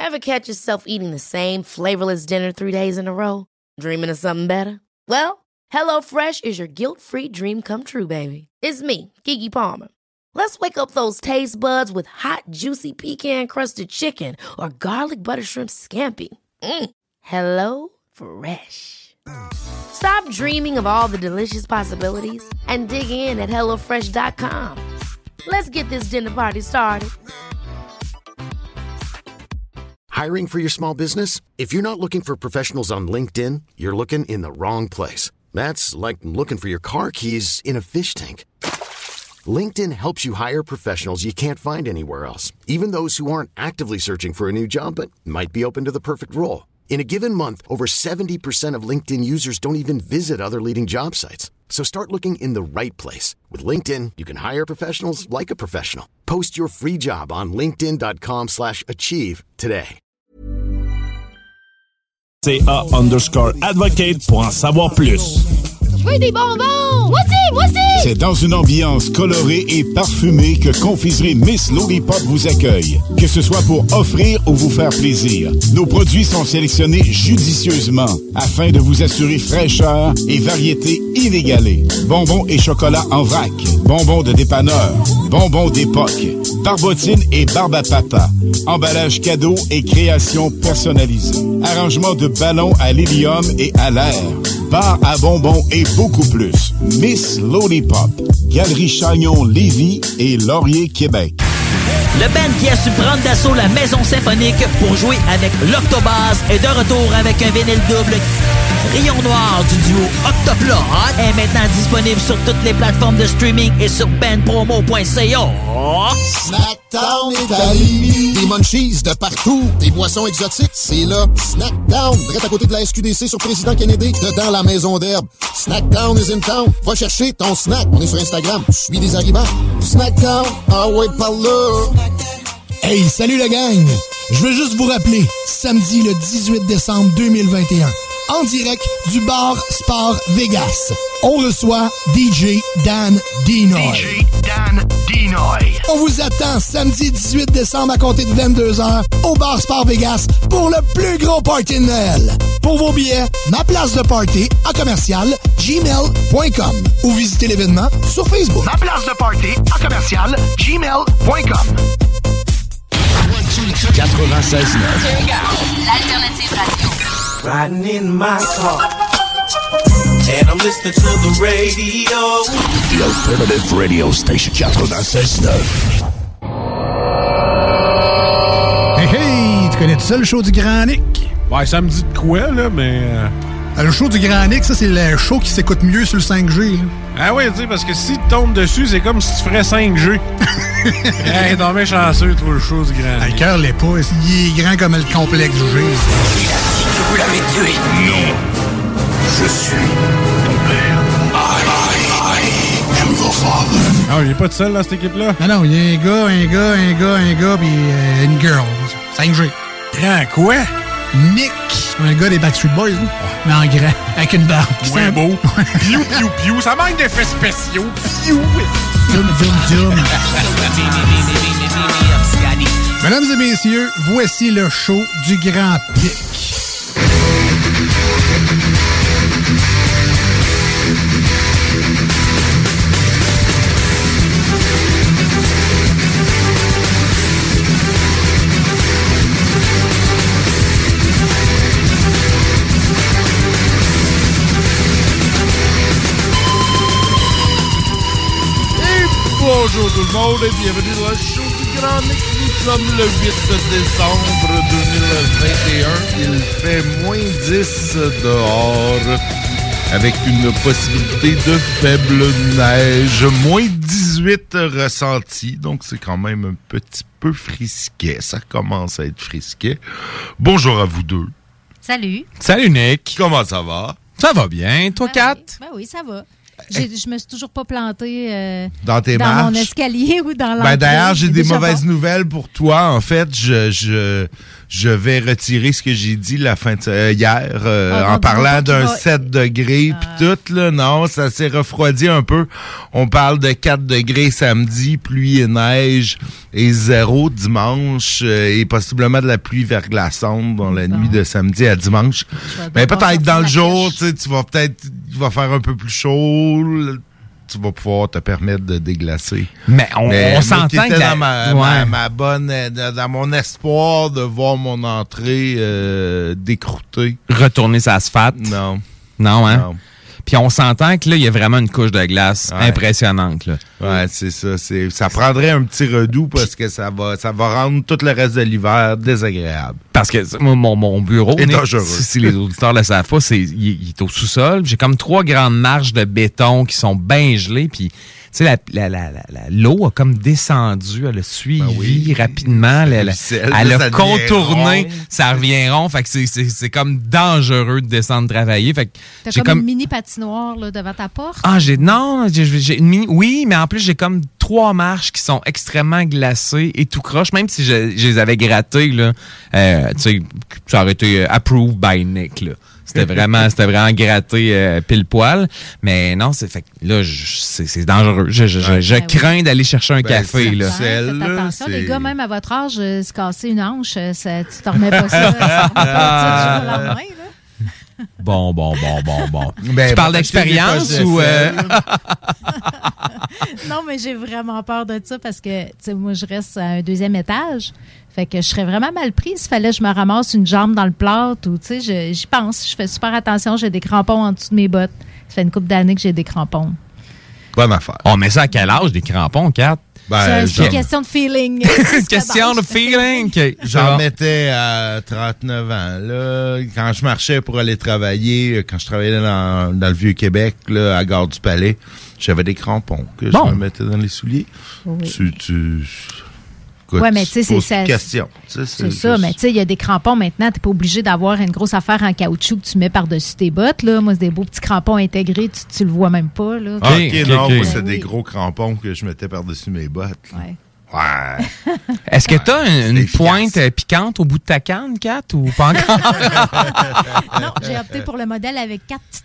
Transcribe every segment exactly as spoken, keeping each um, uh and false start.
Ever catch yourself eating the same flavorless dinner three days in a row? Dreaming of something better? Well, HelloFresh is your guilt-free dream come true, baby. It's me, Keke Palmer. Let's wake up those taste buds with hot, juicy pecan-crusted chicken or garlic butter shrimp scampi. Mm. Hello Fresh. Stop dreaming of all the delicious possibilities and dig in at hello fresh dot com. Let's get this dinner party started. Hiring for your small business? If you're not looking for professionals on LinkedIn, you're looking in the wrong place. That's like looking for your car keys in a fish tank. LinkedIn helps you hire professionals you can't find anywhere else, even those who aren't actively searching for a new job but might be open to the perfect role. In a given month, over seventy percent of LinkedIn users don't even visit other leading job sites. So start looking in the right place. With LinkedIn, you can hire professionals like a professional. Post your free job on linkedin dot com slash achieve today. C A underscore advocate pour en savoir plus. Je veux des bonbons! Voici, voici! C'est dans une ambiance colorée et parfumée que Confiserie Miss Lollipop vous accueille. Que ce soit pour offrir ou vous faire plaisir, nos produits sont sélectionnés judicieusement afin de vous assurer fraîcheur et variété inégalée. Bonbons et chocolat en vrac, bonbons de dépanneur, bonbons d'époque, barbotine et barbe à papa, emballage cadeau et création personnalisée, arrangement de ballons à l'hélium et à l'air, bar à bonbons et beaucoup plus. Miss Lollipop, Galerie Chagnon-Lévis et Laurier, Québec. Le band qui a su prendre d'assaut la Maison Symphonique pour jouer avec l'Octobase est de retour avec un vinyle double. Rayon Noir du duo Octoplot est maintenant disponible sur toutes les plateformes de streaming et sur band promo point c a. Snackdown Italie, des munchies de partout, des boissons exotiques, c'est là. Snackdown, direct à côté de la S Q D C sur Président Kennedy, dedans la maison d'herbe. Snackdown is in town. Va chercher ton snack. On est sur Instagram. Suis des arrivants. Snackdown, ah ouais, par là. Hey, salut la gang! Je veux juste vous rappeler, samedi le dix-huit décembre deux mille vingt et un, en direct du bar Sport Vegas, on reçoit D J Dan Dinoy. D J Dan Dinoy. On vous attend samedi dix-huit décembre à compter de vingt-deux heures au bar Sport Vegas pour le plus gros party de Noël. Pour vos billets, ma place de party à commercial gmail point com ou visitez l'événement sur Facebook. Ma place de party à commercial gmail point com. quatre-vingt-seize neuf. L'alternative radio. Riding in my car and I'm listening to the radio. The Alternative Radio Station quatre-vingt-seize neuf. Hey hey, tu connais tout ça le show du Grand Nick? Ouais, ça me dit de quoi là, mais euh... le show du Grand Nick, ça c'est le show qui s'écoute mieux sur le cinq G là. Ah oui, tu sais, parce que si tu tombes dessus, c'est comme si tu ferais cinq G. Hey, t'en mets chanceux, toi, le show du Grand Nick. Le cœur l'est pas, il est grand comme le complexe G. Je vous l'avais tué. Non. Je suis ton père. I, I, I am your father. Ah, il est pas tout seul dans cette équipe-là? Non, non, il y a un gars, un gars, un gars, un gars, puis euh, une girl. cinq G. Grand quoi? Nick. Un gars des Backstreet Boys, hein? Mais en grand, avec une barbe. C'est un beau. Piou, piou, piou. Ça manque d'effets spéciaux. Piou. Dum, dum, dum. Mesdames et messieurs, voici le show du Grand Pic. Bonjour tout le monde et bienvenue dans le show du Grand Nick. Nous sommes le huit décembre deux mille vingt et un. Il fait moins dix dehors avec une possibilité de faible neige. Moins dix-huit ressentis, donc c'est quand même un petit peu frisquet. Ça commence à être frisquet. Bonjour à vous deux. Salut. Salut Nick. Comment ça va? Ça va bien. Toi, ben Kat? Oui. Ben oui, ça va. J'ai, je me suis toujours pas plantée euh, dans tes dans marches? Mon escalier ou dans l'entrée. Ben d'ailleurs, j'ai des mauvaises pas. nouvelles pour toi. En fait, je, je, je vais retirer ce que j'ai dit la fin de, euh, hier euh, Ah, en non, parlant d'un va... sept degrés ah. puis tout. Là, non, ça s'est refroidi un peu. On parle de quatre degrés samedi, pluie et neige et zéro dimanche euh, et possiblement de la pluie verglaçante dans la bon. nuit de samedi à dimanche. Mais peut-être dans le jour, tu sais, tu vas peut-être, il va faire un peu plus chaud. Tu vas pouvoir te permettre de déglacer. Mais on, Mais on s'entend que dans la... ma, ouais. ma, ma bonne, dans mon espoir de voir mon entrée euh, décroûtée. Retourner sa asphalte. Non. Non, hein? Non. Puis on s'entend que là, il y a vraiment une couche de glace ouais. impressionnante. Là. Ouais, c'est ça. C'est, ça prendrait un petit redoux parce que ça va, ça va rendre tout le reste de l'hiver désagréable. Parce que mon, mon bureau, est Nick, dangereux. Si, si les auditeurs le savent pas, c'est, il, il est au sous-sol. J'ai comme trois grandes marches de béton qui sont bien gelées. Puis, tu sais, la, la, la, la, la, l'eau a comme descendu. Elle a suivi ben oui. rapidement. Elle, elle, elle a contourné. Ça revient rond. Fait que c'est, c'est, c'est comme dangereux de descendre travailler. Fait que T'as j'ai comme, comme une mini patinoire là, devant ta porte? Ah, j'ai non, j'ai, j'ai une mini. Oui, mais en plus, j'ai comme trois marches qui sont extrêmement glacées et tout croche. Même si je, je les avais grattées, là, euh, tu sais, ça aurait été uh, approved by Nick, là. C'était vraiment, c'était vraiment gratté euh, pile poil. Mais non, c'est fait là, je, c'est, c'est dangereux. Je, je, je, je ben crains oui. d'aller chercher un ben, café. Là. Faites attention, c'est... les gars, même à votre âge, euh, se casser une hanche, ça, tu t'en remets pas ça. ça pas, du jour au lendemain, là. Bon, bon, bon, bon, bon. Ben, tu parles d'expérience ou... Euh... non, mais j'ai vraiment peur de ça parce que, tu sais, moi, je reste à un deuxième étage. Fait que je serais vraiment mal prise s'il fallait que je me ramasse une jambe dans le plâtre ou, tu sais, j'y pense. Je fais super attention. J'ai des crampons en dessous de mes bottes. Ça fait une couple d'années que j'ai des crampons. Bonne affaire. On met ça à quel âge, des crampons, Kat? Ben, c'est une question de feeling. Une question de feeling. J'en mettais à trente-neuf ans. Là, quand je marchais pour aller travailler, quand je travaillais dans, dans le Vieux-Québec, là, à Gare du Palais, j'avais des crampons que bon. je me mettais dans les souliers. Oui. Tu... tu... Oui, mais tu sais, c'est ça. Question. C'est, c'est ça, juste... mais tu sais, il y a des crampons maintenant. T'es pas obligé d'avoir une grosse affaire en caoutchouc que tu mets par-dessus tes bottes. Là. Moi, c'est des beaux petits crampons intégrés. Tu, tu le vois même pas. Là. Ah, OK, okay, non, okay. Moi, c'est ben, des oui. gros crampons que je mettais par-dessus mes bottes. Ouais. Ouais. Est-ce que tu as une, une pointe piquante au bout de ta canne, Kat, ou pas encore? Non, j'ai opté pour le modèle avec quatre petites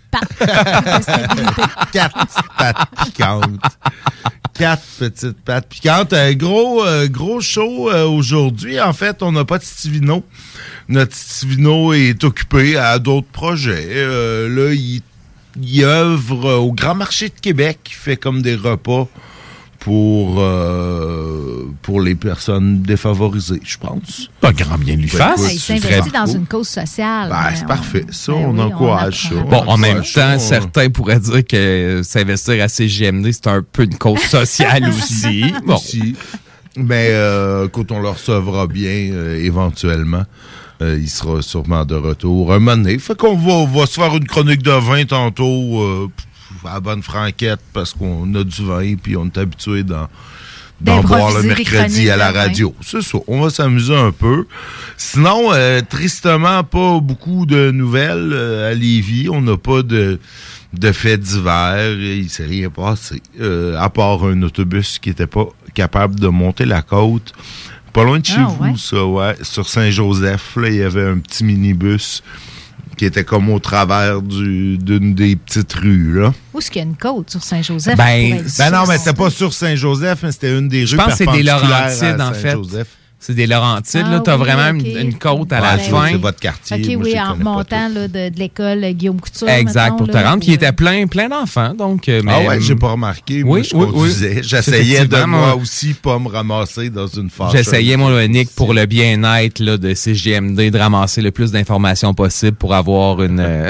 pattes. Quatre petites pattes piquantes. Quatre petites pattes piquantes. Euh, gros, euh, gros show euh, aujourd'hui. En fait, on n'a pas de Stivino. Notre Stivino est occupé à d'autres projets. Euh, là, il, il œuvre au Grand Marché de Québec. Il fait comme des repas pour euh, pour les personnes défavorisées, je pense. Pas grand bien lui fasse. Ben, il s'investit dans une cause sociale. Ben, c'est on... parfait. Ça, ben on oui, encourage on ça. Bon, en même ça, temps, on... certains pourraient dire que s'investir à C G M D, c'est un peu une cause sociale aussi. Bon. Aussi. Mais euh, quand on le recevra bien, euh, éventuellement, euh, il sera sûrement de retour un moment donné. Fait qu'on va, on va se faire une chronique de vin tantôt, euh, à la bonne franquette, parce qu'on a du vin puis on est habitué d'en, d'en boire le mercredi à la radio. C'est ça, on va s'amuser un peu. Sinon, euh, tristement, pas beaucoup de nouvelles euh, à Lévis. On n'a pas de, de faits divers. Il ne s'est rien passé, euh, à part un autobus qui n'était pas capable de monter la côte. Pas loin de chez ah, vous, ouais. ça, ouais. Sur Saint-Joseph, là, il y avait un petit minibus qui était comme au travers du, d'une des petites rues, là. Où est-ce qu'il y a une côte sur Saint-Joseph? Ben, ben non, mais c'était pas sur Saint-Joseph, mais c'était une des Je rues pense que c'est des Laurentides, en fait. Saint-Joseph. C'est des Laurentides, ah, là. T'as oui, vraiment okay. une, une côte à ouais, la c'est, fin. C'est votre quartier. OK, Moi, oui, en remontant là, de, de l'école Guillaume Couture. Exact, mettons, pour te là, rendre. Puis il euh... était plein, plein d'enfants, donc... Mais, ah ouais, j'ai pas remarqué. Moi, oui, je oui, conduisais. oui. J'essayais de moi aussi pas me ramasser dans une fâcheuse. J'essayais, moi, Nick, pour le bien-être là, de C G M D, de ramasser le plus d'informations possible pour avoir une... Euh,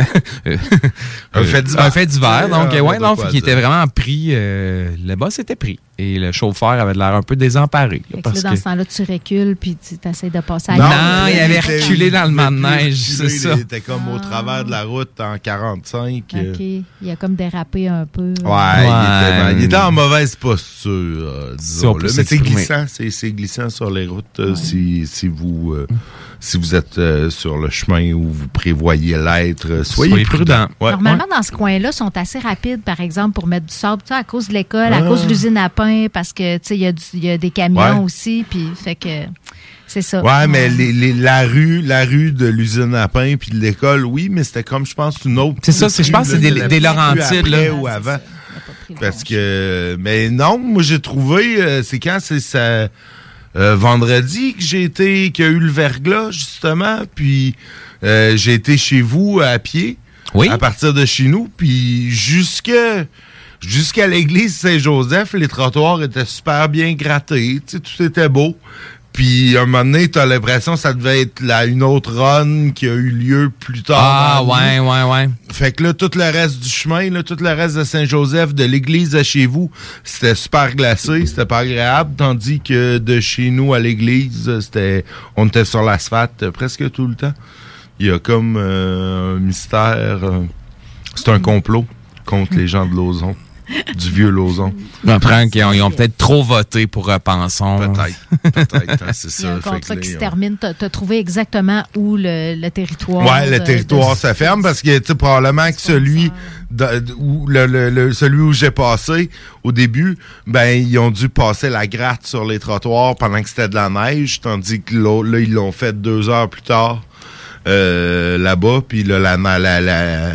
un fait divers. Un fait divers, donc, ah, ouais, non, qui était vraiment pris... Euh, le boss était pris. Et le chauffeur avait l'air un peu désemparé. Là, parce que là, dans que... ce temps-là, tu recules puis tu essaies de passer à Non, non il avait reculé dans le man de neige, c'est ça. Il était comme ah. au travers de la route en quarante-cinq. OK. Il a comme dérapé un peu. Ouais, ouais. Il, était, il était en mauvaise posture, euh, disons. Si mais c'est glissant, c'est, c'est glissant sur les routes ouais. si, si vous... Euh, si vous êtes euh, sur le chemin où vous prévoyez l'être, euh, soyez, soyez prudent. Ouais. Normalement, ouais. dans ce coin-là, ils sont assez rapides, par exemple, pour mettre du sable, tu sais, à cause de l'école, ah. à cause de l'usine à pain, parce que, tu sais, il y, y a des camions ouais. aussi, puis fait que C'est ça. Ouais, mais les, les, la rue, la rue de l'usine à pain puis de l'école, oui, mais c'était comme, je pense, une autre. C'est ça, c'est, je pense que c'est des, des Laurentides, là. Ou avant. Parce que, mais non, moi, j'ai trouvé, euh, c'est quand, c'est ça, euh, vendredi que j'ai été, qu'il y a eu le verglas, justement, puis euh, j'ai été chez vous à pied. Oui. À partir de chez nous, puis jusque, jusqu'à l'église Saint-Joseph, les trottoirs étaient super bien grattés, tu sais, tout était beau. Puis, à un moment donné, t'as l'impression que ça devait être là, une autre run qui a eu lieu plus tard. Ah, ouais, ouais, ouais. Fait que là, tout le reste du chemin, là, tout le reste de Saint-Joseph, de l'église de chez vous, c'était super glacé, c'était pas agréable, tandis que de chez nous à l'église, c'était, on était sur l'asphalte presque tout le temps. Il y a comme euh, un mystère, euh, c'est un complot contre les gens de Lauson. Du vieux Lauson. J'apprends qu'ils ont, ils ont peut-être trop voté pour Repensons. Peut-être. Peut-être, hein, c'est ça. Il y a un fait contrat que qui là, se termine. Tu as trouvé exactement où le, le territoire... Ouais, le de, territoire de... se ferme parce que tu sais, probablement que celui, de, de, où, le, le, le, celui où j'ai passé au début, ben ils ont dû passer la gratte sur les trottoirs pendant que c'était de la neige, tandis que là, là ils l'ont fait deux heures plus tard euh, là-bas, puis là, la... la, la, la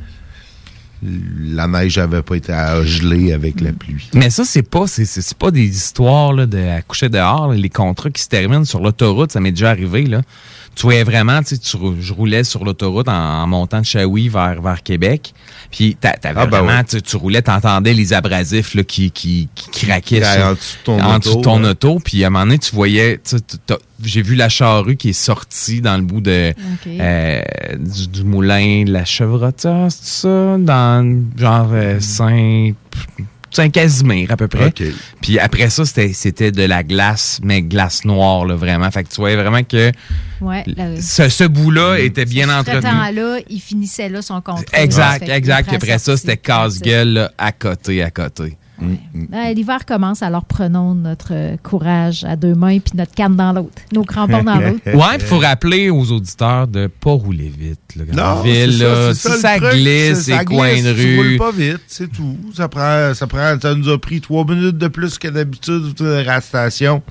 la neige n'avait pas été à geler avec la pluie. Mais ça, c'est pas c'est, c'est, c'est pas des histoires là, de à coucher dehors. Là, les contrats qui se terminent sur l'autoroute, ça m'est déjà arrivé. Là. Tu voyais vraiment, tu sais, tu, je roulais sur l'autoroute en, en montant de Shawi vers, vers Québec. Puis t'a, t'avais ah, ben vraiment, ouais. tu, tu roulais, t'entendais les abrasifs là, qui, qui, qui craquaient qui sur, en dessous de ton, en auto, de ton ouais. auto. Puis à un moment donné, tu voyais, tu, j'ai vu la charrue qui est sortie dans le bout de okay. euh, du, du moulin de la Chevrotta, c'est ça? Dans genre euh, Saint... Saint-Casimir, à peu près. Okay. Puis après ça, c'était, c'était de la glace, mais glace noire, là, vraiment. Fait que tu voyais vraiment que ouais, la, ce, ce bout-là était bien entretenu. Ce temps-là, il finissait là son contrat. Exact, là, exact. Puis après ça, c'était casse-gueule là, à côté, à côté. Ouais. Mm. Ben, l'hiver commence, alors prenons notre courage à deux mains puis notre canne dans l'autre, nos crampons dans l'autre. Ouais, il faut rappeler aux auditeurs de pas rouler vite. Là, non, ville, c'est là, ça, si ça truc, glisse, les coins de rue. Tu roules pas vite, c'est tout. Ça prend, ça prend, ça nous a pris trois minutes de plus que d'habitude à la station.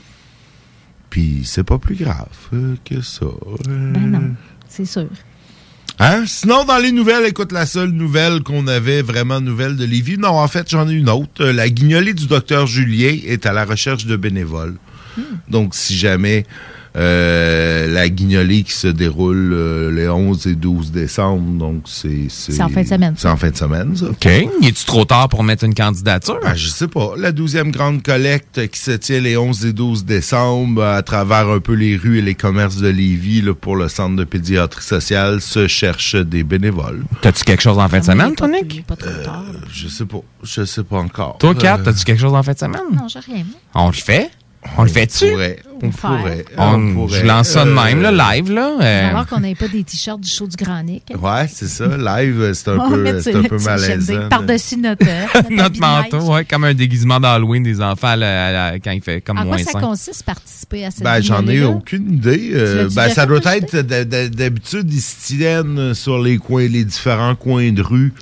Puis c'est pas plus grave que ça. Ben non, c'est sûr. Hein? Sinon, dans les nouvelles, écoute, la seule nouvelle qu'on avait vraiment nouvelle de Lévis, non, en fait, j'en ai une autre. La guignolée du docteur Julien est à la recherche de bénévoles. Hmm. Donc, si jamais euh, la guignolée qui se déroule euh, les onze et douze décembre, donc c'est... C'est, c'est en fin de semaine. C'est en fin de semaine, ça. OK. Es-tu trop tard pour mettre une candidature? Ben, je sais pas. La douzième grande collecte qui se tient les onze et douze décembre à travers un peu les rues et les commerces de Lévis là, pour le centre de pédiatrie sociale se cherche des bénévoles. T'as-tu quelque chose en fin de semaine, toi, Nick? Pas trop tard. Euh, je sais pas. Je sais pas encore. Toi, Kat, euh... t'as-tu quelque chose en fin de semaine? Non, j'ai rien. On le fait? On, on le fait-tu? Pourrait, on pourrait. On, on pourrait. Je lance ça de même, là, live. Là, euh... Alors qu'on n'avait pas des t-shirts du show du Grand Nick. Ouais, c'est ça. Live, c'est un oh, peu, c'est un peu malaisant. Par-dessus notre, notre, notre manteau, ouais, comme un déguisement d'Halloween des enfants là, là, quand il fait comme en moins cinq. En quoi ça cinq. consiste, participer à cette ben, j'en ai là? aucune idée. Euh, ben, ça doit être, d'habitude, ils se tiennent sur les coins, les différents coins de rue.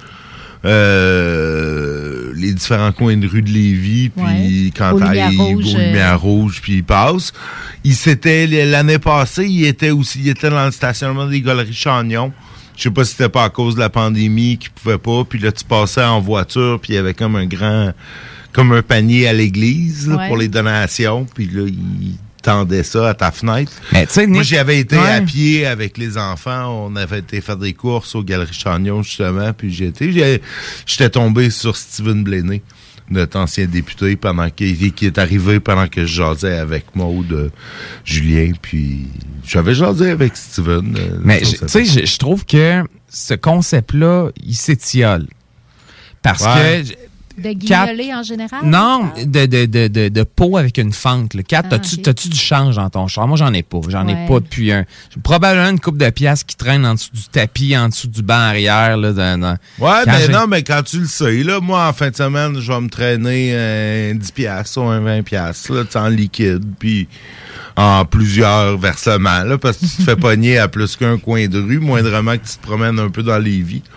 Euh, les différents coins de rue de Lévis, puis ouais. quand il aux lumières rouges, puis il passe. Il s'était l'année passée, il était aussi, il était dans le stationnement des Galeries Chagnon. Je sais pas si c'était pas à cause de la pandémie qu'il pouvait pas. Puis là, tu passais en voiture, puis il y avait comme un grand, comme un panier à l'église là, ouais. pour les donations. Puis là, il tendait ça à ta fenêtre. Mais, moi, j'y avais été ouais. à pied avec les enfants. On avait été faire des courses aux Galeries Chagnon, justement. Puis j'ai été, j'ai, j'étais tombé sur Steven Blaney, notre ancien député, pendant qu'il, qui est arrivé pendant que je jasais avec Maude, euh, Julien. Puis j'avais jasé avec Steven. Euh, Mais tu sais, je, je trouve que ce concept-là, il s'étiole. Parce ouais. que... De guignoler en général? Non, de, de, de, de, de peau avec une fente. Kat, ah, t'as-tu, okay. t'as-tu du change dans ton char? Moi, j'en ai pas. J'en ouais. ai pas depuis un... Probablement une couple de piastres qui traînent en dessous du tapis, en dessous du banc arrière. Là, dans, dans, ouais, mais j'ai... non, mais quand tu le sais, là, moi, en fin de semaine, je vais me traîner un dix piastres ou un vingt piastres là, en liquide, puis en plusieurs versements, là, parce que tu te fais pogner à plus qu'un coin de rue, moindrement que tu te promènes un peu dans Lévis.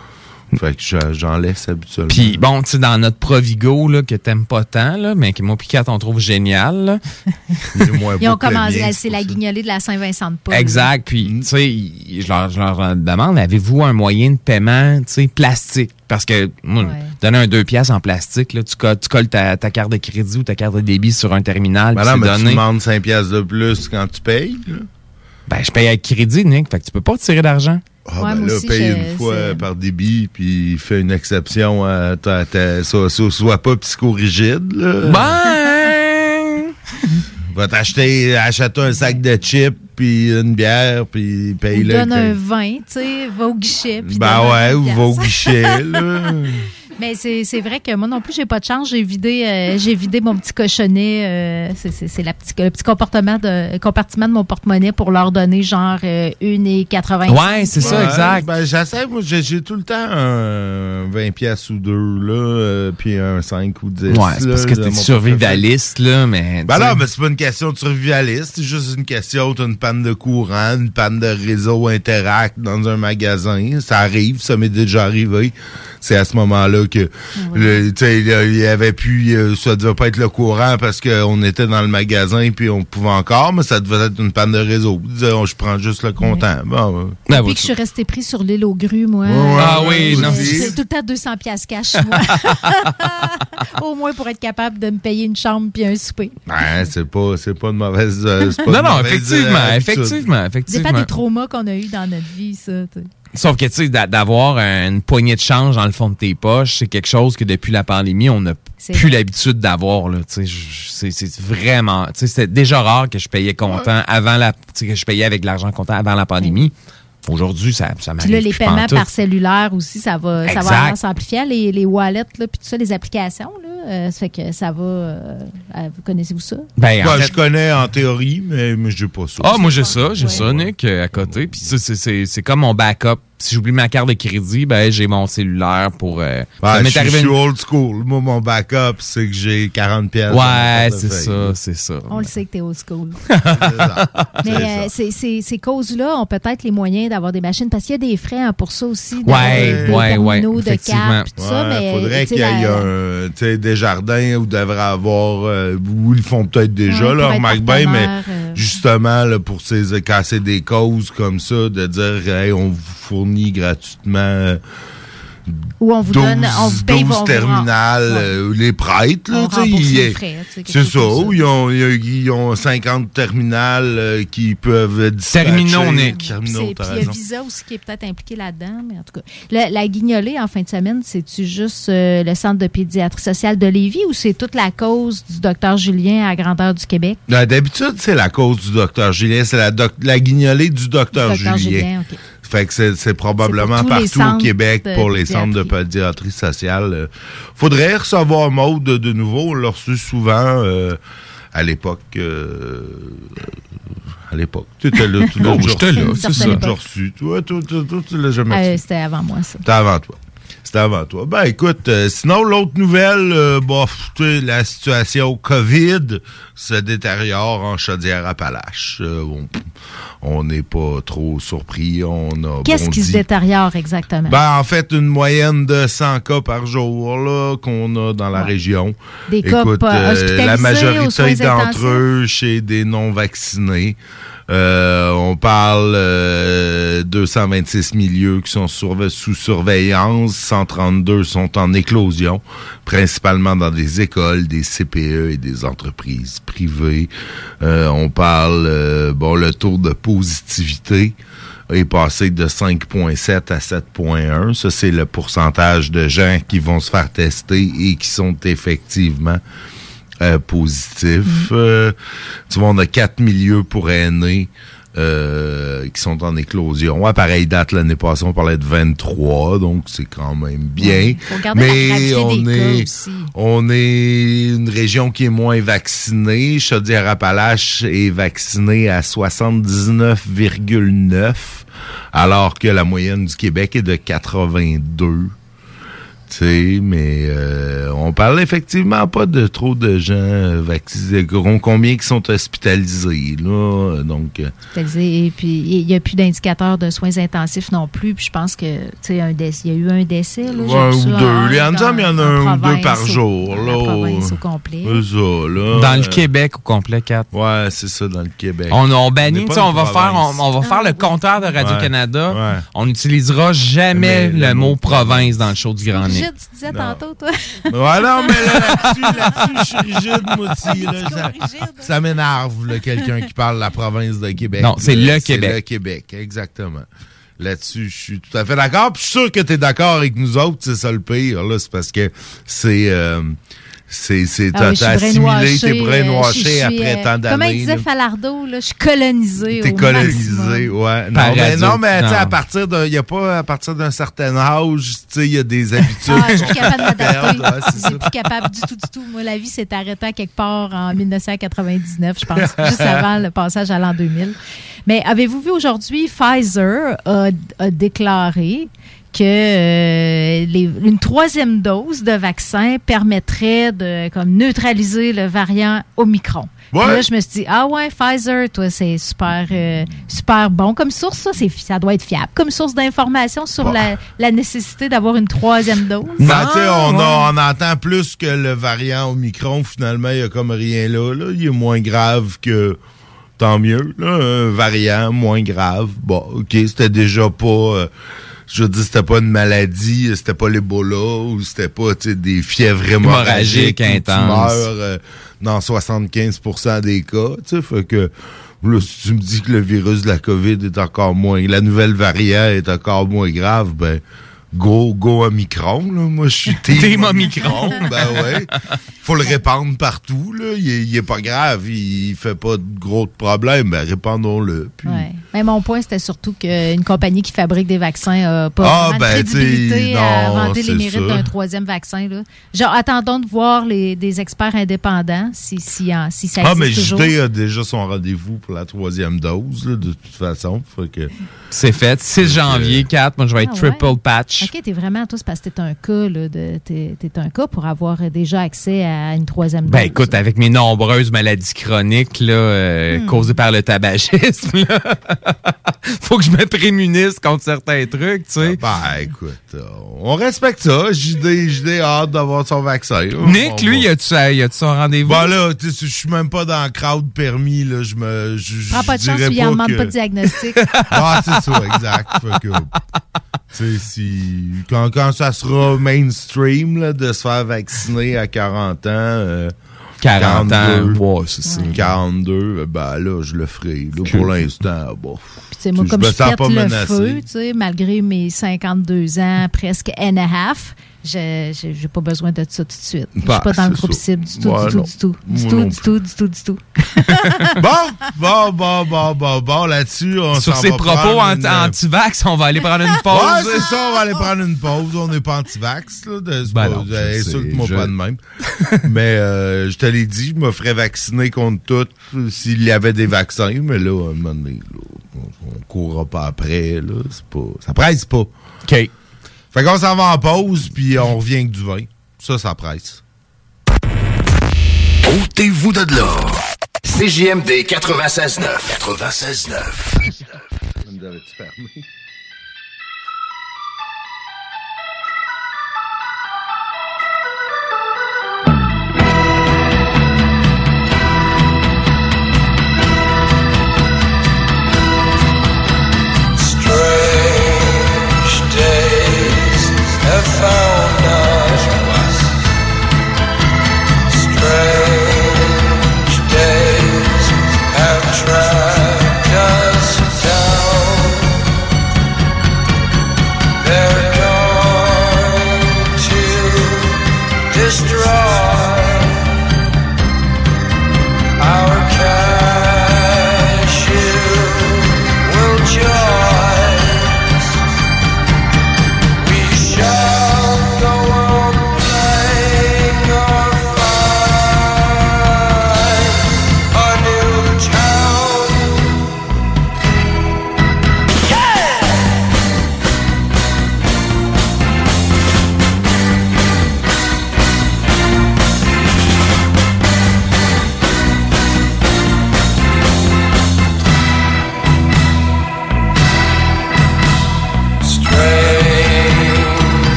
Fait que je- j'en laisse habituellement. Puis bon, tu sais, dans notre Provigo, là, que t'aimes pas tant, là, mais que moi pis Kat, on trouve génial, là. Ils ont commencé, c'est la guignolée de la Saint-Vincent de Paul. Exact. Puis, tu sais, je leur, je leur demande, avez-vous un moyen de paiement, tu sais, plastique? Parce que, moi, donner un deux piastres en plastique, là, tu colles, tu colles ta, ta carte de crédit ou ta carte de débit sur un terminal. Ben puis non, c'est mais donné. tu demandes cinq piastres de plus quand tu payes, là. Ben, je paye avec crédit, Nick. Fait que tu peux pas tirer d'argent. Ah, ouais, ben là, paye une fois c'est... par débit, puis fais une exception à ta, ta, ça, ça soit pas psychorigide, là. Ben! Va t'acheter, achète un sac de chips, puis une bière, puis paye-le. Donne un vin, tu sais, va au guichet. Puis ben ouais, ou va au guichet, là. Mais c'est, c'est vrai que moi non plus, j'ai pas de chance. J'ai vidé, euh, j'ai vidé mon petit cochonnet. Euh, c'est, c'est, c'est la petit, le petit comportement de, compartiment de mon porte-monnaie pour leur donner genre euh, une et quatre-vingts. Ouais, c'est ça, ouais, exact. Ben, j'essaie, moi, j'ai, j'ai tout le temps un vingt piastres ou deux, là, euh, puis un cinq ou dix. Ouais, c'est parce là, que t'es survivaliste, là, mais... Ben non, mais c'est pas une question de survivaliste, c'est juste une question d'une panne de courant, une panne de réseau Interact dans un magasin. Ça arrive, ça m'est déjà arrivé. C'est à ce moment-là que, ouais. tu sais, il y avait plus, ça devait pas être le courant parce qu'on était dans le magasin puis on pouvait encore, mais ça devait être une panne de réseau. Disait, oh, je prends juste le comptant. Ouais. Bon, ouais. Depuis ben, que je suis restée pris sur l'île aux grues, moi. Ouais, ah oui, non. C'est tout le temps deux cents piastres cash, moi. Au moins pour être capable de me payer une chambre puis un souper. Ben, c'est pas, c'est pas une mauvaise, c'est pas non, une non, mauvaise, effectivement, euh, effectivement, effectivement. C'est pas des traumas qu'on a eu dans notre vie, ça, t'sais. Sauf que, tu sais, d'avoir une poignée de change dans le fond de tes poches, c'est quelque chose que depuis la pandémie, on n'a plus vrai. l'habitude d'avoir, là. Tu sais, c'est vraiment... Tu sais, c'était déjà rare que je payais comptant ouais. avant la... Tu sais, que je payais avec l'argent comptant avant la pandémie. Ouais. Aujourd'hui, ça, ça m'arrive. Puis là, les plus paiements pantoute. par cellulaire aussi, ça va, ça va s'amplifier. Les, les wallets, là, puis tout ça, les applications, là, euh, ça fait que ça va... Euh, vous connaissez-vous ça? Ben, ben fait, je connais en théorie, mais, mais j'ai pas ça. Ah, moi, j'ai ça, j'ai ouais. ça, Nick, à côté. Puis ça, c'est comme mon backup. Si j'oublie ma carte de crédit, ben j'ai mon cellulaire pour... Euh, ouais, je suis une... old school. Moi, mon backup, c'est que j'ai quarante piastres. Ouais, c'est ça, c'est ça. On le sait que t'es old school. Mais euh, ces, ces, ces causes-là ont peut-être les moyens d'avoir des machines, parce qu'il y a des frais hein, pour ça aussi. Ouais, des, ouais, des ouais, de cartes, tout ouais, ça. Mais faudrait qu'il y ait la... un, des jardins où devrait avoir... Euh, où ils le font peut-être déjà, ouais, là, remarque bien, mais euh... justement, là, pour ces, casser des causes comme ça, de dire, hey, on vous fournit gratuitement ou on vous douze, donne on vous paye douze terminales, ouais. euh, les prêtres, là, tu sais, c'est ça, où ils ont, ils ont cinquante terminales euh, qui peuvent dispatcher. Terminons, Nick. Terminons, puis il y a Visa aussi qui est peut-être impliqué là-dedans, mais en tout cas. La, la guignolée en fin de semaine, c'est-tu juste euh, le centre de pédiatrie sociale de Lévis ou c'est toute la cause du docteur Julien à grandeur du Québec? Là, d'habitude, c'est la cause du docteur Julien, c'est la, doc, la guignolée du docteur Julien. Julien okay. Fait que c'est, c'est probablement c'est partout au Québec pour les centres de pédiatrie sociale. Euh, faudrait recevoir Maud de, de nouveau. On l'a reçu souvent euh, à l'époque. Euh, à l'époque. Tu étais là. Tu l'as j'étais là, c'est ça. J'ai reçu. Toi, toi, toi, toi, tu l'as jamais reçu. Euh, c'était avant moi, ça. C'était avant toi. C'était avant toi. Ben, écoute, euh, sinon, l'autre nouvelle, euh, bon, la situation COVID se détériore en Chaudière-Appalaches. Euh, on n'est pas trop surpris. On a Qu'est-ce bondi. qui se détériore exactement? Ben, en fait, une moyenne de cent cas par jour là, qu'on a dans la ouais. région. Des écoute, cas euh, la majorité d'entre eux chez des non-vaccinés. Euh, on parle euh, deux cent vingt-six milieux qui sont surve- sous surveillance, cent trente-deux sont en éclosion, principalement dans des écoles, des C P E et des entreprises privées. Euh, on parle, euh, bon, le taux de positivité est passé de cinq virgule sept à sept virgule un. Ça, c'est le pourcentage de gens qui vont se faire tester et qui sont effectivement Euh, positif. Mmh. Euh, tu vois, on a quatre milieux pour aînés euh, qui sont en éclosion. À pareille date, l'année passée, on parlait de vingt-trois, donc c'est quand même bien. Faut mais on des est, aussi. on est une région qui est moins vaccinée. Chaudière-Appalaches est vaccinée à soixante-dix-neuf virgule neuf, alors que la moyenne du Québec est de quatre-vingt-deux. Tu sais, mais euh, on parle effectivement pas de trop de gens vaccinés. Combien qui sont hospitalisés, là, donc... Hospitalisés, et puis il n'y a plus d'indicateurs de soins intensifs non plus, puis je pense que, tu sais, un décès, il y a eu un décès, là. Un ou deux. Il y en a, il y en a un ou deux par au, jour, là. Dans la province au complet. C'est ça, là. Dans le Québec au complet, quatre. Ouais, c'est ça, dans le Québec. On, on bannit, tu sais, on va province. faire, on, on va faire Ah, le compteur de Radio-Canada. Ouais, ouais. On n'utilisera jamais le, le mot province dans le show du Grand Nick. Rigide, tu disais Non. tantôt, toi. Ouais, non, mais là, là-dessus, là-dessus, je suis rigide, moi aussi. Là, ça ça m'énerve, là, quelqu'un qui parle de la province de Québec. Non, c'est là, le Québec. C'est le Québec, exactement. Là-dessus, je suis tout à fait d'accord. Puis je suis sûr que tu es d'accord avec nous autres, c'est ça le pire, là. C'est parce que c'est... Euh, C'est, c'est, Ah oui, t'as je suis assimilé, t'es brainwashée, brainwashé euh, je suis, après euh, tant d'années. Comment il disait là. Falardeau, là, je suis colonisé. T'es au colonisé, maximum. ouais. Non, Par mais, radio. non, mais tu sais, Non. à partir d'un, il y a pas à partir d'un certain âge, tu sais, il y a des habitudes. Ah, je suis plus capable de m'adapter. Ouais, c'est Je ça. suis plus capable du tout, du tout. Moi, la vie s'est arrêtée à quelque part en dix-neuf cent quatre-vingt-dix-neuf, je pense, juste avant le passage à l'an deux mille. Mais avez-vous vu aujourd'hui, Pfizer a, a déclaré que euh, les, une troisième dose de vaccin permettrait de comme, neutraliser le variant Omicron. Ouais. Puis là, je me suis dit, ah ouais, Pfizer, toi, c'est super, euh, super bon comme source, ça, c'est, ça doit être fiable comme source d'information sur Bon. la, la nécessité d'avoir une troisième dose. Ben, tu sais, on, ouais. a- on entend plus que le variant Omicron, finalement, il y a comme rien là, là. Il est moins grave que... Tant mieux, là. Un variant moins grave. Bon, OK, c'était déjà pas... euh, je veux dire, c'était pas une maladie, c'était pas l'Ebola ou c'était pas, tu sais, des fièvres hémorragiques Hémorragiques où tu intenses. meurs euh, dans soixante-quinze pour cent des cas, tu sais, fait que... Là, si tu me dis que le virus de la COVID est encore moins... La nouvelle variante est encore moins grave, ben... Go, go Omicron, là. Moi, je suis team Team Omicron. Ben ouais. Faut le répandre partout, là. Il est, il est pas grave. Il fait pas de gros problèmes. Ben, répandons-le. Puis... Ouais. Mais mon point, c'était surtout qu'une compagnie qui fabrique des vaccins n'a pas Ah, vraiment ben, de crédibilité t'sais, à non, vanter les c'est mérites ça. d'un troisième vaccin. Là. Genre, attendons de voir les, des experts indépendants si, si, en- si ça Ah, existe mais toujours. J D a déjà son rendez-vous pour la troisième dose, là, de toute façon. Fait que... C'est fait. six janvier, quatre. Moi, je vais être Ah ouais? triple patch. OK, t'es vraiment, toi, c'est parce que t'es un cas, là, de, t'es, t'es un cas pour avoir déjà accès à une troisième dose. Ben écoute, avec mes nombreuses maladies chroniques là, euh, Hmm. causées par le tabagisme, là, faut que je me prémunisse contre certains trucs, tu sais. Ben, écoute, euh, on respecte ça. J D, J D a hâte d'avoir son vaccin. là. Nick, Bon, lui, bon. y a-tu y a-tu son rendez-vous? Ben là, tu sais, je suis même pas dans le crowd permis, là. Je me. je- Prends pas de je chance, dirais lui, il en demande que- pas de diagnostic. Ah, c'est ça, exact. Fait que, tu sais, si, quand, quand ça sera mainstream, là, de se faire vacciner à quarante ans, euh, quarante ans, quarante-deux, ouais, c'est ça. quarante-deux, ben là, je le ferai. Là, pour l'instant, bon. Puis, tu sais, moi, Je comme me je sens pète pas le menacé. feu, tu sais, malgré mes cinquante-deux ans, presque and a half, je je- j'ai pas besoin de ça tout de suite. Je suis Bah, pas dans le c'est groupe ça. cible du tout, Ouais, du tout, non. du tout. Du Moi tout, non du tout, du tout, du tout. Bon, bon, bon, bon, bon, bon, là-dessus, on Sur s'en ces va propos prendre anti- une- anti-vax, on va aller prendre une pause. Ouais, c'est ça, on va aller prendre une pause. On n'est pas anti-vax, là. de- c'est Ben pas- non, je euh, sais, insulte-moi je- pas de même. Mais euh, je te l'ai dit, je me ferais vacciner contre tout euh, s'il y avait des vaccins. Mais là, à un moment donné, là, on, on courra pas après, là. C'est pas, ça presse pas. OK. Fait qu'on s'en va en pause, puis on revient avec du vin. Ça, ça presse. Ôtez-vous de là. C J M D quatre-vingt-seize neuf. quatre-vingt-seize neuf. Vous avez-tu fermé? Strange days have found us. Strange days have tracked us down.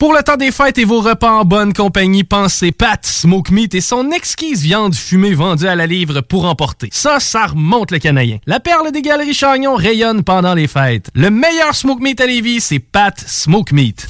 Pour le temps des fêtes et vos repas en bonne compagnie, pensez Pat Smoke Meat et son exquise viande fumée vendue à la livre pour emporter. Ça, ça remonte le canadien. La perle des Galeries Chagnon rayonne pendant les fêtes. Le meilleur Smoke Meat à Lévis, c'est Pat Smoke Meat.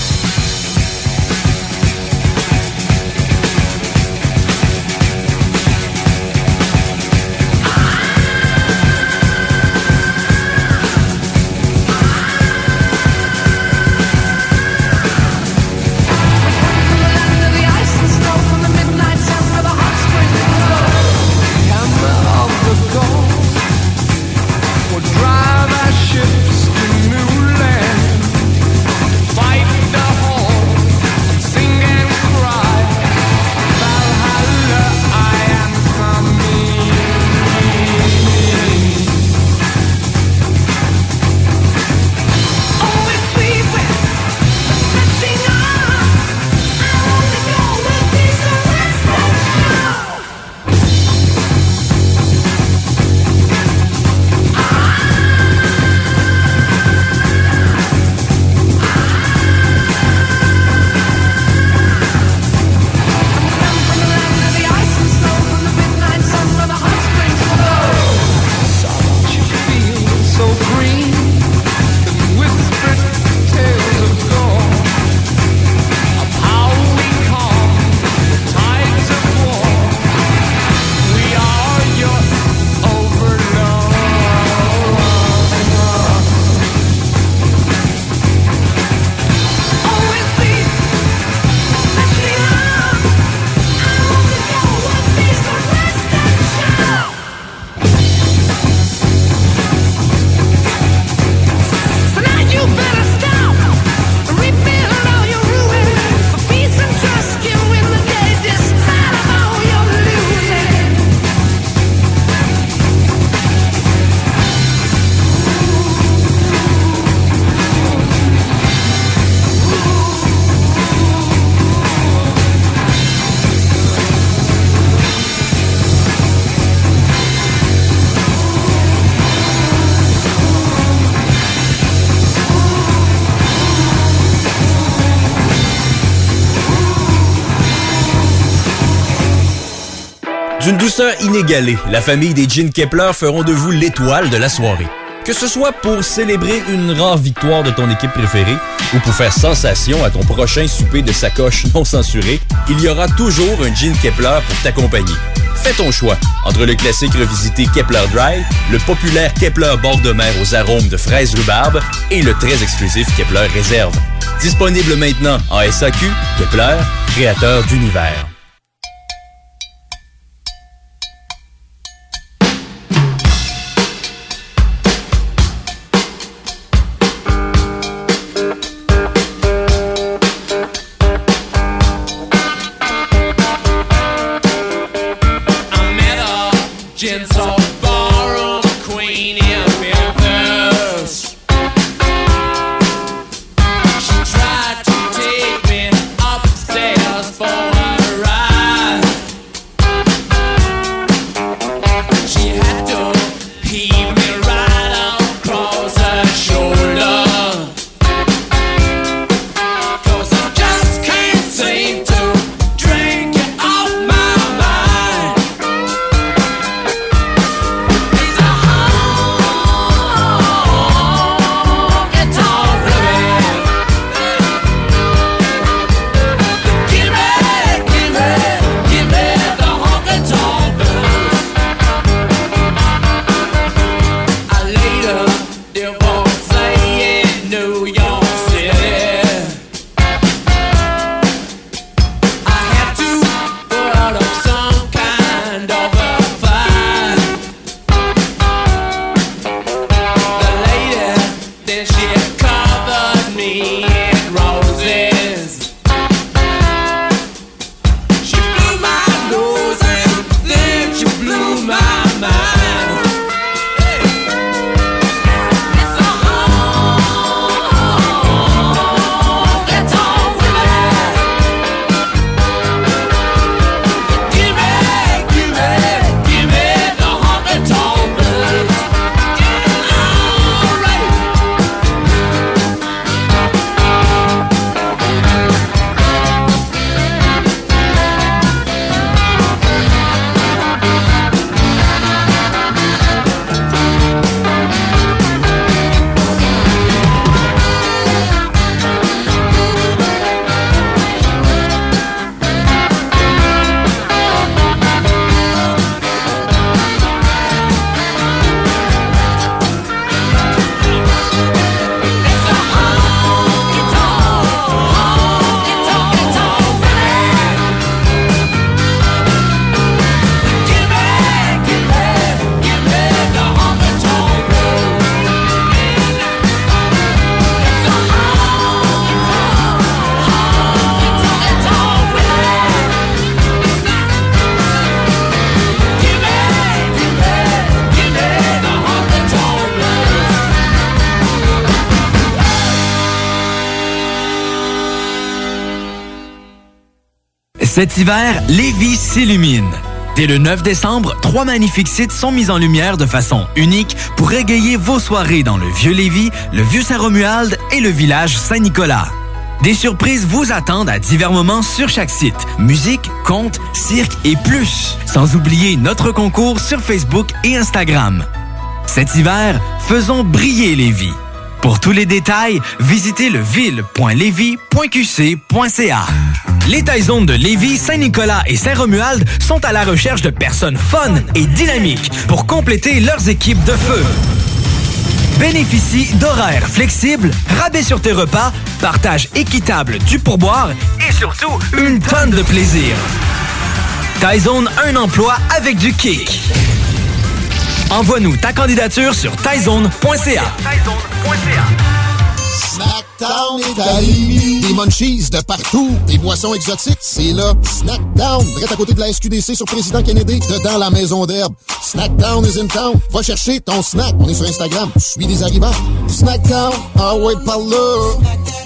D'une douceur inégalée, la famille des Jeans Kepler feront de vous l'étoile de la soirée. Que ce soit pour célébrer une rare victoire de ton équipe préférée ou pour faire sensation à ton prochain souper de sacoche non censuré, il y aura toujours un Jean Kepler pour t'accompagner. Fais ton choix entre le classique revisité Kepler Dry, le populaire Kepler bord de mer aux arômes de fraises rhubarbe et le très exclusif Kepler Réserve. Disponible maintenant en S A Q, Kepler, créateur d'univers. Cet hiver, Lévis s'illumine. Dès le neuf décembre, trois magnifiques sites sont mis en lumière de façon unique pour égayer vos soirées dans le Vieux-Lévis, le Vieux-Saint-Romuald et le village Saint-Nicolas. Des surprises vous attendent à divers moments sur chaque site. Musique, contes, cirque et plus. Sans oublier notre concours sur Facebook et Instagram. Cet hiver, faisons briller Lévis. Pour tous les détails, visitez le ville point lévis point q c point c a. Les Taizones de Lévis, Saint-Nicolas et Saint-Romuald sont à la recherche de personnes fun et dynamiques pour compléter leurs équipes de feu. Bénéficie d'horaires flexibles, rabais sur tes repas, partage équitable du pourboire et surtout une tonne de plaisir. Taizone, un emploi avec du kick. Envoie-nous ta candidature sur taizone point c a. Snackdown Italie. Des munchies de partout. Des boissons exotiques. C'est là. Snackdown. Direct à côté de la S Q D C sur Président Kennedy. Dedans la maison d'herbe. Snackdown is in town. Va chercher ton snack. On est sur Instagram. Suis des arrivants. Snackdown. Ah ouais, par là.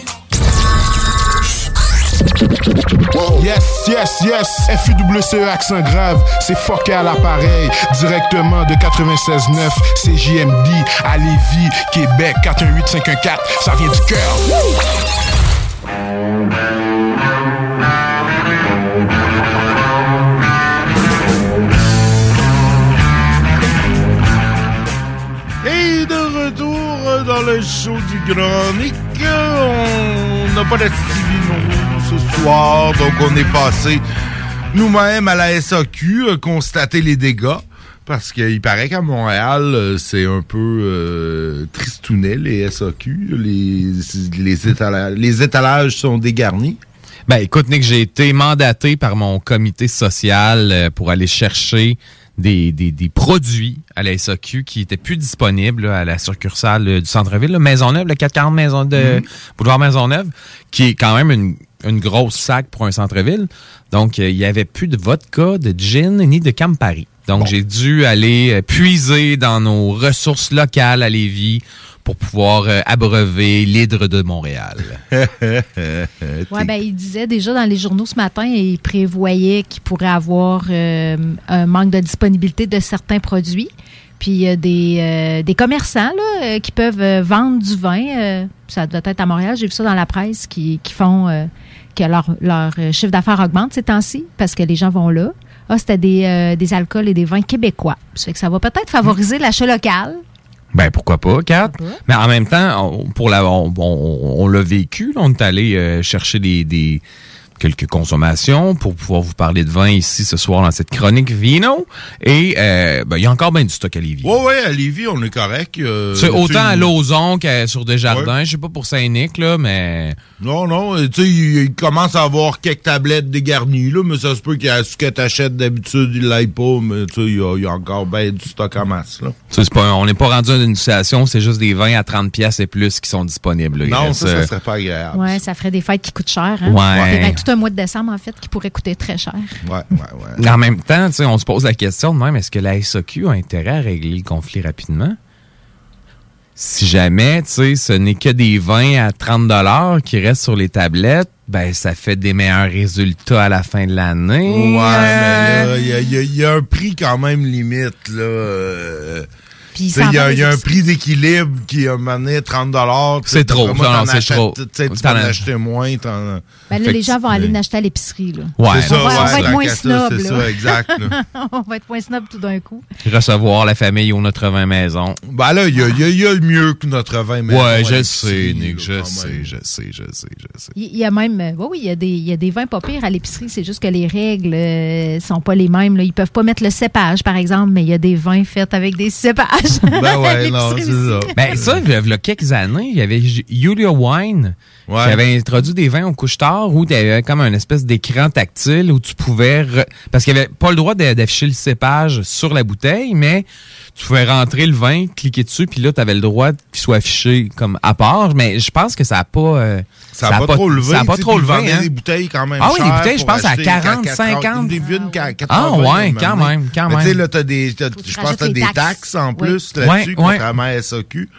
Yes, yes, yes. F U W C E accent grave. C'est fucké à l'appareil. Directement de quatre-vingt-seize neuf C J M D à Lévis, Québec. quatre un huit cinq un quatre. Ça vient du cœur. Et de retour dans le show du Grand Nick, on n'a pas d'activité ce soir, donc on est passé nous-mêmes à la S A Q euh, constater les dégâts, parce qu'il paraît qu'à Montréal, euh, c'est un peu euh, tristounet, les S A Q, les, les, étalages, les étalages sont dégarnis. Ben écoute Nick, j'ai été mandaté par mon comité social euh, pour aller chercher Des, des, des produits à la S A Q qui étaient plus disponibles là, à la succursale euh, du centre-ville, là, Maisonneuve, le quatre cent quarante Maison de mm-hmm. Boulevard Maisonneuve, qui est quand même une, une grosse sac pour un centre-ville. Donc, il euh, n'y avait plus de vodka, de gin, ni de Campari. Donc, bon. j'ai dû aller euh, puiser dans nos ressources locales à Lévis pour pouvoir euh, abreuver l'hydre de Montréal. Oui, ben il disait déjà dans les journaux ce matin, il prévoyait qu'il pourrait avoir euh, un manque de disponibilité de certains produits. Puis il y a des, euh, des commerçants là, qui peuvent euh, vendre du vin. Euh, ça doit être à Montréal, j'ai vu ça dans la presse, qui, qui font euh, que leur, leur chiffre d'affaires augmente ces temps-ci parce que les gens vont là. Ah, c'était des, euh, des alcools et des vins québécois. Ça fait que ça va peut-être favoriser mmh. l'achat local. Ben pourquoi pas, Kat. Mais en même temps, on, pour la, on, on, on l'a vécu. Là, on est allé euh, chercher des, des quelques consommations pour pouvoir vous parler de vin ici ce soir dans cette chronique Vino. Et euh, ben il y a encore bien du stock à Lévis. Oui, oui, à Lévis, on est correct. Euh, c'est autant à Lauson qu'à sur Desjardins. Ouais. Je sais pas pour Saint-Nic, là, mais... Non, non, tu sais, il, il commence à avoir quelques tablettes dégarnies, là, mais ça se peut qu'il y a ce que t'achètes d'habitude, il l'aille pas, mais tu sais, il y, y a encore bien du stock en masse, là. C'est pas, on n'est pas rendu à une situation, c'est juste des vins à trente piastres et plus qui sont disponibles. Là. Non, reste, ça, ça serait pas agréable. Oui, ça ferait des fêtes qui coûtent cher. Hein? Ouais. Et bien, tout un mois de décembre, en fait, qui pourrait coûter très cher. Ouais, ouais, ouais. En même temps, tu sais, on se pose la question de même, est-ce que la S A Q a intérêt à régler le conflit rapidement? Si jamais, tu sais, ce n'est que des vins à trente dollars qui restent sur les tablettes, ben ça fait des meilleurs résultats à la fin de l'année. Ouais, mais là, il y, y, y a un prix quand même limite, là. Euh, il y, y a un prix d'équilibre qui a mené trente dollars. C'est trop. Non, non, c'est achètes, trop. Tu vas en acheter moins. T'en... Ben là, les gens vont aller l'acheter à l'épicerie. Là. Ouais, c'est ça, on va, ouais, on va être moins snob. C'est ça, exact. On va être moins snob tout d'un coup. Recevoir la famille au Notre Vin Maison. Ben là, il y a, y, a, y a mieux que Notre Vin Maison. Ouais, je sais, Nick, je sais, je sais, je sais, je sais. Il y a même, oui, oui, il y a des, il y a des vins pas pires à l'épicerie. C'est juste que les règles euh, sont pas les mêmes. Là. Ils peuvent pas mettre le cépage, par exemple, mais il y a des vins faits avec des cépages. Ben ouais, non, c'est ça. Ben ça, il y a quelques années, il y avait Yulia Wine ouais. qui avait introduit des vins au couche-tard où tu avais comme un espèce d'écran tactile où tu pouvais... Re... Parce qu'il n'y avait pas le droit d'afficher le cépage sur la bouteille, mais tu pouvais rentrer le vin, cliquer dessus, puis là, tu avais le droit qu'il soit affiché comme à part. Mais je pense que ça n'a pas... Euh, ça n'a pas, pas trop levé. Ça n'a pas trop levé. Hein? Des bouteilles quand même Ah oui, des bouteilles, je pense, à quarante, cinquante. Ah ouais, quand même, quand même. Tu sais, là, t'as des... T'as, je pense que tu as des taxes, taxes en plus oui. là-dessus, ouais, contrairement ouais. à S A Q.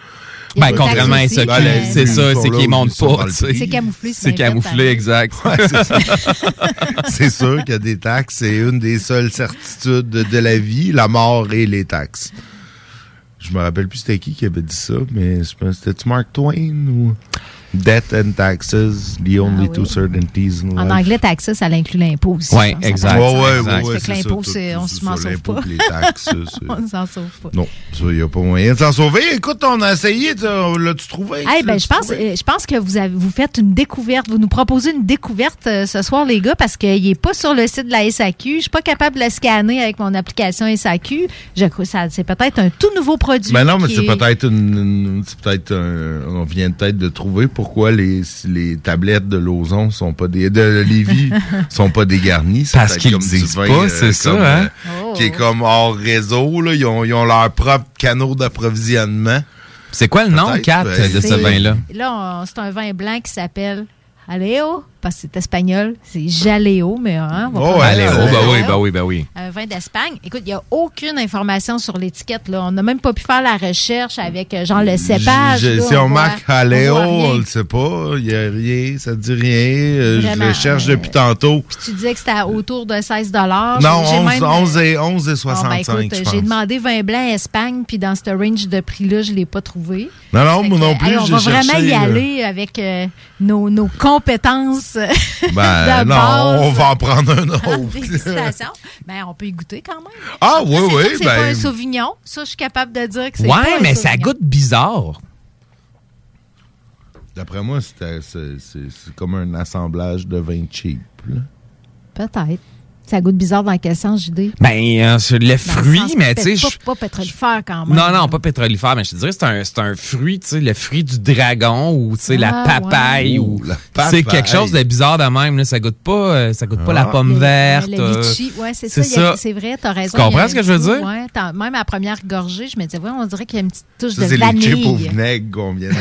Ben, contrairement à ça, c'est ça, c'est qu'ils montent pas. C'est camouflé. C'est camouflé, exact. Ouais, c'est ça. C'est sûr qu'il y a des taxes. C'est une des seules certitudes de la vie, la mort et les taxes. Je me rappelle plus c'était qui qui avait dit ça, mais je pense c'était Mark Twain ou Death and Taxes, the only ah, oui. two certainties in life. En anglais, taxes, ça inclut l'impôt aussi. Oui, exact. Oui, oui, oui. Ouais, fait que l'impôt, c'est, on s'en sauve pas. Les taxes, on s'en sauve pas. Non, ça, il n'y a pas moyen de s'en sauver. Écoute, on a essayé, l'as-tu trouvé? Hey, ben, je pense, je pense que vous, avez, vous faites une découverte. Vous nous proposez une découverte euh, ce soir, les gars, parce qu'il n'est pas sur le site de la S A Q. Je ne suis pas capable de le scanner avec mon application S A Q. Je, ça, c'est peut-être un tout nouveau produit. Ben non, mais c'est est... peut-être une, une c'est peut-être un, on vient peut-être de trouver pourquoi les les tablettes de Lauson sont pas des de Lévis sont pas dégarnies. Parce qu'ils disent pas, euh, c'est ça, comme, hein? Euh, oh. Qui est comme hors réseau, là. Ils ont, ils ont leur propre canot d'approvisionnement. C'est quoi le nom, Kat, ben, de ce vin-là? Là, on, c'est un vin blanc qui s'appelle Jaleo, parce que c'est espagnol. C'est Jaleo, mais hein, on va oh, pas Jaleo, bah oui, bah oui, bah oui. Un vin d'Espagne. Écoute, il n'y a aucune information sur l'étiquette. Là. On n'a même pas pu faire la recherche avec genre le cépage. Là, si on, on marque Jaleo, on le sait pas. Il n'y a rien, ça ne dit rien. Vraiment, je le cherche euh, depuis tantôt. Puis tu disais que c'était autour de seize dollars. Non, onze, même, onze et, onze et soixante-cinq, oh, ben, écoute, j'ai demandé vin blanc Espagne, puis dans ce range de prix-là, je ne l'ai pas trouvé. Non, non, moi non plus. Hey, on va cherché, vraiment y là. aller avec euh, nos, nos compétences. Ben, non, base. On va en prendre un autre. Félicitations. Ben, on peut y goûter quand même. Ah, oui, oui. C'est ben... pas un Sauvignon. Ça, je suis capable de dire que c'est ouais, pas un mais Sauvignon. Ça goûte bizarre. D'après moi, c'est, c'est, c'est comme un assemblage de vin cheap. Là. Peut-être. Ça goûte bizarre dans quel sens, J D? Ben, euh, sur le fruit, mais tu sais... Pas, pas pétrolifère quand même. Non, non, pas pétrolifère, mais je te dirais c'est un, c'est un fruit, tu sais, le fruit du dragon ou tu sais, ah, la papaye ouais. ou... C'est quelque chose de bizarre de même, là. Ça goûte pas, ça goûte ah. pas la pomme le, verte. Le, le litchi, ouais, c'est, c'est ça. ça. A, c'est vrai, t'as raison. Tu comprends ce que je veux dire? Ouais, même à la première gorgée, je me disais, ouais, on dirait qu'il y a une petite touche ça, de vanille. C'est les chips au vinaigre qu'on vient de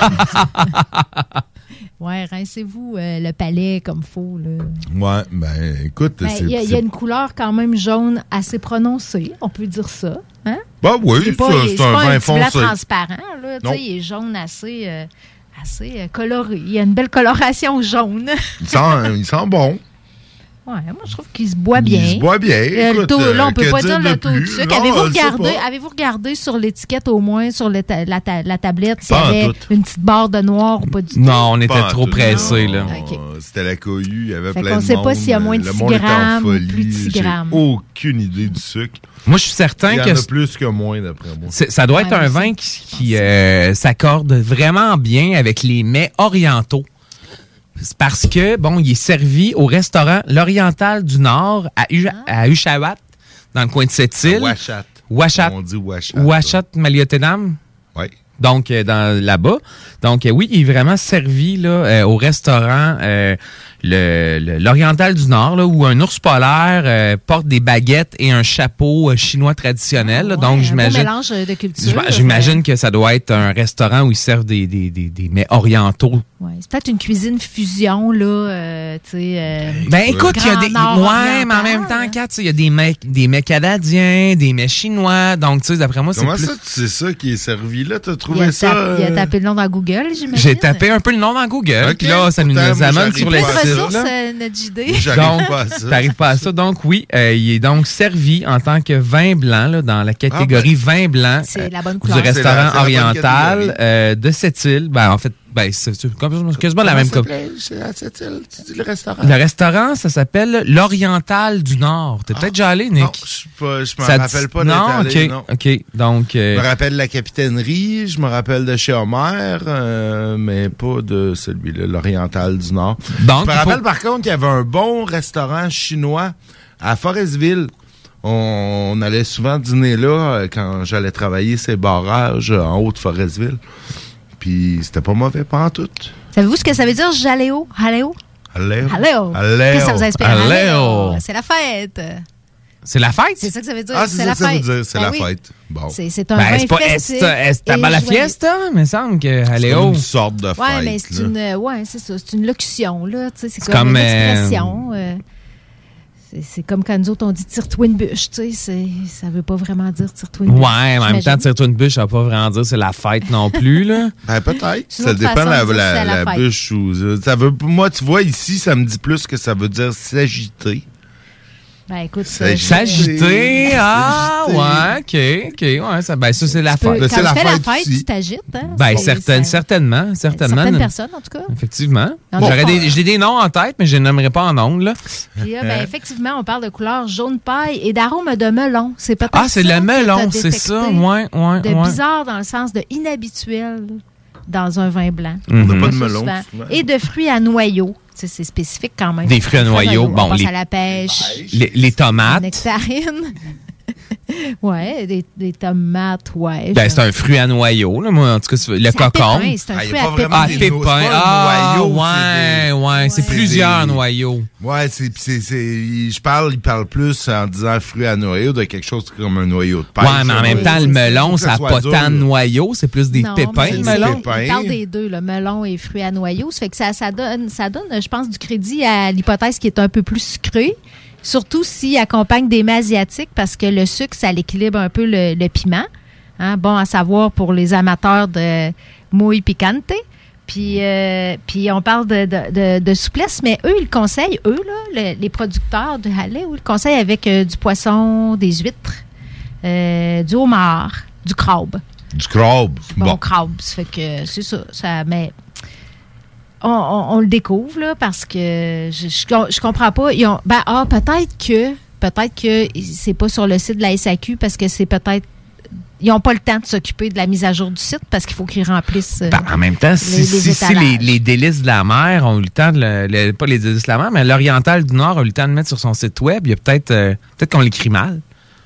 Ouais, rincez-vous euh, le palais comme faut. Là. Ouais, ben écoute... Il ben, y, y a une couleur quand même jaune assez prononcée, on peut dire ça. Hein? Ben oui, c'est, pas, c'est, c'est un vin foncé. C'est pas un transparent, là. Il est jaune assez, euh, assez euh, coloré. Il y a une belle coloration jaune. il, sent, il sent bon. Ouais, moi, je trouve qu'il se boit bien. Il se boit bien. Euh, Écoute, taux, là, on euh, peut pas dire le taux plus? de sucre. Non, avez-vous, regardé, avez-vous regardé sur l'étiquette, au moins, sur le ta- la, ta- la tablette, s'il y pas avait une petite barre de noir ou pas du tout? Non, on était pas trop pressés, là. Okay. C'était la cohue, il y avait fait plein de monde. On ne sait pas s'il y a moins de six grammes ou plus de six grammes. J'ai aucune idée du sucre. Moi, je suis certain il y que... en a plus que moins, d'après moi. C'est, ça doit être ouais, un vin qui, qui euh, s'accorde vraiment bien avec les mets orientaux. C'est parce que, bon, il est servi au restaurant L'Oriental du Nord à, U- à Ushawat, dans le coin de Sept-Îles. Ouachat. Ouachat. On dit Ouachat. Ouachat, Maliotenam. Oui. Donc, euh, dans, là-bas. Donc, euh, oui, il est vraiment servi là, euh, au restaurant euh, le, le, l'Oriental du Nord, là, où un ours polaire euh, porte des baguettes et un chapeau euh, chinois traditionnel. Là. Ouais, Donc, un j'imagine. Beau mélange de culture. J'imagine que ça doit être un restaurant où ils servent des, des, des, des mets orientaux. Ouais, c'est peut-être une cuisine fusion, là. Euh, tu sais. Euh, ben, écoute, il y a des. Ouais, mais en même hein. temps, Kat, il y a des mets, des mets canadiens, des mets chinois. Donc, tu sais, d'après moi, c'est. Comment plus... ça, tu sais ça qui est servi là? T'as trouvé il a ça? Tapé, euh... Il a tapé le nom dans Google, j'imagine. J'ai tapé un peu le nom dans Google. Okay. Puis là, ça nous, nous amène sur le site. Ressources, euh, notre J D. Donc, pas à ça. T'arrives pas à ça. Donc, oui, euh, il est donc servi en tant que vin blanc là, dans la catégorie ah, ben, vin blanc c'est la bonne du restaurant la, oriental euh, de Sept-Îles. Ben, en fait, ben, c'est, c'est quasiment la même chose. C'est à Sept-Îles, tu dis le restaurant? Le restaurant, ça s'appelle L'Oriental du Nord. T'es ah, peut-être déjà allé, Nick? Non, je ne me rappelle pas d'être non, allé. Okay, non, OK. Donc, euh... je me rappelle de la capitainerie, je me rappelle de chez Homer, euh, mais pas de celui-là, L'Oriental du Nord. Donc, je me rappelle faut... par contre qu'il y avait un bon restaurant chinois à Forestville. On, on allait souvent dîner là quand j'allais travailler ces barrages en haut de Forestville. Puis c'était pas mauvais pantoute. Savez-vous ce que ça veut dire, Jaleo? Jaleo? Jaleo. Jaleo. Qu'est-ce que ça vous inspire? Jaleo. C'est la fête. C'est la fête? C'est ça que ça veut dire. Ah, c'est, c'est ça la que ça fête. veut dire. C'est ben la oui. fête. Bon. C'est, c'est un ben, vin c'est pas, festif. Est-ce pas la fiesta? Il me semble que Jaleo. C'est une sorte de fête. Ouais, mais c'est là. une, ouais, c'est ça. C'est une locution, là. Tu sais, c'est, c'est comme, comme une expression. Euh... C'est, c'est comme quand nous autres, on dit tire-toi une bûche, tu sais, c'est, ça veut pas vraiment dire tire-toi une bûche. Ouais, mais en même temps, tire-toi une bûche, ça va pas vraiment dire c'est la fête non plus, là. Ben, peut-être. Ça dépend de la, la, la, la bûche ou... Ça veut, moi, tu vois, ici, ça me dit plus que ça veut dire s'agiter. Ben, écoute, s'agiter, ah, ouais, OK, OK, ouais, ça, ben, ça, c'est la fête. Quand c'est la tu fais fête la fête, aussi. tu t'agites, hein? Ben, C'est- certaines, ça- certainement, certainement. Certaines personnes, en tout cas. Effectivement. Il y en a J'aurais pas. des, j'ai des noms en tête, mais je les nommerai pas en ondes, là. Puis là, ben, effectivement, on parle de couleur jaune paille et d'arôme de melon. C'est peut-être Ah, c'est ça le que melon, t'as c'est détecté. ça, ouais, ouais, De ouais. bizarre dans le sens de inhabituel dans un vin blanc. On n'a pas de Ça, melon, souvent. souvent. Et de fruits à noyaux. Tu sais, c'est spécifique quand même. Des fruits à noyaux, On bon, pense les- à la pêche. Les, les tomates. Nectarine. ouais, des, des tomates, ouais. Ben, c'est un fruit à noyau, là. Moi, en tout cas, c'est- le C'est à cocon. pépin, c'est un Ah, fruit y a à pas vraiment Ah, des pépin. no- c'est pas un Ah, noyau, ouais, c'est des- ouais. C'est c'est plusieurs des- noyaux. Ouais, c'est, c'est, c'est, je parle, il parle plus en disant fruit à noyau de quelque chose comme un noyau de pêche. Ouais, mais en même temps, le melon, Faut que ça n'a soit pas dur, tant de là. noyaux. C'est plus des Non, pépins, mais le c'est- melon. Il parle des deux, le melon et fruits à noyaux. Ça fait que ça, ça donne, ça donne, je pense, du crédit à l'hypothèse qui est un peu plus sucrée. Surtout s'il accompagne des mets asiatiques, parce que le sucre, ça l'équilibre un peu le, le piment. Hein, bon à savoir pour les amateurs de muy picante. Puis, euh, puis on parle de, de, de, de souplesse, mais eux, ils conseillent, eux, là, le- les producteurs de Halet, eux, ils conseillent avec euh, du poisson, des huîtres, euh, du homard, du crabe. Du crabe. Bon, Bon. crabe. Ça fait que c'est ça. ça mais on, on- on le découvre, là, parce que je, je, je comprends pas. Ils ont, ben, ah, peut-être que, peut-être que c'est pas sur le site de la S A Q parce que c'est peut-être. Ils n'ont pas le temps de s'occuper de la mise à jour du site parce qu'il faut qu'ils remplissent. euh, Ben, en même temps, si, les- si, les si les, étalages. les délices de la mer ont eu le temps de le, le- pas les délices de la mer, mais l'Oriental du Nord a eu le temps de le mettre sur son site web, il y a peut-être euh, peut-être qu'on l'écrit mal.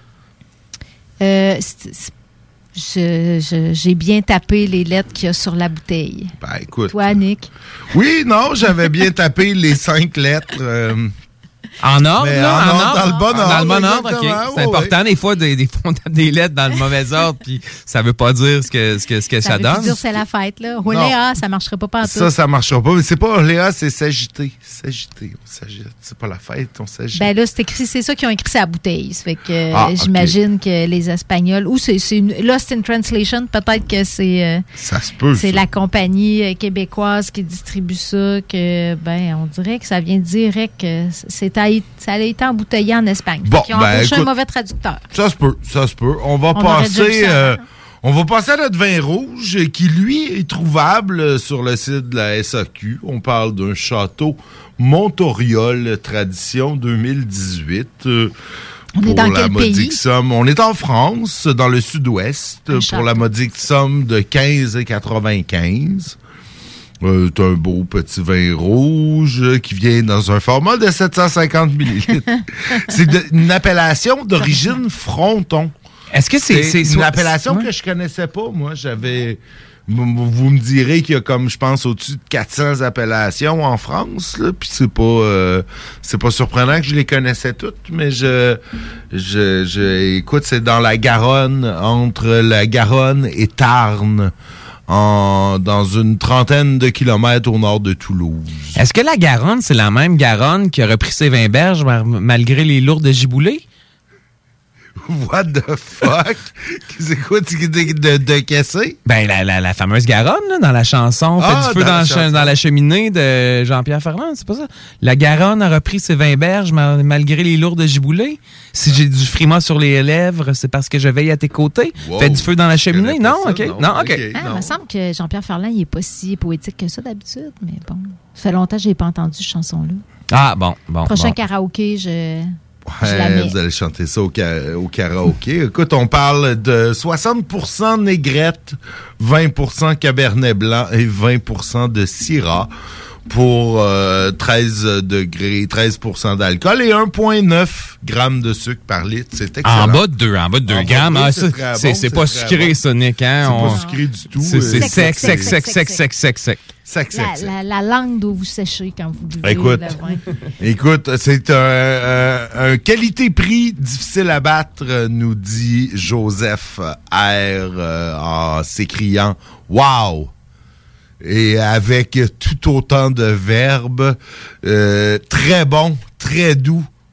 Euh, c'est- c'est- je- je- j'ai bien tapé les lettres qu'il y a sur la bouteille. Ben, écoute. Toi, Nick. Oui, non, j'avais bien tapé les cinq lettres. euh, En ordre, mais là, en en ordre, ordre, dans le bon Dans ordre. le bon ordre, OK. exactement. C'est Ouais, important, ouais. des fois, des, des fois, on tape des lettres dans le mauvais ordre, puis ça veut pas dire ce que, ce que, ce que ça, Ça veut donne. plus dire c'est la fête, là. Oléa, ça marcherait pas partout. Ça, ça marchera pas. Mais c'est pas Léa, c'est s'agiter. S'agiter. On s'agite. C'est pas la fête, on s'agite. Ben là, c'est écrit, c'est ça qu'ils ont écrit sur la bouteille. Ça fait que euh, Ah, ok. j'imagine que les Espagnols, ou c'est, c'est une Lost in Translation, peut-être que c'est euh, ça se peut. c'est ça. la compagnie euh, québécoise qui distribue ça, que ben on dirait que ça vient direct que c'est à- ça a été embouteillé en Espagne. Bon, Ils ont ben, embauché un écoute, mauvais traducteur. Ça se peut, ça se peut. On va On aurait déjà vu passer. ça euh, avant. on va passer à notre vin rouge euh, qui, lui, est trouvable euh, sur le site de la S A Q. On parle d'un château Montoriol Tradition deux mille dix-huit. euh, On est pour dans la quel modique pays? somme. On est en France, dans le sud-ouest, Un euh, pour château. la modique somme de quinze quatre-vingt-quinze. Euh, c'est un beau petit vin rouge euh, qui vient dans un format de sept cent cinquante millilitres. C'est de- une appellation d'origine Fronton. Est-ce que c'est, c'est une soit- appellation ouais. que je connaissais pas, moi. J'avais... Vous vous me direz qu'il y a comme, je pense, au-dessus de quatre cents appellations en France, là, puis c'est pas, euh, c'est pas surprenant que je les connaissais toutes, mais je, je, je, écoute, c'est dans la Garonne, entre la Garonne et Tarn, en, dans une trentaine de kilomètres au nord de Toulouse. Est-ce que la Garonne, c'est la même Garonne qui a repris ses vins berges mar- malgré les lourdes giboulées? What the fuck? C'est quoi, de, de, de caisser? Ben, la, la, la fameuse Garonne, là, dans la chanson, Ah, fait du feu dans dans, la la che- chanson. dans la cheminée de Jean-Pierre Ferland, c'est pas ça? La Garonne a repris ses vins berges ma- malgré les lourdes giboulées. Si j'ai du frima sur les lèvres, c'est parce que je veille à tes côtés. Wow. Fait du feu dans la cheminée? connais pas Non, ça, OK. non. Non, OK. OK. Ah, non. il me semble que Jean-Pierre Ferland, il est pas si poétique que ça d'habitude, mais bon. Ça fait longtemps que j'ai pas entendu cette chanson-là. Ah, bon, bon. Prochain bon. karaoké, je, je la Ouais, mets. vous allez chanter ça au, ca- au karaoké. Écoute, on parle de soixante pour cent négrette, vingt pour cent cabernet blanc et vingt pour cent de syrah pour euh, treize degrés, treize pour cent d'alcool et un virgule neuf grammes de sucre par litre. C'est excellent. En bas de deux, en bas de deux En bas de grammes. deux, Ah, c'est ça, très c'est bon, c'est c'est pas très sucré, bon. ça, Nick. Hein? C'est On- pas sucré du tout. C'est euh, c'est Sec, sec, sec, sec, sec, sec, sec, sec, sec. Sec, sec, La, sec. la, la langue doit vous sécher quand vous buvez Écoute, le vin. écoute, c'est un, un, un qualité-prix difficile à battre, euh, nous dit Joseph R. euh, en s'écriant « Wow! » Et avec tout autant de verbes, euh, très bon, très doux,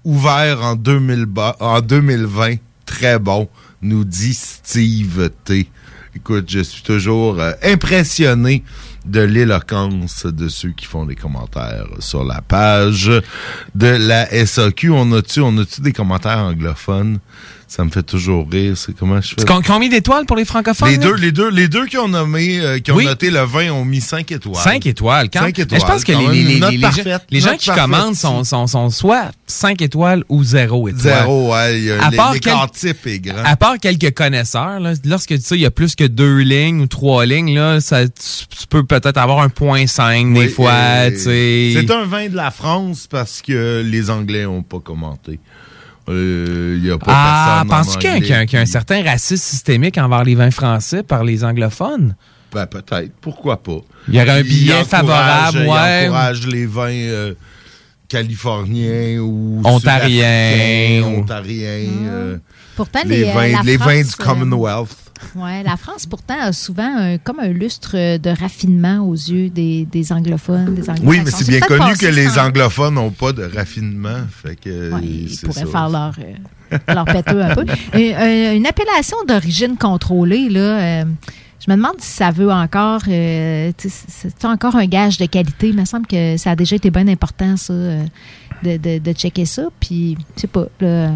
ouvert en, deux mille ba- en deux mille vingt. Très bon, nous dit Steve T. Écoute, je suis toujours euh, impressionné de l'éloquence de ceux qui font des commentaires sur la page de la S A Q. On a-tu, on a-tu des commentaires anglophones? Ça me fait toujours rire. C'est comment je fais? Com- combien d'étoiles pour les francophones? Les deux, les deux, les deux qui ont nommé, euh, qui ont oui. noté le vingt ont mis cinq étoiles. cinq étoiles. Quand... cinq étoiles. Je pense que les, les, les, les, les gens, les gens qui commandent sont, sont, sont soit cinq étoiles ou zéro étoile. Zéro, ouais. Y a à les, part l'écart quel... type est grand. À part quelques connaisseurs, là, lorsque tu sais, il y a plus que deux lignes ou trois lignes, là, ça, tu, tu peux peut-être avoir un point cinq des oui, fois. Tu sais. C'est un vin de la France parce que les Anglais n'ont pas commenté. Il euh, n'y a pas ah, personne penses-tu qu'il y, a, qu'il y a un certain racisme systémique envers les vins français par les anglophones? Ben, peut-être. Pourquoi pas? Il y aurait un billet favorable, ouais. Il encourage les vins euh, californiens ou ontariens. ontariens mmh. euh, Pourtant, les, les, vins, euh, les France, vins du Commonwealth. Ouais, la France, pourtant, a souvent un, comme un lustre de raffinement aux yeux des, des anglophones, des anglo-saxons. Oui, mais c'est, c'est bien connu que les temps. anglophones n'ont pas de raffinement. Fait que ouais, ils c'est pourraient ça. faire leur, euh, leur péteux un peu. Une, une appellation d'origine contrôlée, là, euh, je me demande si ça veut encore... Euh, c'est encore un gage de qualité. Il me semble que ça a déjà été bien important, ça, euh, de, de, de checker ça. Puis, je sais pas, là...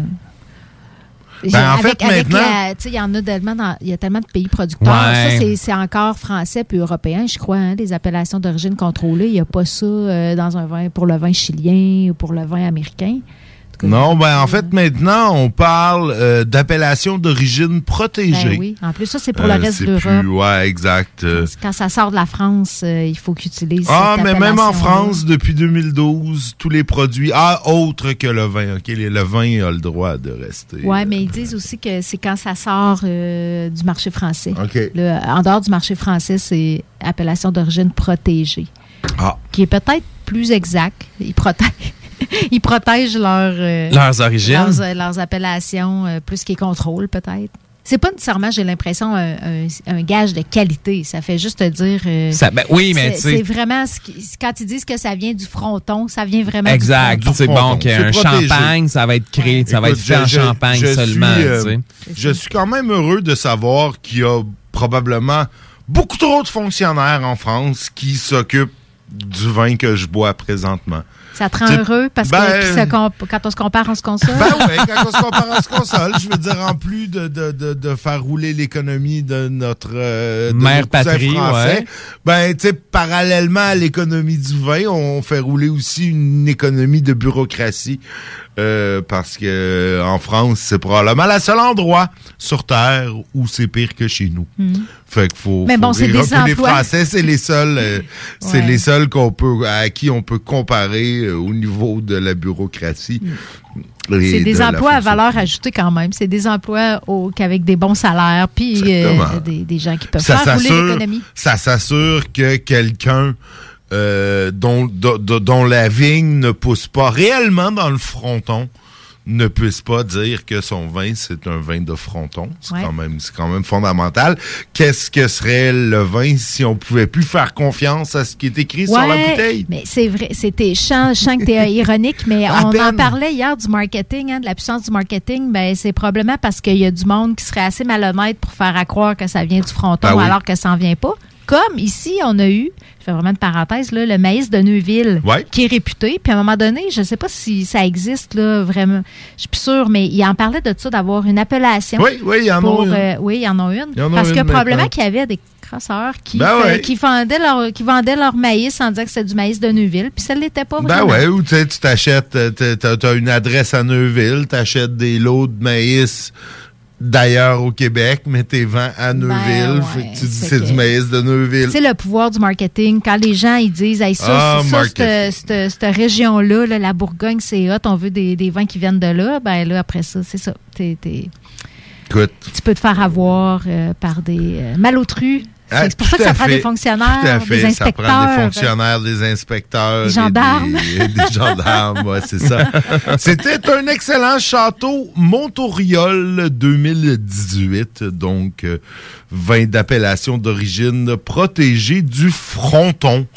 Ben, en avec, fait, avec maintenant... il y en a tellement dans, il y a tellement de pays producteurs. Ouais. Ça, c'est, c'est encore français puis européen, je crois, hein, les appellations d'origine contrôlée. Il n'y a pas ça euh, dans un vin pour le vin chilien ou pour le vin américain. Non, ben en fait, maintenant, on parle euh, d'appellation d'origine protégée. Ben oui, en plus, ça, c'est pour le euh, reste c'est de l'Europe. Plus, ouais, exact. Quand ça sort de la France, euh, il faut qu'ils utilisent Ah, cette mais même en appellation-là. France, depuis deux mille douze, tous les produits, ah, autres que le vin, OK, le vin a le droit de rester. Oui, mais ils disent aussi que c'est quand ça sort euh, du marché français. OK. Le, en dehors du marché français, c'est appellation d'origine protégée. Ah. Qui est peut-être plus exact. Ils protègent. Ils protègent leur, euh, leurs origines. Leurs, leurs appellations, euh, plus qu'ils contrôlent, peut-être. C'est pas nécessairement, j'ai l'impression, un, un, un gage de qualité. Ça fait juste te dire... Euh, ça, ben, oui, mais c'est, c'est vraiment... Ce qui, quand ils disent que ça vient du fronton, ça vient vraiment exact. du fronton. C'est bon qu'un champagne, ça va être créé, ouais. ça va Écoute, être fait je, en champagne je seulement. Suis, euh, je suis quand même heureux de savoir qu'il y a probablement beaucoup trop de fonctionnaires en France qui s'occupent du vin que je bois présentement. Ça te rend T'sais, heureux parce ben, que se comp- quand on se compare, on se console? Ben oui, quand on se compare, on se console. Je veux dire, en plus de, de, de, de faire rouler l'économie de notre euh, de mère patrie, français, ouais. ben, tu sais, parallèlement à l'économie du vin, on fait rouler aussi une économie de bureaucratie. Euh, parce que en France, c'est probablement le seul endroit sur Terre où c'est pire que chez nous. Mmh. Fait qu'il faut, Mais faut bon, c'est des emplois. Les Français, c'est les seuls, euh, ouais. c'est les seuls qu'on peut, à qui on peut comparer euh, au niveau de la bureaucratie. Mmh. C'est des emplois à valeur ajoutée quand même. C'est des emplois au, avec des bons salaires, puis euh, des, des gens qui peuvent ça faire rouler l'économie. Ça s'assure que quelqu'un Euh, dont, dont, dont la vigne ne pousse pas réellement dans le fronton ne puisse pas dire que son vin, c'est un vin de fronton. C'est, ouais. quand même, c'est quand même fondamental. Qu'est-ce que serait le vin si on pouvait plus faire confiance à ce qui est écrit ouais, sur la bouteille? Mais c'est vrai, c'était, je sens que t'es ironique, mais à on peine. en parlait hier du marketing, hein, de la puissance du marketing. Ben, c'est probablement parce qu'il y a du monde qui serait assez malhonnête pour faire à croire que ça vient du fronton ben oui. alors que ça n'en vient pas. Comme ici, on a eu, je fais vraiment une parenthèse, là, le maïs de Neuville, ouais. qui est réputé. Puis à un moment donné, je ne sais pas si ça existe, là, vraiment. Je suis plus sûre, mais il en parlait de ça, d'avoir une appellation. Oui, oui, il y en pour, a une. Euh, oui, il y en a une. En parce a que une probablement maintenant. qu'il y avait des crasseurs qui, ben fait, ouais. qui, vendaient leur, qui vendaient leur maïs en disant que c'était du maïs de Neuville. Puis ça ne l'était pas vraiment. Ben oui, ou tu sais, tu t'achètes, tu as une adresse à Neuville, tu achètes des lots de maïs d'ailleurs au Québec, mais t'es vends à Neuville. Ben ouais, fait que tu dis c'est, c'est que... du maïs de Neuville. C'est le pouvoir du marketing. Quand les gens ils disent hey, ça, ah, ça cette, cette, cette région-là, là, la Bourgogne, c'est hot, on veut des, des vins qui viennent de là, ben là, après ça, c'est ça. T'es, t'es... Écoute. Tu peux te faire avoir euh, par des euh, malotrus. Ah, c'est pour ça que ça prend fait. des fonctionnaires, tout à fait. des inspecteurs. Ça prend des fonctionnaires, des inspecteurs. Des gendarmes. Des, des gendarmes, ouais, c'est ça. C'était un excellent château Montauriol deux mille dix-huit, donc euh, vin d'appellation d'origine protégée du fronton.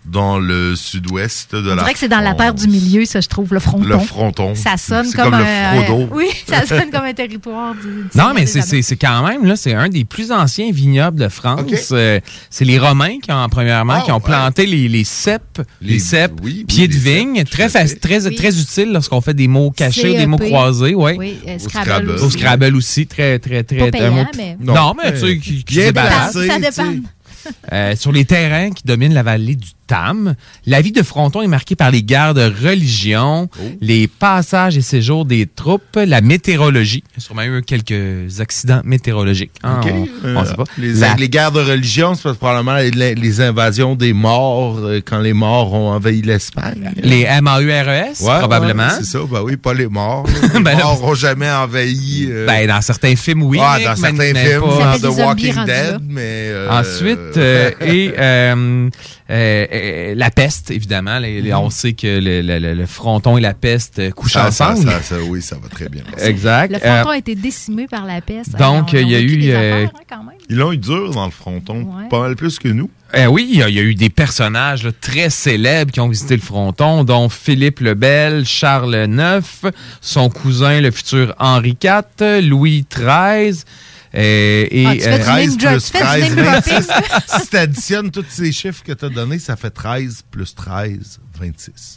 dans le sud-ouest de la France. On dirait que c'est dans la terre du milieu, ça, je trouve, le fronton. Le fronton. Ça sonne c'est comme, comme un... le Frodo. Oui, ça sonne comme un territoire du... du non, mais c'est, c'est, c'est quand même, là, c'est un des plus anciens vignobles de France. Okay. Euh, c'est les Romains qui ont, premièrement, oh, qui ont planté ouais. les, les cèpes, les, les cèpes, oui, pieds oui, de vigne, cèpes, très, fa- très, oui. très utile lorsqu'on fait des mots cachés, C E P. Des mots croisés, ouais. Oui. Euh, Au Scrabble. Scrabble aussi. Au Scrabble aussi, très, très, très... Pas payant, mot... mais... Non, non mais tu sais, qui, qui se débarrasse. Ça dépend. Euh, sur les terrains qui dominent la vallée du Tam, la vie de Fronton est marquée par les guerres de religion, oh. les passages et séjours des troupes, la météorologie. Il y a sûrement eu quelques accidents météorologiques. Hein, okay. on, euh, on sait pas. Les, la... les guerres de religion, c'est parce que probablement les, les invasions des morts, quand les morts ont envahi l'Espagne. Les M A U R E S, ouais, probablement. Ouais, c'est ça, ben oui, pas les morts. Les ben morts n'ont jamais envahi... Euh... Ben, dans certains films, oui. Ah, dans certains mais, films, pas... dans The Walking Dead, mais... Euh... Ensuite, euh, et... Euh, Euh, euh, la peste, évidemment. Les, les, on sait que le, le, le fronton et la peste couchent ça, ensemble. Ça, ça, ça, oui, ça va très bien. Exact. Le fronton euh, a été décimé par la peste. Donc, il y a eu... Euh, affaires, hein, quand même. Ils l'ont eu dur dans le fronton, ouais. pas mal plus que nous. Euh, oui, il y, y a eu des personnages là, très célèbres qui ont visité le fronton, dont Philippe le Bel, Charles neuf, son cousin, le futur Henri quatre, Louis treize... Euh, et ah, tu fais treize du plus treize, vingt-six. Si tu additionnes tous ces chiffres que tu as donnés, ça fait treize plus treize, vingt-six.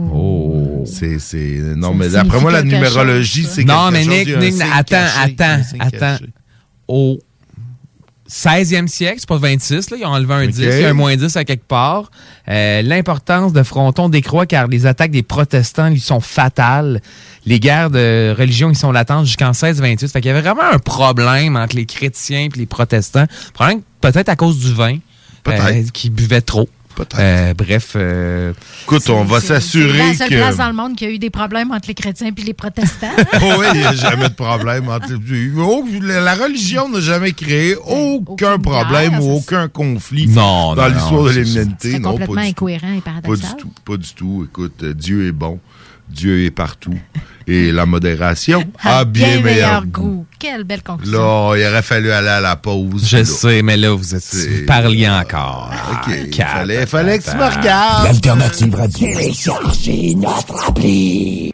Oh. C'est, c'est... Non, ça mais d'après moi, la numérologie, chose, c'est quelque non, mais chose... Nick, Nick, attends, caché, attends, attends. Au seizième siècle, c'est pas vingt-six, là, ils ont enlevé un okay. dix, il y a un moins dix à quelque part. Euh, l'importance de Fronton décroît car les attaques des protestants lui sont fatales. Les guerres de religion, ils sont latentes jusqu'en seize vingt-huit. Fait qu'il y avait vraiment un problème entre les chrétiens et les protestants. Problème peut-être à cause du vin, euh, qui buvaient trop. Euh, bref. Euh, Écoute, on va s'assurer que... C'est la seule place dans le monde qui a eu des problèmes entre les chrétiens et les protestants. Oui, il n'y a jamais de problème. Entre... La religion n'a jamais créé aucun Aucune problème guerre, ou aucun conflit non, dans non, l'histoire non, de l'humanité. C'est non, complètement pas incohérent et paradoxal. Pas du tout. Pas du tout. Écoute, Dieu est bon. Dieu est partout. Et la modération a bien, bien meilleur, meilleur goût. goût. Quelle belle conclusion. Là, il aurait fallu aller à la pause. Je là. sais, mais là, vous êtes vous parliez encore. Ah, OK. Il fallait, fallait que tu me regardes. L'Alternative Radio. Téléchargez notre appli.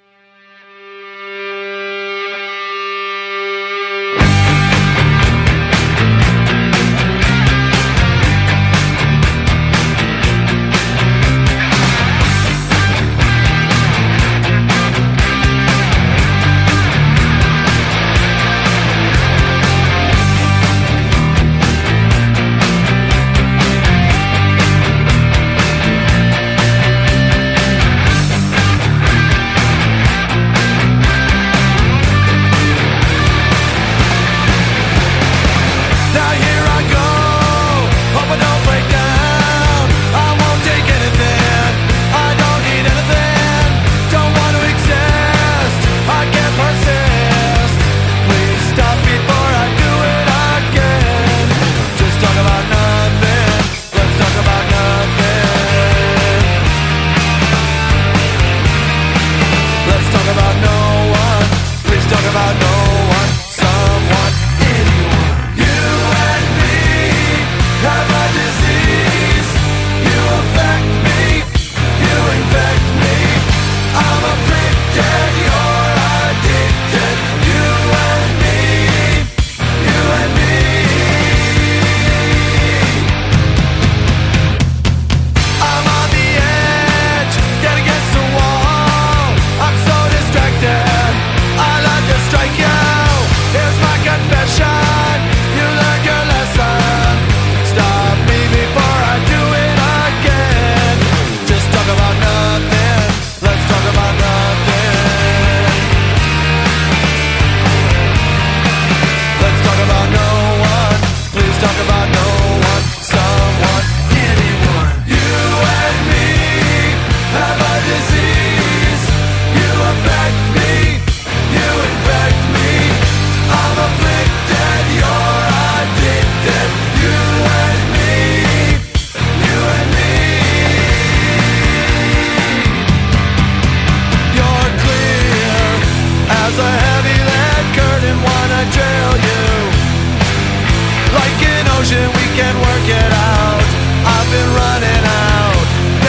ocean, we can work it out. I've been running out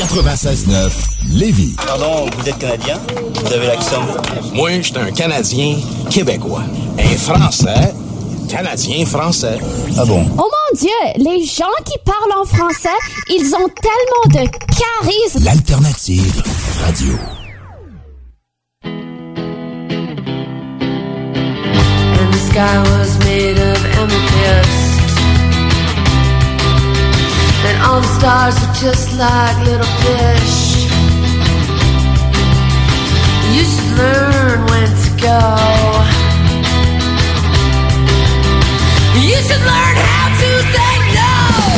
quatre-vingt-seize neuf Lévis. Pardon, vous êtes Canadien? Vous avez l'accent? Moi, je suis un Canadien québécois. Un Français, Canadien français. Ah bon? Oh mon Dieu, les gens qui parlent en français, ils ont tellement de charisme. L'alternative radio. And the sky was made of amethyst, and all the stars were just like little fish. You should learn when to go. You should learn how to say no.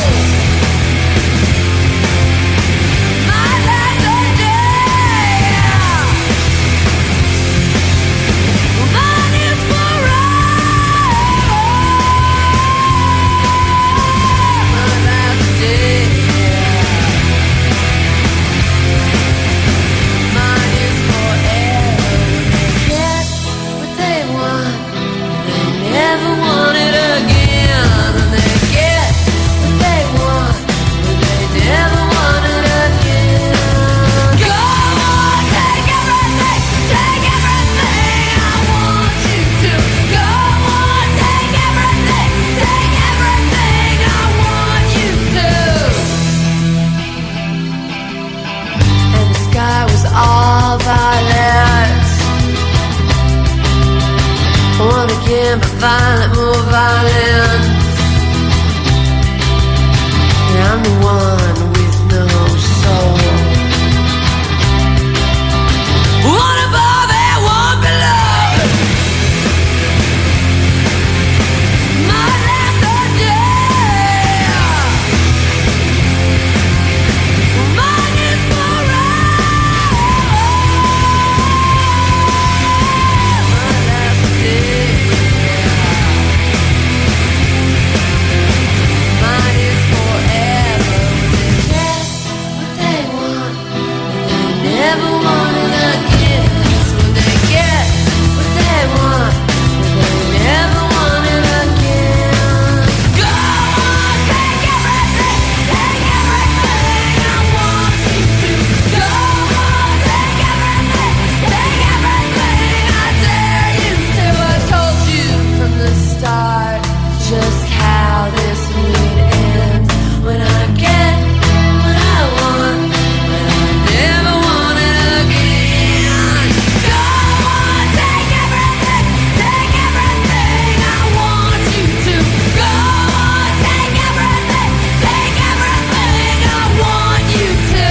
My life's a day. Mine is forever. My life's a day. Mine is forever. When they get what they want, they never want it again. And they get what they want, but they never want it again. Go on, take everything, take everything I want you to. Go on, take everything, take everything I want you to. And the sky was all violet. One again, but violent, more violent. And I'm the one with no soul. One above and one below. My life's a day. Mine is forever. My life's a day. Mine is forever. When they get what they want, and they never want it again. When they get what they want, and they never want it again. Go on, take everything, take everything I want you to. Go on, take everything, take everything I dare you to. I told you from the start just how this would end. When I get what I want, but I never want it again. Go on, take everything, take everything I want you to. Go on, take everything, take everything I want you to.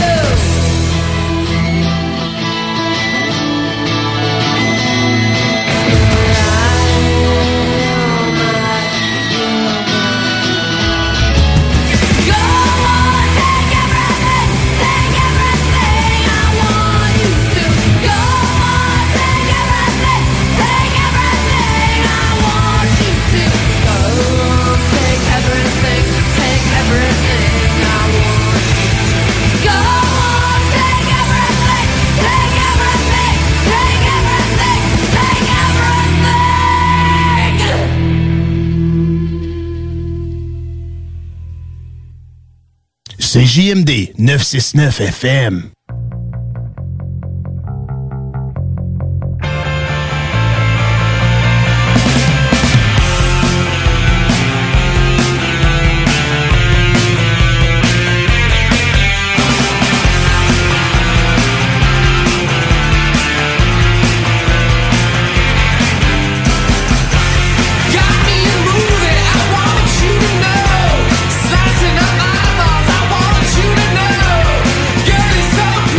Go on, take everything, take everything I want you to. Go on, take everything, take everything I want you to. Go on, take everything, take everything I want you to. Go on, take everything, take everything, take everything, take everything. C'est J M D neuf cent soixante-neuf F M. Got me moving, I want you to know. Slicing up my eyeballs, I want you to know. Girl, it's so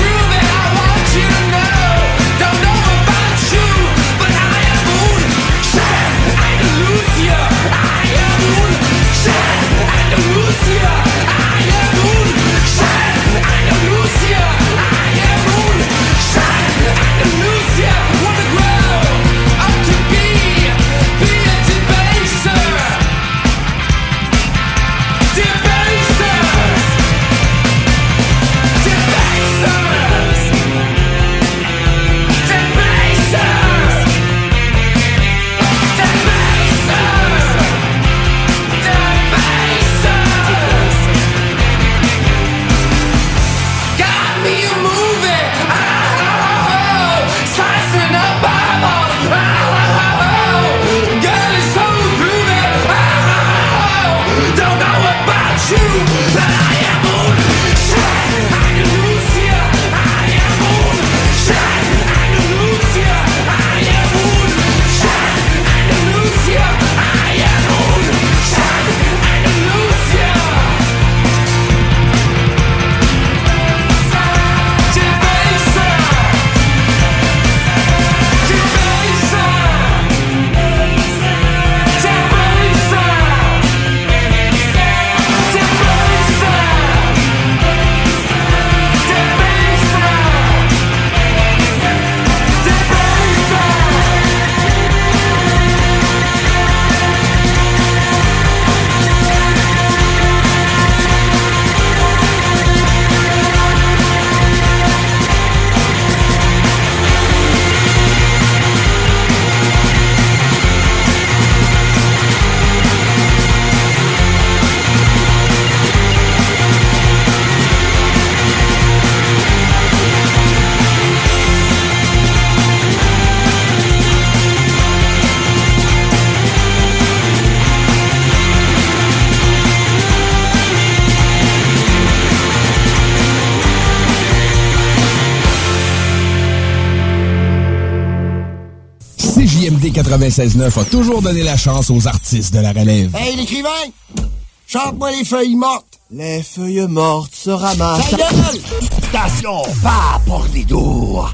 D quatre-vingt-seize neuf a toujours donné la chance aux artistes de la relève. Hey, l'écrivain! Chante-moi les feuilles mortes! Les feuilles mortes se ramassent... Ta gueule! Station pas pour les doux!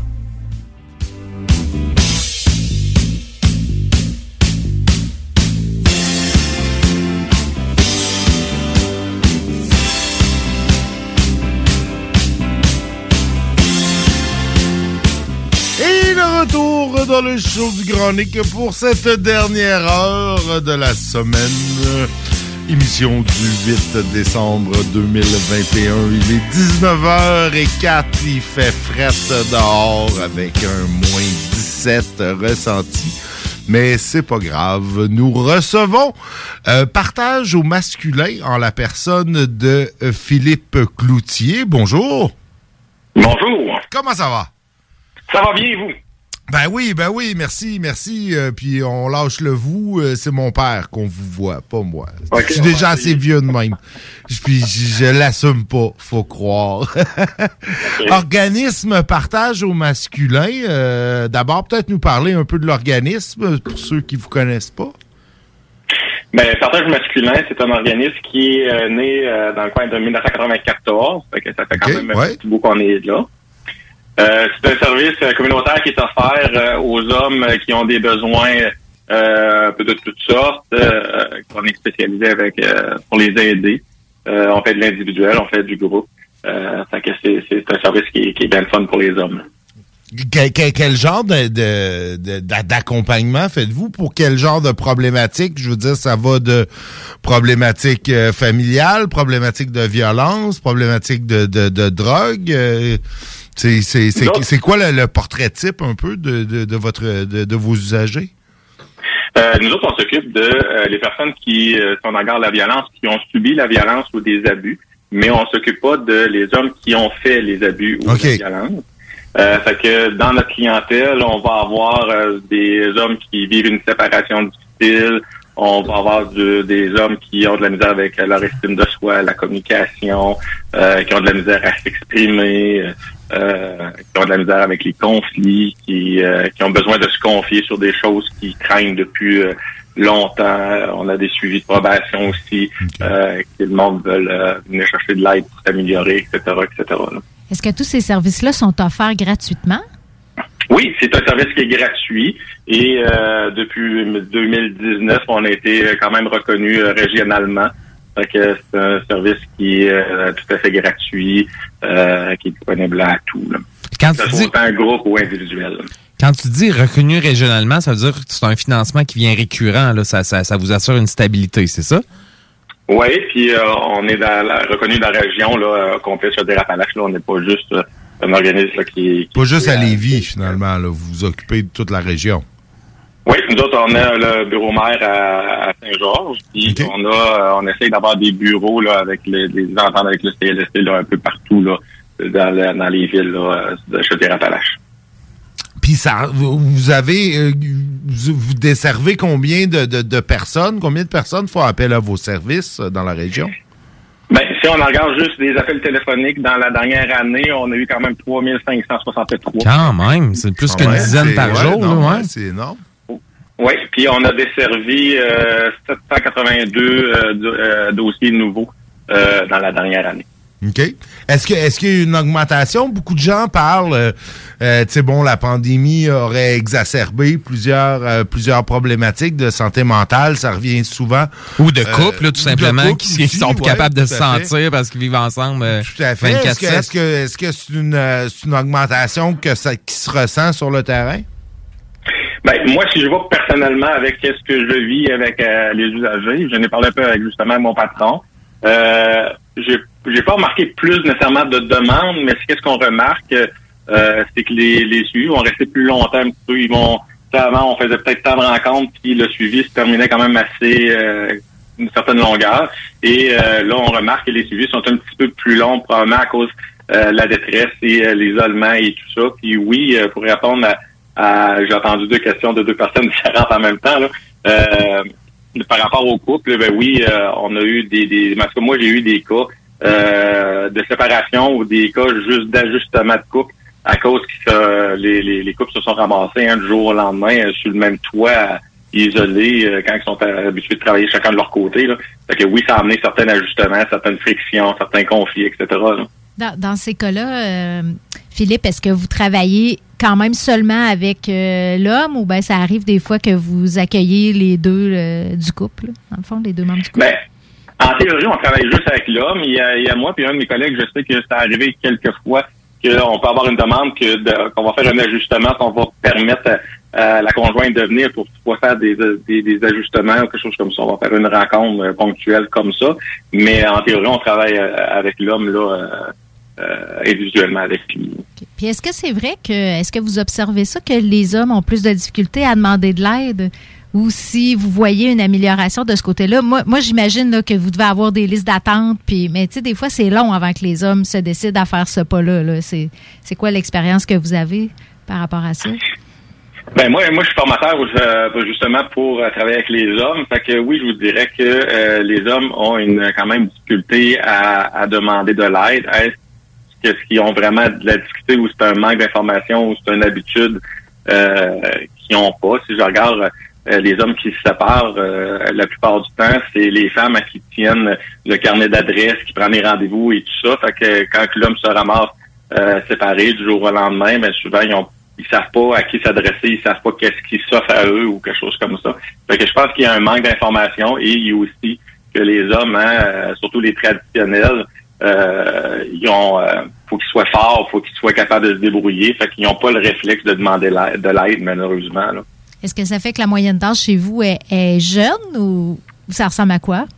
Et le retour dans le show du Grand Nick pour cette dernière heure de la semaine. Émission du huit décembre deux mille vingt et un. Il est dix-neuf heures zéro quatre. Il fait frette dehors avec un moins dix-sept ressenti. Mais c'est pas grave. Nous recevons euh, partage au masculin en la personne de euh, Philippe Cloutier. Bonjour. Bonjour. Comment ça va? Ça va bien, vous? Ben oui, ben oui, merci, merci. Euh, puis on lâche le vous, euh, c'est mon père qu'on vous voit, pas moi. Okay, je suis déjà assez vieux de même. Puis je, je l'assume pas, faut croire. Okay. Organisme partage au masculin. Euh, d'abord, peut-être nous parler un peu de l'organisme pour ceux qui vous connaissent pas. Ben, Partage masculin, c'est un organisme qui est euh, né euh, dans le coin de dix-neuf cent quatre-vingt-quatorze. Fait que ça fait quand okay, même ouais. un petit bout qu'on est là. Euh, c'est un service euh, communautaire qui est offert euh, aux hommes euh, qui ont des besoins euh, un peu de toutes sortes, euh, qu'on est spécialisé avec euh, pour les aider. Euh, on fait de l'individuel, on fait du groupe. Euh, fait que c'est, c'est un service qui, qui est bien le fun pour les hommes. Quel, quel, quel genre de, de, de, d'accompagnement faites-vous pour quel genre de problématique? Je veux dire, ça va de problématiques euh, familiales, problématiques de violence, problématiques de, de, de drogue. Euh, c'est, c'est, c'est, c'est quoi le, le portrait type un peu de, de, de votre de, de vos usagers? Euh, nous autres, on s'occupe de euh, les personnes qui euh, sont dans le garde de la violence, qui ont subi la violence ou des abus, mais on s'occupe pas de les hommes qui ont fait les abus ou okay. la violence. Euh, fait que dans notre clientèle, on va avoir euh, des hommes qui vivent une séparation difficile, on va avoir du, des hommes qui ont de la misère avec leur estime de soi, la communication, euh, qui ont de la misère à s'exprimer, euh, qui ont de la misère avec les conflits, qui, euh, qui ont besoin de se confier sur des choses qui craignent depuis euh, longtemps. On a des suivis de probation aussi, okay. euh, que le monde veut euh, venir chercher de l'aide pour s'améliorer, et cetera, et cetera. Là. Est-ce que tous ces services-là sont offerts gratuitement? Oui, c'est un service qui est gratuit et euh, depuis deux mille dix-neuf, on a été quand même reconnu euh, régionalement. Fait que c'est un service qui est euh, tout à fait gratuit, euh, qui est disponible à tout. Là. Quand que tu ce dis... soit un groupe ou individuel. Quand tu dis reconnu régionalement, ça veut dire que c'est un financement qui vient récurrent. Là. Ça, ça, ça vous assure une stabilité, c'est ça? Oui, puis euh, on est dans la, reconnu dans la région là, complet sur des Appalaches. Là, on n'est pas juste euh, un organisme là, qui, qui... Pas juste à Lévis, finalement. Là, vous vous occupez de toute la région. Oui, nous autres, on a le bureau maire à, à Saint-Georges. Puis okay. on a, on essaye d'avoir des bureaux là avec les, les ententes avec le C L S T là, un peu partout là, dans, dans les villes là, de Chaudière-Appalaches. Puis ça, vous avez, euh, vous, vous desservez combien de, de, de personnes? Combien de personnes font appel à vos services dans la région? Ben, si on regarde juste des appels téléphoniques, dans la dernière année, on a eu quand même trois mille cinq cent soixante-trois. Quand même, c'est plus qu'une ouais, dizaine par ouais, jour. Non, là, ouais. C'est énorme. Oui, puis on a desservi euh, sept cent quatre-vingt-deux euh, do- euh, dossiers nouveaux euh, dans la dernière année. OK. Est-ce que est-ce qu'il y a une augmentation? Beaucoup de gens parlent, euh, euh, tu sais, bon, la pandémie aurait exacerbé plusieurs euh, plusieurs problématiques de santé mentale. Ça revient souvent. Ou de couple, euh, là, tout simplement, couple qui, qui sont plus ouais, capables de se sentir fait. parce qu'ils vivent ensemble euh, tout à fait. vingt-quatre sept. Est-ce que, est-ce que, est-ce que c'est une, euh, c'est une augmentation que ça, qui se ressent sur le terrain? Ben, moi, si je vois personnellement avec ce que je vis avec euh, les usagers, je n'ai parlé un peu avec justement mon patron, euh, j'ai, j'ai pas remarqué plus nécessairement de demandes, mais qu'est-ce qu'on remarque, euh, c'est que les, les suivis vont rester plus longtemps un petit peu. Ils vont, avant, on faisait peut-être tant de rencontres, puis le suivi se terminait quand même assez euh, une certaine longueur. Et euh, là, on remarque que les suivis sont un petit peu plus longs, probablement à cause de euh, la détresse et euh, l'isolement et tout ça. Puis oui, euh, pour répondre à Euh, j'ai entendu deux questions de deux personnes différentes en même temps. Là. Euh, par rapport au couple, ben oui, euh, on a eu des, des parce que moi j'ai eu des cas euh, de séparation ou des cas juste d'ajustement de couple à cause que euh, les, les, les couples se sont ramassés hein, du jour au lendemain euh, sur le même toit, isolés, euh, quand ils sont habitués de travailler chacun de leur côté. Là. Fait que oui, ça a amené certains ajustements, certaines frictions, certains conflits, et cetera. Là. Dans, dans ces cas-là, euh, Philippe, est-ce que vous travaillez quand même seulement avec euh, l'homme ou bien ça arrive des fois que vous accueillez les deux euh, du couple, là, dans le fond, les deux membres du couple? Ben, en théorie, on travaille juste avec l'homme. Il y a, il y a moi puis un de mes collègues, je sais que c'est arrivé quelques fois qu'on peut avoir une demande que de, qu'on va faire un ajustement, qu'on va permettre à, à la conjointe de venir pour pouvoir faire des, des, des ajustements ou quelque chose comme ça. On va faire une rencontre euh, ponctuelle comme ça. Mais en théorie, on travaille euh, avec l'homme là euh, euh, individuellement avec lui. Okay. Puis est-ce que c'est vrai que est-ce que vous observez ça que les hommes ont plus de difficultés à demander de l'aide? Ou si vous voyez une amélioration de ce côté-là. Moi, moi j'imagine là, que vous devez avoir des listes d'attente, puis, mais tu sais, des fois, c'est long avant que les hommes se décident à faire ce pas-là. Là. C'est, c'est quoi l'expérience que vous avez par rapport à ça? Ben moi, moi, je suis formateur euh, justement pour euh, travailler avec les hommes. Fait que oui, je vous dirais que euh, les hommes ont une quand même difficulté à, à demander de l'aide. Est-ce qu'ils ont vraiment de la difficulté ou c'est un manque d'information ou c'est une habitude euh, qu'ils n'ont pas? Si je regarde Euh, les hommes qui se séparent, euh, la plupart du temps, c'est les femmes à qui tiennent le carnet d'adresse, qui prennent les rendez-vous et tout ça. Fait que quand l'homme se ramasse euh, séparé du jour au lendemain, ben souvent ils ont ils savent pas à qui s'adresser, ils savent pas qu'est-ce qui s'offre à eux ou quelque chose comme ça. Fait que je pense qu'il y a un manque d'information et il y a aussi que les hommes, hein, euh, surtout les traditionnels, euh, ils ont euh, faut qu'ils soient forts, faut qu'ils soient capables de se débrouiller. Fait qu'ils n'ont pas le réflexe de demander l'aide, de l'aide malheureusement, là. Est-ce que ça fait que la moyenne d'âge chez vous est, est jeune ou ça ressemble à quoi?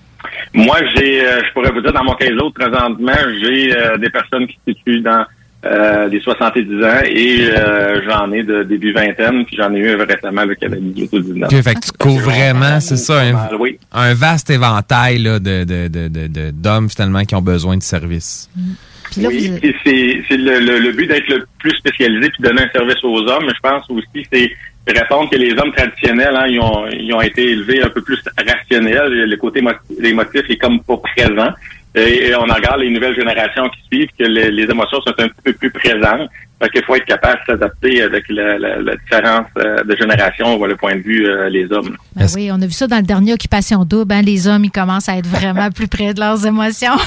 Moi, j'ai, euh, je pourrais vous dire, dans mon réseau, présentement, j'ai euh, des personnes qui se situent dans euh, les soixante-dix ans et euh, j'en ai de début vingtaine, puis j'en ai eu récemment là, qui avait bientôt dix-neuf. Okay, fait que tu couvres vraiment, c'est ça, un, mal, oui. un vaste éventail là, de, de, de, de, de, d'hommes finalement qui ont besoin de services. Mmh. Là, oui, vous... c'est, c'est le, le, le but d'être le plus spécialisé puis donner un service aux hommes, mais je pense aussi c'est répondre que les hommes traditionnels, hein, ils ont, ils ont été élevés un peu plus rationnels. Le côté émotif est comme pas présent. Et, et on regarde les nouvelles générations qui suivent que les, les émotions sont un petit peu plus présentes. Fait qu'il faut être capable de s'adapter avec la, la, la différence de génération, ou le point de vue euh, les hommes. Ben oui, on a vu ça dans le dernier Occupation Double. Hein, les hommes, ils commencent à être vraiment plus près de leurs émotions.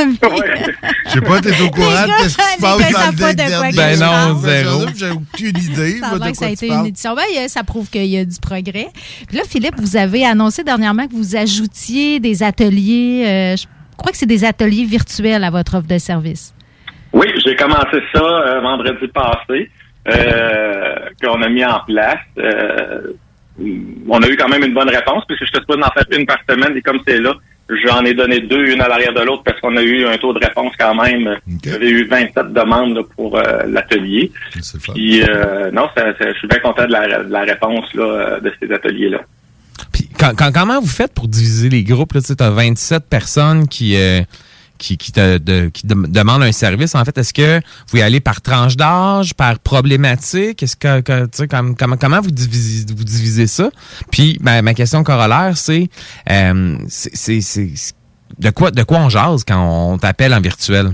Je sais pas, t'es au courant de ce qui se passe dans le dernier? Ben non, zéro. J'ai aucune idée. Ça a l'air que ça a été une édition. Ben, ça prouve qu'il y a du progrès. Puis là, Philippe, vous avez annoncé dernièrement que vous ajoutiez des ateliers, euh, je crois que c'est des ateliers virtuels à votre offre de service. Oui, j'ai commencé ça euh, vendredi passé, euh, qu'on a mis en place. Euh, on a eu quand même une bonne réponse, puisque je suis supposé en faire une par semaine, et comme c'est là, j'en ai donné deux, une à l'arrière de l'autre, parce qu'on a eu un taux de réponse quand même. Okay. J'avais eu vingt-sept demandes là, pour euh, l'atelier. Puis, euh, non, ça, ça, je suis bien content de la, de la réponse là, de ces ateliers-là. Puis, quand, quand, comment vous faites pour diviser les groupes? Tu as vingt-sept personnes qui... Euh qui, qui, te, de, qui de, demandent un service, en fait, est-ce que vous y allez par tranche d'âge, par problématique? Est-ce que, que tu sais, comme, comment, comment vous divisez, vous divisez ça? Puis, ma, ma question corollaire, c'est, euh, c'est, c'est, c'est de quoi, de quoi on jase quand on t'appelle en virtuel?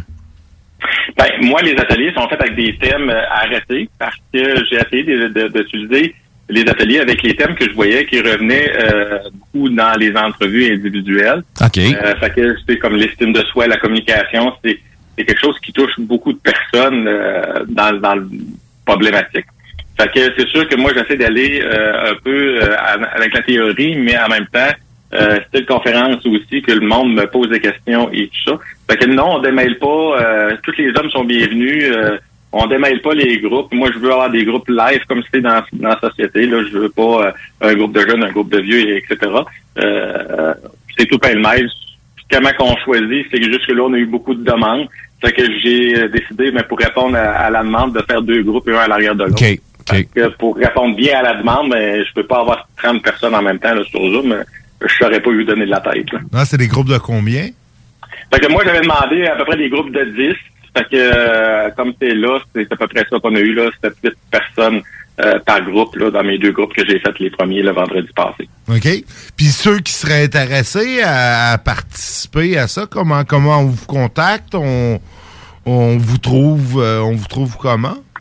Ben, moi, les ateliers sont faits avec des thèmes arrêtés parce que j'ai essayé de, de, d'utiliser les ateliers avec les thèmes que je voyais qui revenaient euh, beaucoup dans les entrevues individuelles. OK. Euh, fait que c'est comme l'estime de soi, la communication, c'est, c'est quelque chose qui touche beaucoup de personnes euh, dans, dans le problématique. Fait que c'est sûr que moi, j'essaie d'aller euh, un peu euh, avec la théorie, mais en même temps, euh, style conférence aussi, que le monde me pose des questions et tout ça. Fait que non, on démêle pas, euh, tous les hommes sont bienvenus, euh, on démêle pas les groupes. Moi, je veux avoir des groupes live comme c'est dans, dans la société. Là, je veux pas euh, un groupe de jeunes, un groupe de vieux, et cetera. Euh, c'est tout pêle-mêle. Comment qu'on choisit, c'est juste que là, on a eu beaucoup de demandes. Fait que j'ai décidé, mais pour répondre à, à la demande, de faire deux groupes et un à l'arrière de l'autre. Okay. Okay. Fait que pour répondre bien à la demande, mais je peux pas avoir trente personnes en même temps là, sur Zoom. Je saurais pas lui donner de la tête. Là. Non, c'est des groupes de combien? Fait que moi, j'avais demandé à peu près des groupes de dix. Fait que, euh, comme c'est là, c'est à peu près ça qu'on a eu là, c'était huit personnes euh, par groupe, là, dans mes deux groupes que j'ai fait les premiers le vendredi passé. OK. Puis ceux qui seraient intéressés à, à participer à ça, comment comment on vous contacte? On, on vous trouve euh, on vous trouve comment?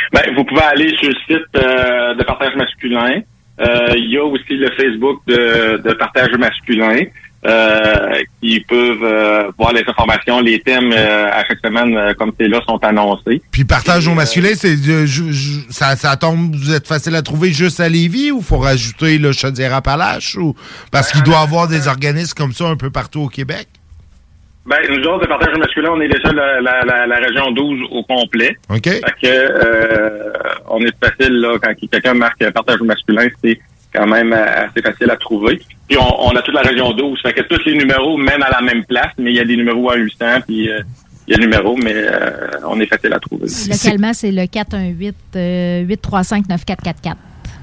Ben, vous pouvez aller sur le site euh, de Partage masculin. Euh, il y a aussi le Facebook de, de Partage masculin euh, qui peuvent euh, voir les informations, les thèmes euh, à chaque semaine, euh, comme c'est là, sont annoncés. Puis Partage Et, au euh, masculin, c'est euh, ju- ju- ça, ça tombe, vous êtes facile à trouver juste à Lévis ou faut rajouter le Chaudière-Appalaches ou parce qu'il doit y avoir des organismes comme ça un peu partout au Québec? Ben, nous autres, de Partage masculin, on est déjà la, la, la, la région douze au complet. OK. Fait que, euh, on est facile, là, quand quelqu'un marque Partage masculin, c'est quand même assez facile à trouver. Puis on, on a toute la région douze. Fait que tous les numéros mènent à la même place, mais il y a des numéros à huit cents, puis euh, il y a le numéro, mais euh, on est facile à trouver. Localement, c'est le quatre un huit, huit trois cinq, neuf quatre quatre quatre.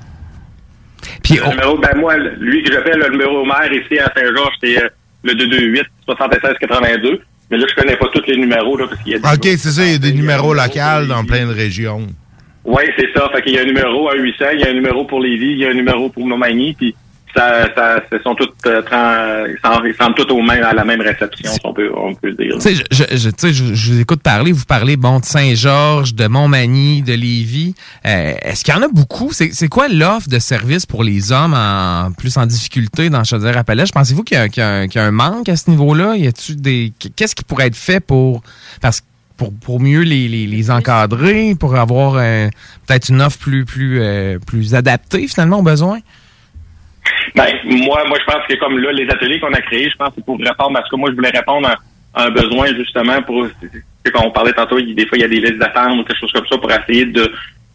Puis le on... numéro, ben moi, lui que j'appelle le numéro maire ici à Saint-Georges, c'est euh, le deux deux huit, soixante-seize quatre-vingt-deux. Mais là, je connais pas tous les numéros, là, parce qu'il y a des... OK, c'est ça, il y a des numéros locaux dans plein de régions. Oui, c'est ça. Fait qu'il y a un numéro à huit cents, il y a un numéro pour Lévis, il y a un numéro pour Montmagny, puis ça, ça, ça sont toutes, euh, ils semblent toutes aux mains à la même réception, si on peut, on peut le dire. Tu sais, je, je, je, je, je vous écoute parler, vous parlez, bon, de Saint-Georges, de Montmagny, de Lévis. Euh, est-ce qu'il y en a beaucoup? C'est, c'est quoi l'offre de service pour les hommes en plus en difficulté dans Chaudière-Appalaches? Pensez-vous qu'il y a, qu'il y a, un, qu'il y a un manque à ce niveau-là? Y a-tu des, qu'est-ce qui pourrait être fait pour, parce que Pour, pour mieux les, les, les encadrer, pour avoir euh, peut-être une offre plus plus euh, plus adaptée finalement aux besoins? Ben, moi, moi je pense que comme là, les ateliers qu'on a créés, je pense que c'est pour répondre à ce que moi je voulais répondre à, à un besoin justement pour, quand on parlait tantôt, il, des fois il y a des listes d'attente ou quelque chose comme ça pour essayer de,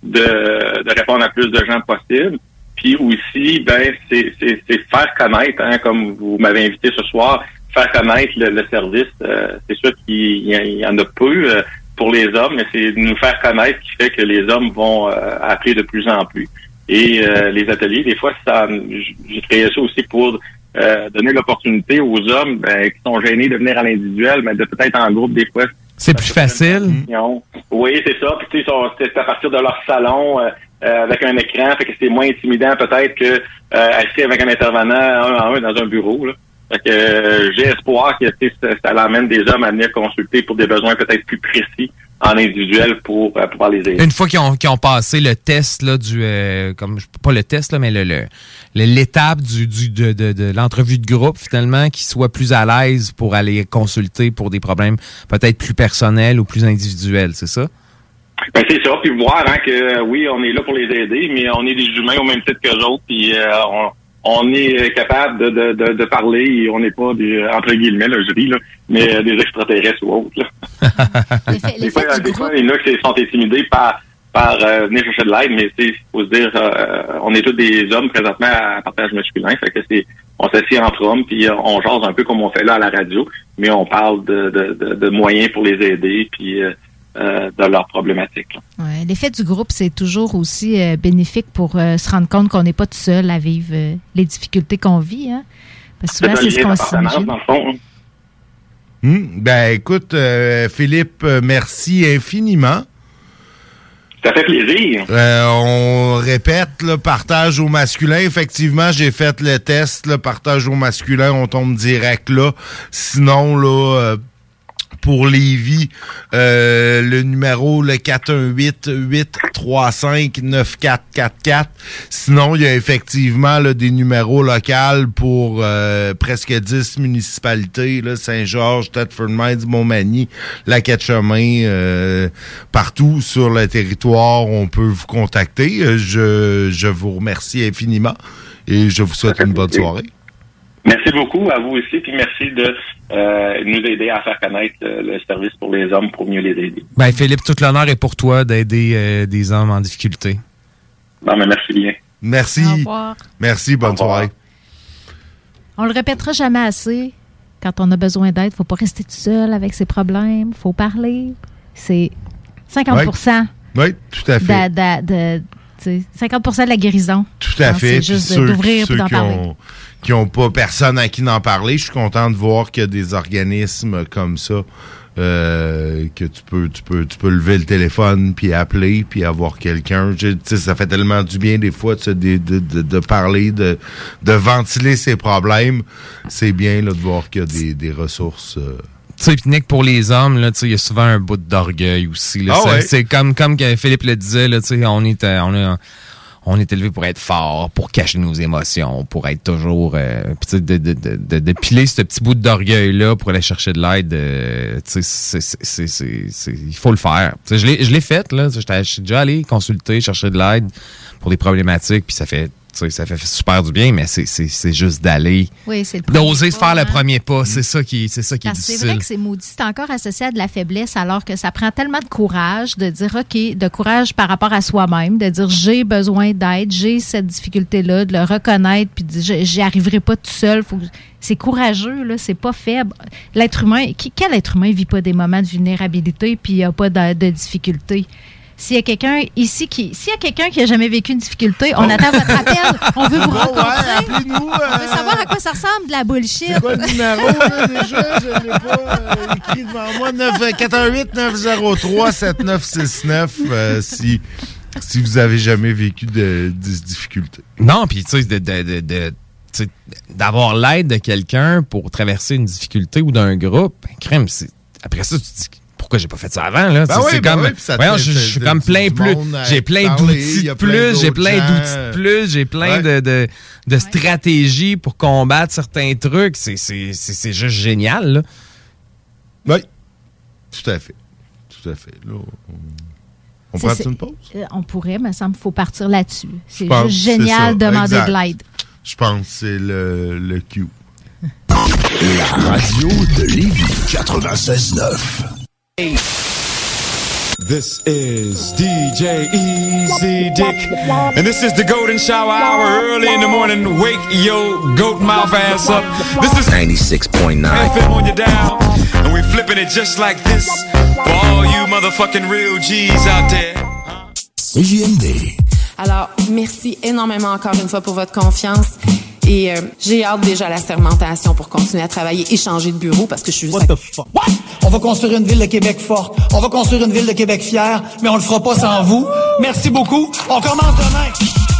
de, de répondre à plus de gens possible. Puis aussi, ben, c'est, c'est, c'est faire connaître, hein, comme vous m'avez invité ce soir, faire connaître le, le service. Euh, c'est sûr qu'il y, y en a peu euh, pour les hommes, mais c'est de nous faire connaître qui fait que les hommes vont euh, appeler de plus en plus. Et euh, les ateliers, des fois, ça, j'ai créé ça aussi pour euh, donner l'opportunité aux hommes ben, qui sont gênés de venir à l'individuel, mais de peut-être en groupe, des fois. C'est plus facile. Oui, c'est ça. Puis tu sais, c'est à partir de leur salon euh, euh, avec un écran, fait que c'est moins intimidant peut-être que euh, assis avec un intervenant un en un dans un bureau, là. Fait que euh, j'ai espoir que ça, ça l'amène des hommes à venir consulter pour des besoins peut-être plus précis en individuel pour euh, pouvoir les aider. Une fois qu'ils ont, qu'ils ont passé le test là du euh, comme pas le test là, mais le, le, le l'étape du, du de, de, de l'entrevue de groupe finalement, qu'ils soient plus à l'aise pour aller consulter pour des problèmes peut-être plus personnels ou plus individuels, c'est ça? Ben c'est ça, puis voir hein, que euh, oui, on est là pour les aider, mais on est des humains au même titre qu'eux autres, puis euh, on on est capable de, de, de, de parler et on n'est pas des, entre guillemets, là, je ris, là, mais euh, des extraterrestres ou autres. Là. Les faits, les des fois, faits des du fois, groupe. il y en a qui sont intimidés par, par euh, venir chercher de l'aide, mais il faut se dire, euh, on est tous des hommes présentement à partage masculin, fait que c'est, on s'assied entre hommes, puis euh, on jase un peu comme on fait là à la radio, mais on parle de, de, de, de moyens pour les aider, puis euh, Euh, de leurs problématiques. Ouais, l'effet du groupe, c'est toujours aussi euh, bénéfique pour euh, se rendre compte qu'on n'est pas tout seul à vivre euh, les difficultés qu'on vit. Hein? Parce que souvent, c'est, c'est ce qu'on s'imagine. Dans le fond. Hum, ben, écoute, euh, Philippe, euh, merci infiniment. Ça fait plaisir. Euh, on répète, le partage au masculin. Effectivement, j'ai fait le test, le partage au masculin, on tombe direct là. Sinon, là... Euh, pour Lévis, euh, le numéro, le quatre un huit, huit trois cinq, neuf quatre quatre quatre. Sinon, il y a effectivement là, des numéros locaux pour euh, presque dix municipalités, là, Saint-Georges, Thetford-Mines, Montmagny, Lac-Etchemin, euh, partout sur le territoire, on peut vous contacter. Je, je vous remercie infiniment et je vous souhaite une bonne soirée. Merci beaucoup à vous aussi, puis merci de euh, nous aider à faire connaître euh, le service pour les hommes pour mieux les aider. Ben Philippe, tout l'honneur est pour toi d'aider euh, des hommes en difficulté. Bon, ben merci bien. Merci. Au revoir. Merci, bonne soirée. On le répétera jamais assez. Quand on a besoin d'aide, faut pas rester tout seul avec ses problèmes. Faut parler. C'est cinquante pour cent. Oui, oui, tout à fait. De, de, de, de cinquante pour cent de la guérison. Tout à fait. C'est juste ceux, d'ouvrir ceux et d'en qui parler. Ont, qui n'ont pas personne à qui n'en parler. Je suis content de voir qu'il y a des organismes comme ça euh, que tu peux tu peux tu peux lever le téléphone puis appeler puis avoir quelqu'un. Tu sais, ça fait tellement du bien des fois de, de, de, de parler, de, de ventiler ses problèmes. C'est bien là, de voir qu'il y a des, des ressources. Euh, Tu sais, puis Nick, pour les hommes, là, tu sais, il y a souvent un bout d'orgueil aussi. Là, Ah c'est, ouais. c'est comme, comme que Philippe le disait, là, tu sais, on est, euh, on est, on est élevé pour être fort, pour cacher nos émotions, pour être toujours, euh, puis tu sais, de, de, de, de, de piler ce petit bout d'orgueil-là pour aller chercher de l'aide, euh, tu sais, c'est, c'est, c'est, c'est, c'est, il faut le faire. Tu sais, je l'ai, je l'ai fait, là, j'étais, je suis déjà allé consulter, chercher de l'aide pour des problématiques, puis ça fait, tu sais, ça fait super du bien, mais c'est, c'est, c'est juste d'aller, Oui, c'est le premier d'oser se pas, faire hein. le premier pas, c'est ça qui, c'est ça qui est Parce que c'est difficile. vrai que c'est maudit, c'est encore associé à de la faiblesse, alors que ça prend tellement de courage de dire, OK, de courage par rapport à soi-même, de dire, j'ai besoin d'aide, j'ai cette difficulté-là, de le reconnaître, puis de dire, j'y arriverai pas tout seul. Faut que... C'est courageux, là, c'est pas faible. L'être humain, qui, quel être humain vit pas des moments de vulnérabilité puis il n'y a pas de, de difficulté? S'il y a quelqu'un ici qui. S'il y a quelqu'un qui a jamais vécu une difficulté, on Oh. attend votre appel. On veut vous Bon, rencontrer. ouais, appelez-nous, On veut savoir à quoi ça ressemble de la bullshit. C'est quoi le numéro, là, déjà? Je ne l'ai pas euh, écrit devant moi. quatre un huit neuf zéro trois sept neuf six neuf euh, si, si vous avez jamais vécu de, de difficultés. Non, puis tu sais, de, de, de, de, tu sais, d'avoir l'aide de quelqu'un pour traverser une difficulté ou d'un groupe, ben, crème, c'est. Après ça, tu te dis, pourquoi j'ai pas fait ça avant, là? Ben Tu sais, oui, c'est ben comme. oui, puis ça te voyons, fait- je, je suis c'est- comme c'est plein du plus. monde à J'ai plein parler, d'outils il y de a plein plus, j'ai d'autres plein gens. d'outils de plus, j'ai plein Ouais. de, de, de stratégies pour combattre certains trucs. C'est, c'est, c'est, c'est juste génial, là. Oui, tout à fait. Tout à fait. Là, on on C'est- prend c'est- une pause? Euh, On pourrait, mais ça me faut partir là-dessus. C'est Je pense juste que c'est génial ça, de demander exact. de l'aide. Je pense que c'est le, le Q. La radio de Lévis quatre-vingt-seize neuf. This is D J Easy Dick, and this is the Golden Shower Hour early in the morning. Wake your goat mouth ass up. This is ninety-six point nine. F M on your dial, and we're flipping it just like this for all you motherfucking real G's out there. C J M D. Alors, merci énormément encore une fois pour votre confiance. Et euh, j'ai hâte déjà à la sermentation pour continuer à travailler et changer de bureau parce que je suis juste... What the fuck? What? On va construire une ville de Québec forte. On va construire une ville de Québec fière, mais on le fera pas sans vous. Merci beaucoup. On commence demain.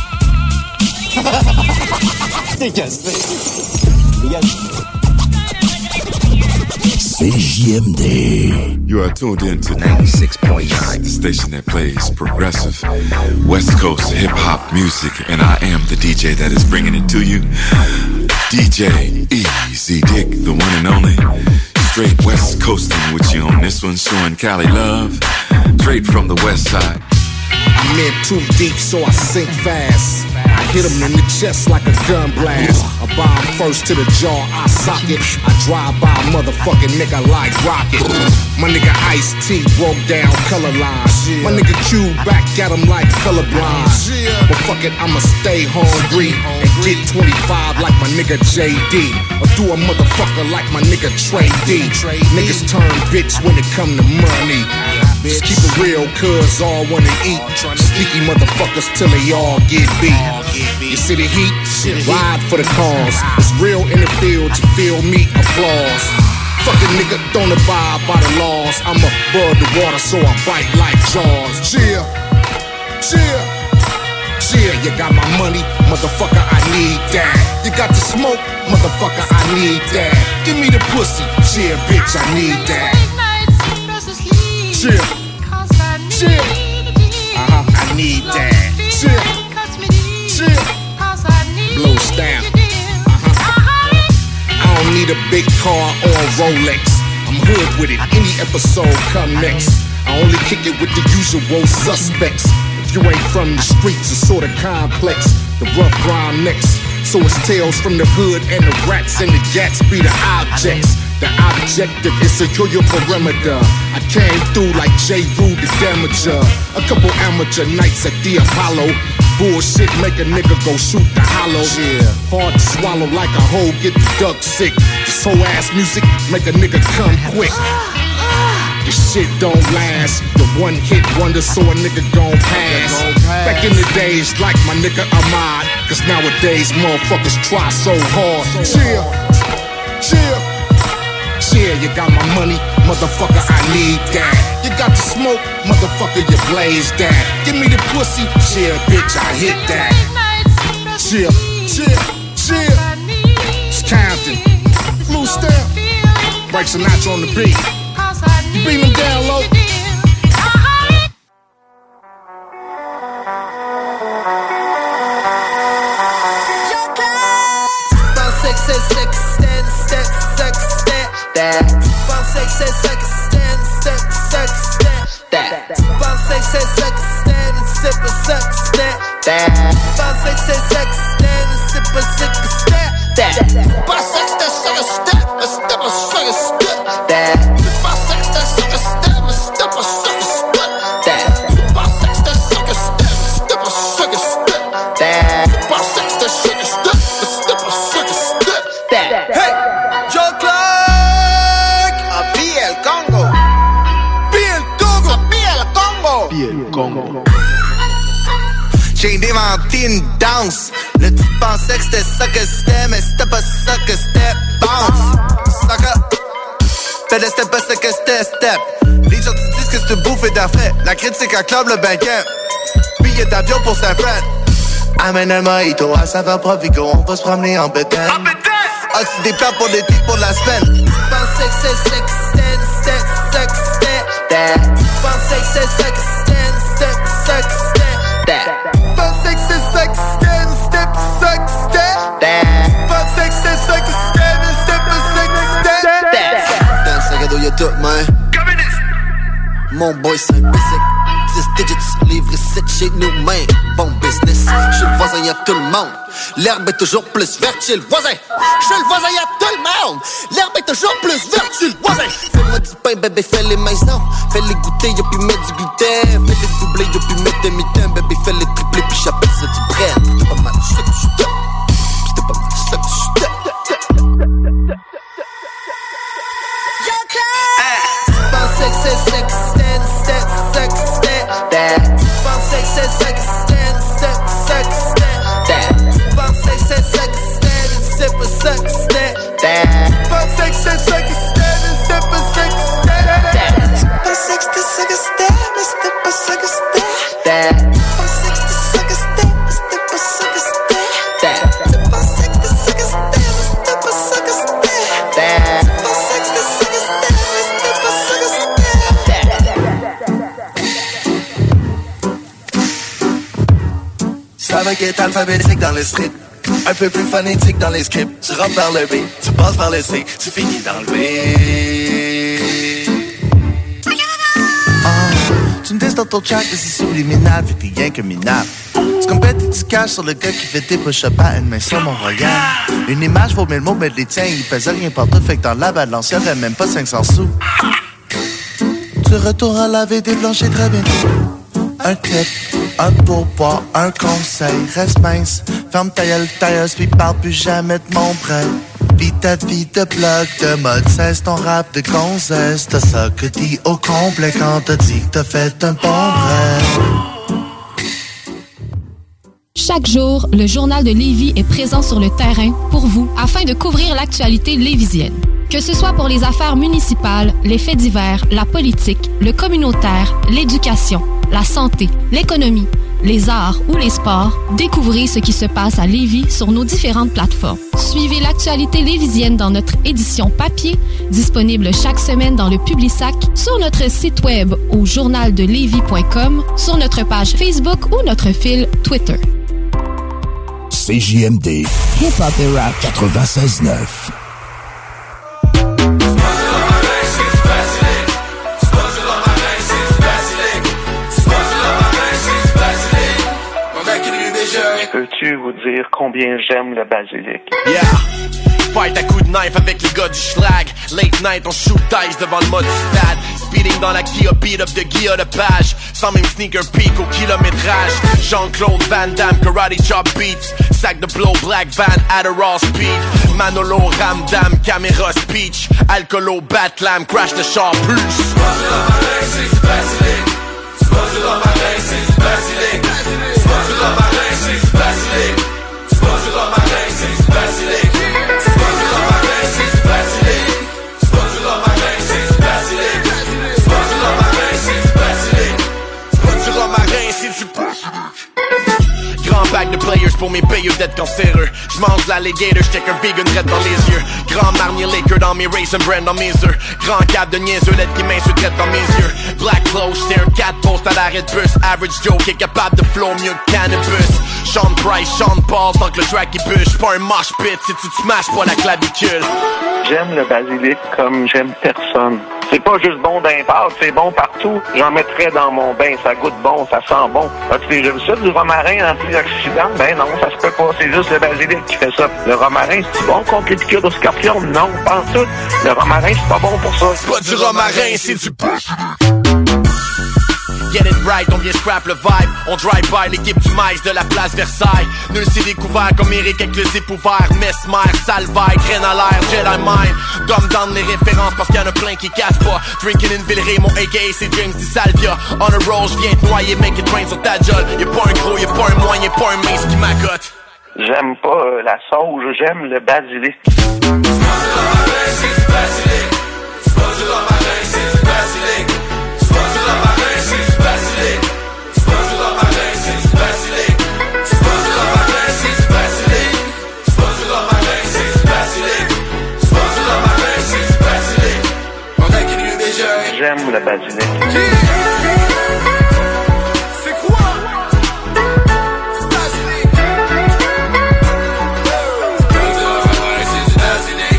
C J M D. You are tuned in to ninety-six point nine, the station that plays progressive West Coast hip hop music, and I am the D J that is bringing it to you. D J Easy Dick, the one and only. Straight West Coasting with you on this one, showing Cali love. Straight from the West Side. I'm in too deep, so I sink fast. I hit him in the chest like a gun blast. I bomb first to the jaw, I sock it. I drive by a motherfucking nigga like rocket. My nigga Ice-T broke down color lines. My nigga Q back at him like colorblind. But fuck it, I'ma stay hungry and get twenty-five like my nigga J D. Or do a motherfucker like my nigga Trey D. Niggas turn bitch when it come to money. Just keep it real, cuz all wanna eat. Sneaky motherfuckers till they all get beat. You see the heat? Ride for the cause. It's real in the field, you feel me? Applause. Fucking nigga don't abide by the laws. I'm above the water, so I bite like jaws. Cheer, cheer, cheer. You got my money, motherfucker, I need that. You got the smoke, motherfucker, I need that. Give me the pussy, cheer, bitch, I need that. Chill, chill, uh-huh, I need that. Chill, chill, blow stamp, uh-huh. I don't need a big car or a Rolex. I'm hood with it, any episode come next. I only kick it with the usual suspects. If you ain't from the streets, it's sorta complex. The rough grind next. So it's tales from the hood and the rats and the gats be the objects. The objective is secure your perimeter. I came through like J. Rue the Damager. A couple amateur nights at the Apollo. Bullshit make a nigga go shoot the hollow. Yeah. Hard to swallow like a hoe get the duck sick. This whole ass music make a nigga come quick. This shit don't last. The one hit wonder, so a nigga gon' pass. Back in the days, like my nigga Ahmad. Cause nowadays, motherfuckers try so hard. Chill, chill, chill. You got my money, motherfucker, I need that. You got the smoke, motherfucker, you blaze that. Give me the pussy, chill, bitch, I hit that. Chill, chill, chill. It's Compton, Blue Step. Frank Sinatra on the beat. You bring them down low. J'ai inventé une danse. Le tu pensais que c'était ça que c'était, mais c'était pas ça que c'était. Bounce, sucker. Fais le step pas ça que c'était, step. Les gens te disent que c'est une bouffe et d'affaires. La critique à club, le banquet. Billet d'avion pour Saint-Fran. Amène un mojito à saveur Provigo. On va se promener en bétail. As-tu des plans pour l'été, pour la semaine? Tu pensais que c'est ça que c'était, c'était ça que c'était. Tu pensais que c'est ça que c'était, c'était ça que c'était. Pensais que c'est ça que c'était, c'était pas ça que c'était. Pensais que c'est ça que c'était, mais c'était pas ça que c'était. Dans le sac à dos y'a tout, man. Mon boy c'est un basic. dix digits, livre sept chez nous, man. Bon business, j'suis le voisin y'a tout le monde. L'herbe est toujours plus verte chez le voisin. J'suis le voisin y'a tout le monde. L'herbe est toujours plus verte chez le voisin. Fais-moi du pain, bébé, fais-les maisons. Fais-les goûter, y'a puis mettre du gluten. Fais-les doubler, y'a puis mettre des mitaines. Bébé, fais-les tripler, puis j'appelle ça du bread. C'était pas mal, j'suis que j'suis C'était pas mal, j'suis que j'suis Tu pensais que c'est ça que c'était, c'était ça que c'était. Tu pensais que c'est ça que c'était, c'était ça que c'était. Tu pensais que c'est ça que c'était, c'était pas ça que c'était. Tu pensais que c'est ça que c'était, c'était pas ça que c'était. Tu pensais que c'était ça que c'était, mais c'était pas ça que c'était. Tu pensais que c'était ça que c'était, mais c'était pas ça que c'était. Tu pensais que c'était ça que c'était, mais c'était pas ça que c'était. Tu pensais que c'était ça que c'était, mais c'était pas ça que c'était. Ça va qu'être alphabétique dans le street, un peu plus phonétique dans les scripts. Tu rentres par le B, tu passes par le C, tu finis dans le B. Oh, tu me dis dans ton track que c'est subliminal, fait que t'es rien que minable. Tu compètes et tu caches sur le gars qui fait des push-ups à une main sur mon regard. Une image vaut mille mots, mais les tiens, ils pèsent rien partout, fait que dans la balance, y'aurait même pas cinq cents sous. Tu retournes à laver des planchers très bientôt. Un clip, un pourboire, un conseil, reste mince. Ferme ta gueule, tailleuse, pis parle plus jamais de mon prêt. Pis ta vie de blog, de mode, cesse ton rap de gonzesse. T'as ça que dis au complet quand t'as dit que t'as fait un bon prêt. Chaque jour, le Journal de Lévis est présent sur le terrain pour vous afin de couvrir l'actualité lévisienne. Que ce soit pour les affaires municipales, les faits divers, la politique, le communautaire, l'éducation, la santé, l'économie, les arts ou les sports, découvrez ce qui se passe à Lévis sur nos différentes plateformes. Suivez l'actualité lévisienne dans notre édition papier, disponible chaque semaine dans le Publisac, sur notre site web au journal de lévis point com, sur notre page Facebook ou notre fil Twitter. C J M D, Hip-Hop et Rap quatre-vingt-seize neuf. Peux-tu vous dire combien j'aime le basilic? Yeah! Fight à coups de knife avec les gars du schlag. Late night, on shoot dice devant le mode stade. Speeding dans la Kia, beat up de Guilla de page. Sans même sneaker peak au kilométrage. Jean-Claude Van Damme, karate chop beats. Sac de blow, black van, Adderall speed. Manolo, Ramdam, caméra speech. Alcoolo, Batlam, crash the char plus. Sponsor dans ma règle, c'est du basilic. Sponsor dans ma règle, c'est du basilic. Sponsor dans ma règle, c'est du basilic. Sponsor dans ma règle, c'est du basilic. Sponsor dans ma règle, c'est du basilic. Sponsor dans ma règle, c'est du basilic. Sponsor dans ma règle, c'est du basilic. Sponsor dans ma règle, c'est du basilic. Grand bac de players pour mes payeux d'être cancéreux. J'mange l'alligator, j't'ai qu'un vegan red dans les yeux. Grand marnier liquor dans mes raisin brand dans mes œufs. Grand cap de niaiseux, l'aide qui m'insulte dans mes yeux. Black clothes, j't'ai un cat post à l'arrêt de bus. Average Joe qui est capable de flow mieux que cannabis. Sean Price, Sean Paul, tant que le track il bûche. Pas un mosh pit si tu te smashes pas la clavicule. J'aime le basilic comme j'aime personne. C'est pas juste bon d'un pâte, c'est bon partout. J'en mettrais dans mon bain, ça goûte bon, ça sent bon. As-tu déjà vu ça, du romarin antioxydant? Ben non, ça se peut pas, c'est juste le basilic qui fait ça. Le romarin, c'est bon contre les piqûres de scorpion? Non, pas en tout. Le romarin, c'est pas bon pour ça. C'est pas du romarin, c'est du Get it right, on vient scrap le vibe. On drive by l'équipe du maïs de la place Versailles. Nul s'est découvert comme Eric avec le zip ouvert. Mesmer, Salvaille, graine à l'air, Jedi Mind. Dumb down les références parce qu'il y en a plein qui cassent pas. Drinking in Villeray, mon A K A c'est James Di Salvia. On a roll, j'viens te noyer, make it rain sur ta jolle. Y'a pas un gros, y'a pas un moyen, y'a pas un mince qui m'accote. J'aime pas euh, la sauge, j'aime le basilic. C'est pas du romarin, c'est du basilic. C'est pas du romarin, c'est du basilic. C'est pas du romarin, c'est du basilic. C'est pas du romarin, c'est du basilic. C'est pas du romarin, c'est du basilic. C'est pas du romarin, c'est du basilic. C'est pas du romarin, c'est du basilic. On a qui lui déjà. J'aime le basilic. C'est quoi? C'est basilic. C'est pas du romarin, c'est du basilic.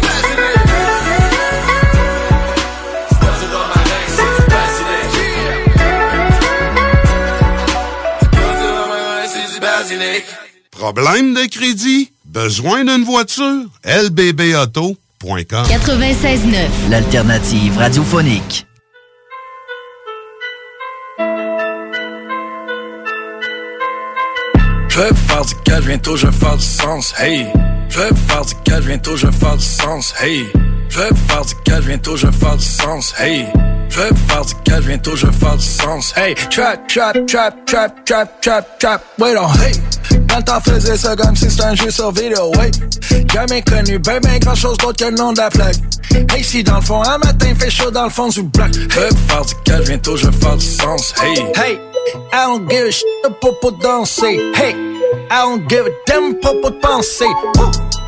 C'est pas du romarin, c'est du basilic. C'est pas du romarin, c'est du basilic. Problème de crédit? Besoin d'une voiture? L B B auto point com quatre-vingt-seize neuf, l'alternative radiophonique. Je vais faire du cash, bientôt je vais faire du sens, hey. Je vais faire du cash, bientôt je vais faire du sens, hey. Je vais faire du cash, bientôt je vais faire du sens, hey. Je vais faire du cash, bientôt je vais faire du sens, hey. Trap, trap, trap, trap, trap, trap, trap, wait on, hey. Dans le temps faisait ça comme si c'était un jeu sur vidéo, wait. Jamais connu ben ben grand chose d'autre que le nom de la plaque. Hey, si dans le fond, un matin fait chaud dans le fond du bloc. Je vais faire du cash, bientôt je vais faire du sens, hey. Hey, I don't give a shit pour pour danser, hey. I don't give a damn pour pour penser. Woo.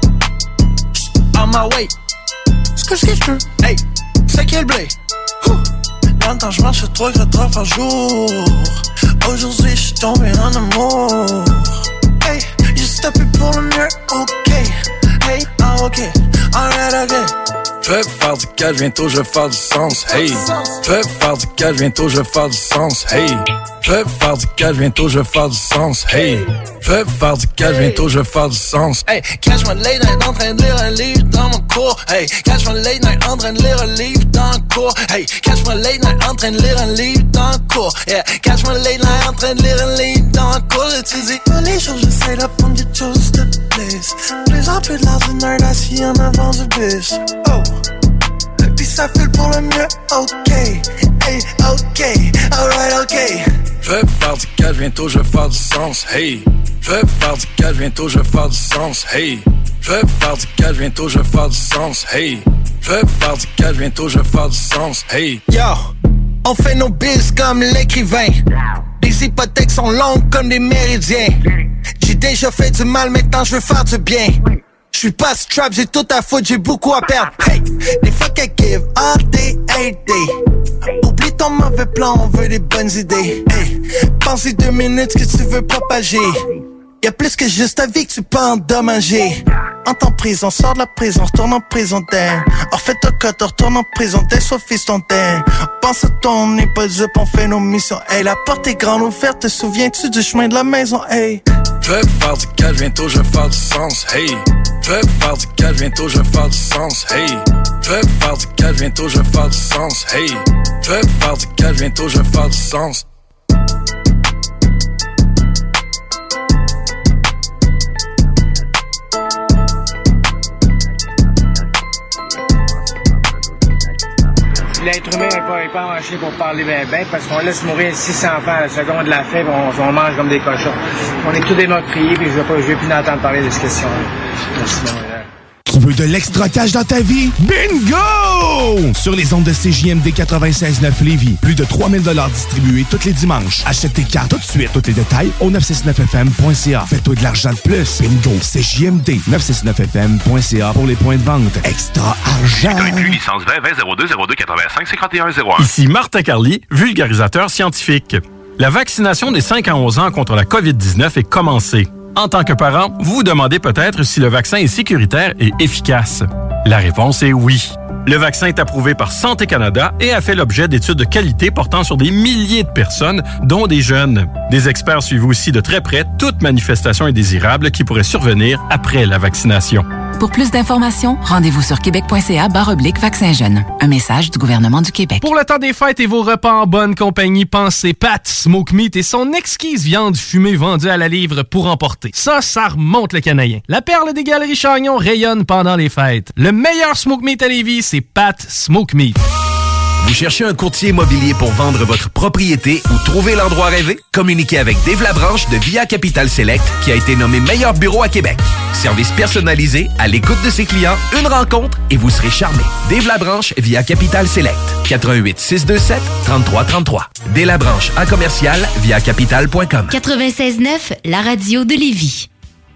On my way. Ce que je veux, hey, c'est quel blé. Dans le temps, je marche trois quatre heures par jour. Aujourd'hui, je suis tombé en amour. Hey, j'ai stoppé pour le mieux, ok. Hey, ah, ok, alright, ok. Je vais faire du cash, bientôt je vais faire du sens, hey. Je vais faire du cash, bientôt je vais faire du sens, hey. Je vais faire du cash, bientôt je vais faire du sens, hey. Je vais faire du cash, bientôt je vais faire du sens. Hey, catch my late night en train de lire un livre dans mon cours. Hey, catch my late night en train de lire un livre dans le cours. Hey, catch my late night en train de lire un livre dans le cours. Yeah, catch my late night en train de lire un livre dans le cours. Tu dis, tous les jours j'essaie d'apprendre des choses de plus. Plus en plus de l'ordinaire assis en avant du bus. Oh. Pis ça file pour le mieux, ok, hey, ok, alright, ok. Je vais faire du cash, bientôt je vais faire du sens, hey. Je vais faire du cash, bientôt je vais faire du sens, hey. Je vais faire du cash, bientôt je vais faire du sens, hey. Je vais faire du cash, bientôt je vais faire du sens, hey. Yo, on fait nos bills comme l'écrivain. Les hypothèques sont longues comme des méridiens. J'ai déjà fait du mal, maintenant je veux faire du bien. J'suis pas strap, j'ai tout à foutre, j'ai beaucoup à perdre. Hey, les fuck I give all day, every day. Oublie ton mauvais plan, on veut des bonnes idées. Hey, pense-y deux minutes que tu veux propager. Y'a plus que juste ta vie que tu peux endommager. Entre en prison, sors de la prison, retourne en prison d'air. On refait ton code, retourne en prison, t'es soit fiston d'air. Pense à ton, on n'est pas dupe, on fait nos missions. Hey, la porte est grande ouverte, te souviens-tu du chemin de la maison? Hey. Je vais faire du cash, bientôt je vais faire du sens, hey. Je vais faire du cash, bientôt je vais faire du sens, hey. Je vais faire du cash, bientôt je vais faire du sens, hey. Je vais faire du cash, bientôt je vais faire du sens. L'être humain n'est pas, pas marché pour parler bien bien, parce qu'on laisse mourir six cents enfants à la seconde de la faim, on, on mange comme des cochons. On est tous des meurtriers, puis je ne vais, vais plus entendre parler de cette question-là. Merci, Tu veux de l'extra cash dans ta vie? Bingo! Sur les ondes de C J M D quatre-vingt-seize neuf Lévis, plus de trois mille dollars distribués tous les dimanches. Achète tes cartes tout de suite. Tous les détails au neuf cent soixante-neuf F M point C A. Fais-toi de l'argent de plus. Bingo! C J M D neuf cent soixante-neuf F M point C A pour les points de vente. Extra argent! Inclus licence vingt vingt zéro deux zéro deux quatre-vingt-cinq cinquante et un zéro un. Ici Martin Carly, vulgarisateur scientifique. La vaccination des cinq à onze ans contre la covid dix-neuf est commencée. En tant que parent, vous vous demandez peut-être si le vaccin est sécuritaire et efficace. La réponse est oui. Le vaccin est approuvé par Santé Canada et a fait l'objet d'études de qualité portant sur des milliers de personnes, dont des jeunes. Des experts suivent aussi de très près toute manifestation indésirable qui pourrait survenir après la vaccination. Pour plus d'informations, rendez-vous sur québec.ca barre oblique vaccin jeune. Un message du gouvernement du Québec. Pour le temps des fêtes et vos repas en bonne compagnie, pensez Pat Smoke Meat et son exquise viande fumée vendue à la livre pour emporter. Ça, ça remonte le canadien. La perle des galeries Chagnon rayonne pendant les fêtes. Le meilleur Smoke Meat à Lévis, c'est Pat Smoke Meat. Vous cherchez un courtier immobilier pour vendre votre propriété ou trouver l'endroit rêvé? Communiquez avec Dave Labranche de Via Capital Select qui a été nommé meilleur bureau à Québec. Service personnalisé, à l'écoute de ses clients, une rencontre et vous serez charmé. Dave Labranche via Capital Select. quatre un huit six deux sept trente-trois trente-trois. Dave Labranche en commercial via capital point com. quatre-vingt-seize neuf, la radio de Lévis.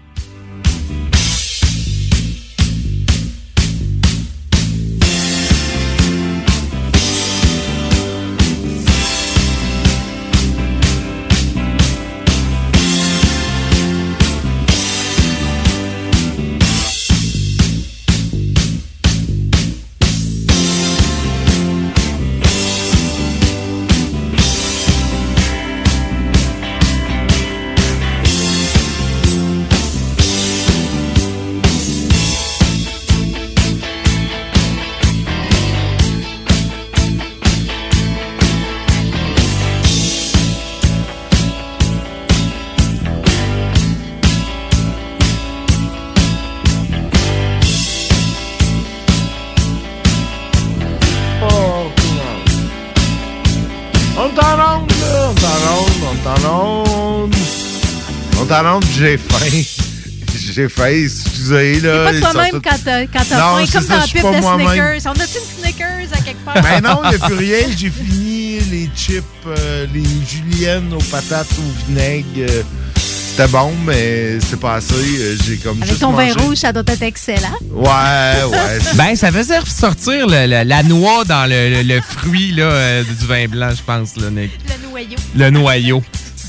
J'ai faim. J'ai faim, excusez, là. C'est pas toi-même quand t'as, quand t'as faim, comme dans la pub de Snickers. On a-tu une Snickers à quelque part? Ben non, il n'y a plus rien. J'ai fini les chips, euh, les juliennes aux patates au vinaigre. Euh, c'était bon, mais c'est pas assez. J'ai comme Avec juste ton mangé. vin rouge, ça doit être excellent. Ouais, ouais. Ben, ça faisait ressortir le- le- la noix dans le, le- le fruit là, euh, du vin blanc, je pense, là, Nick. Le noyau. Le noyau.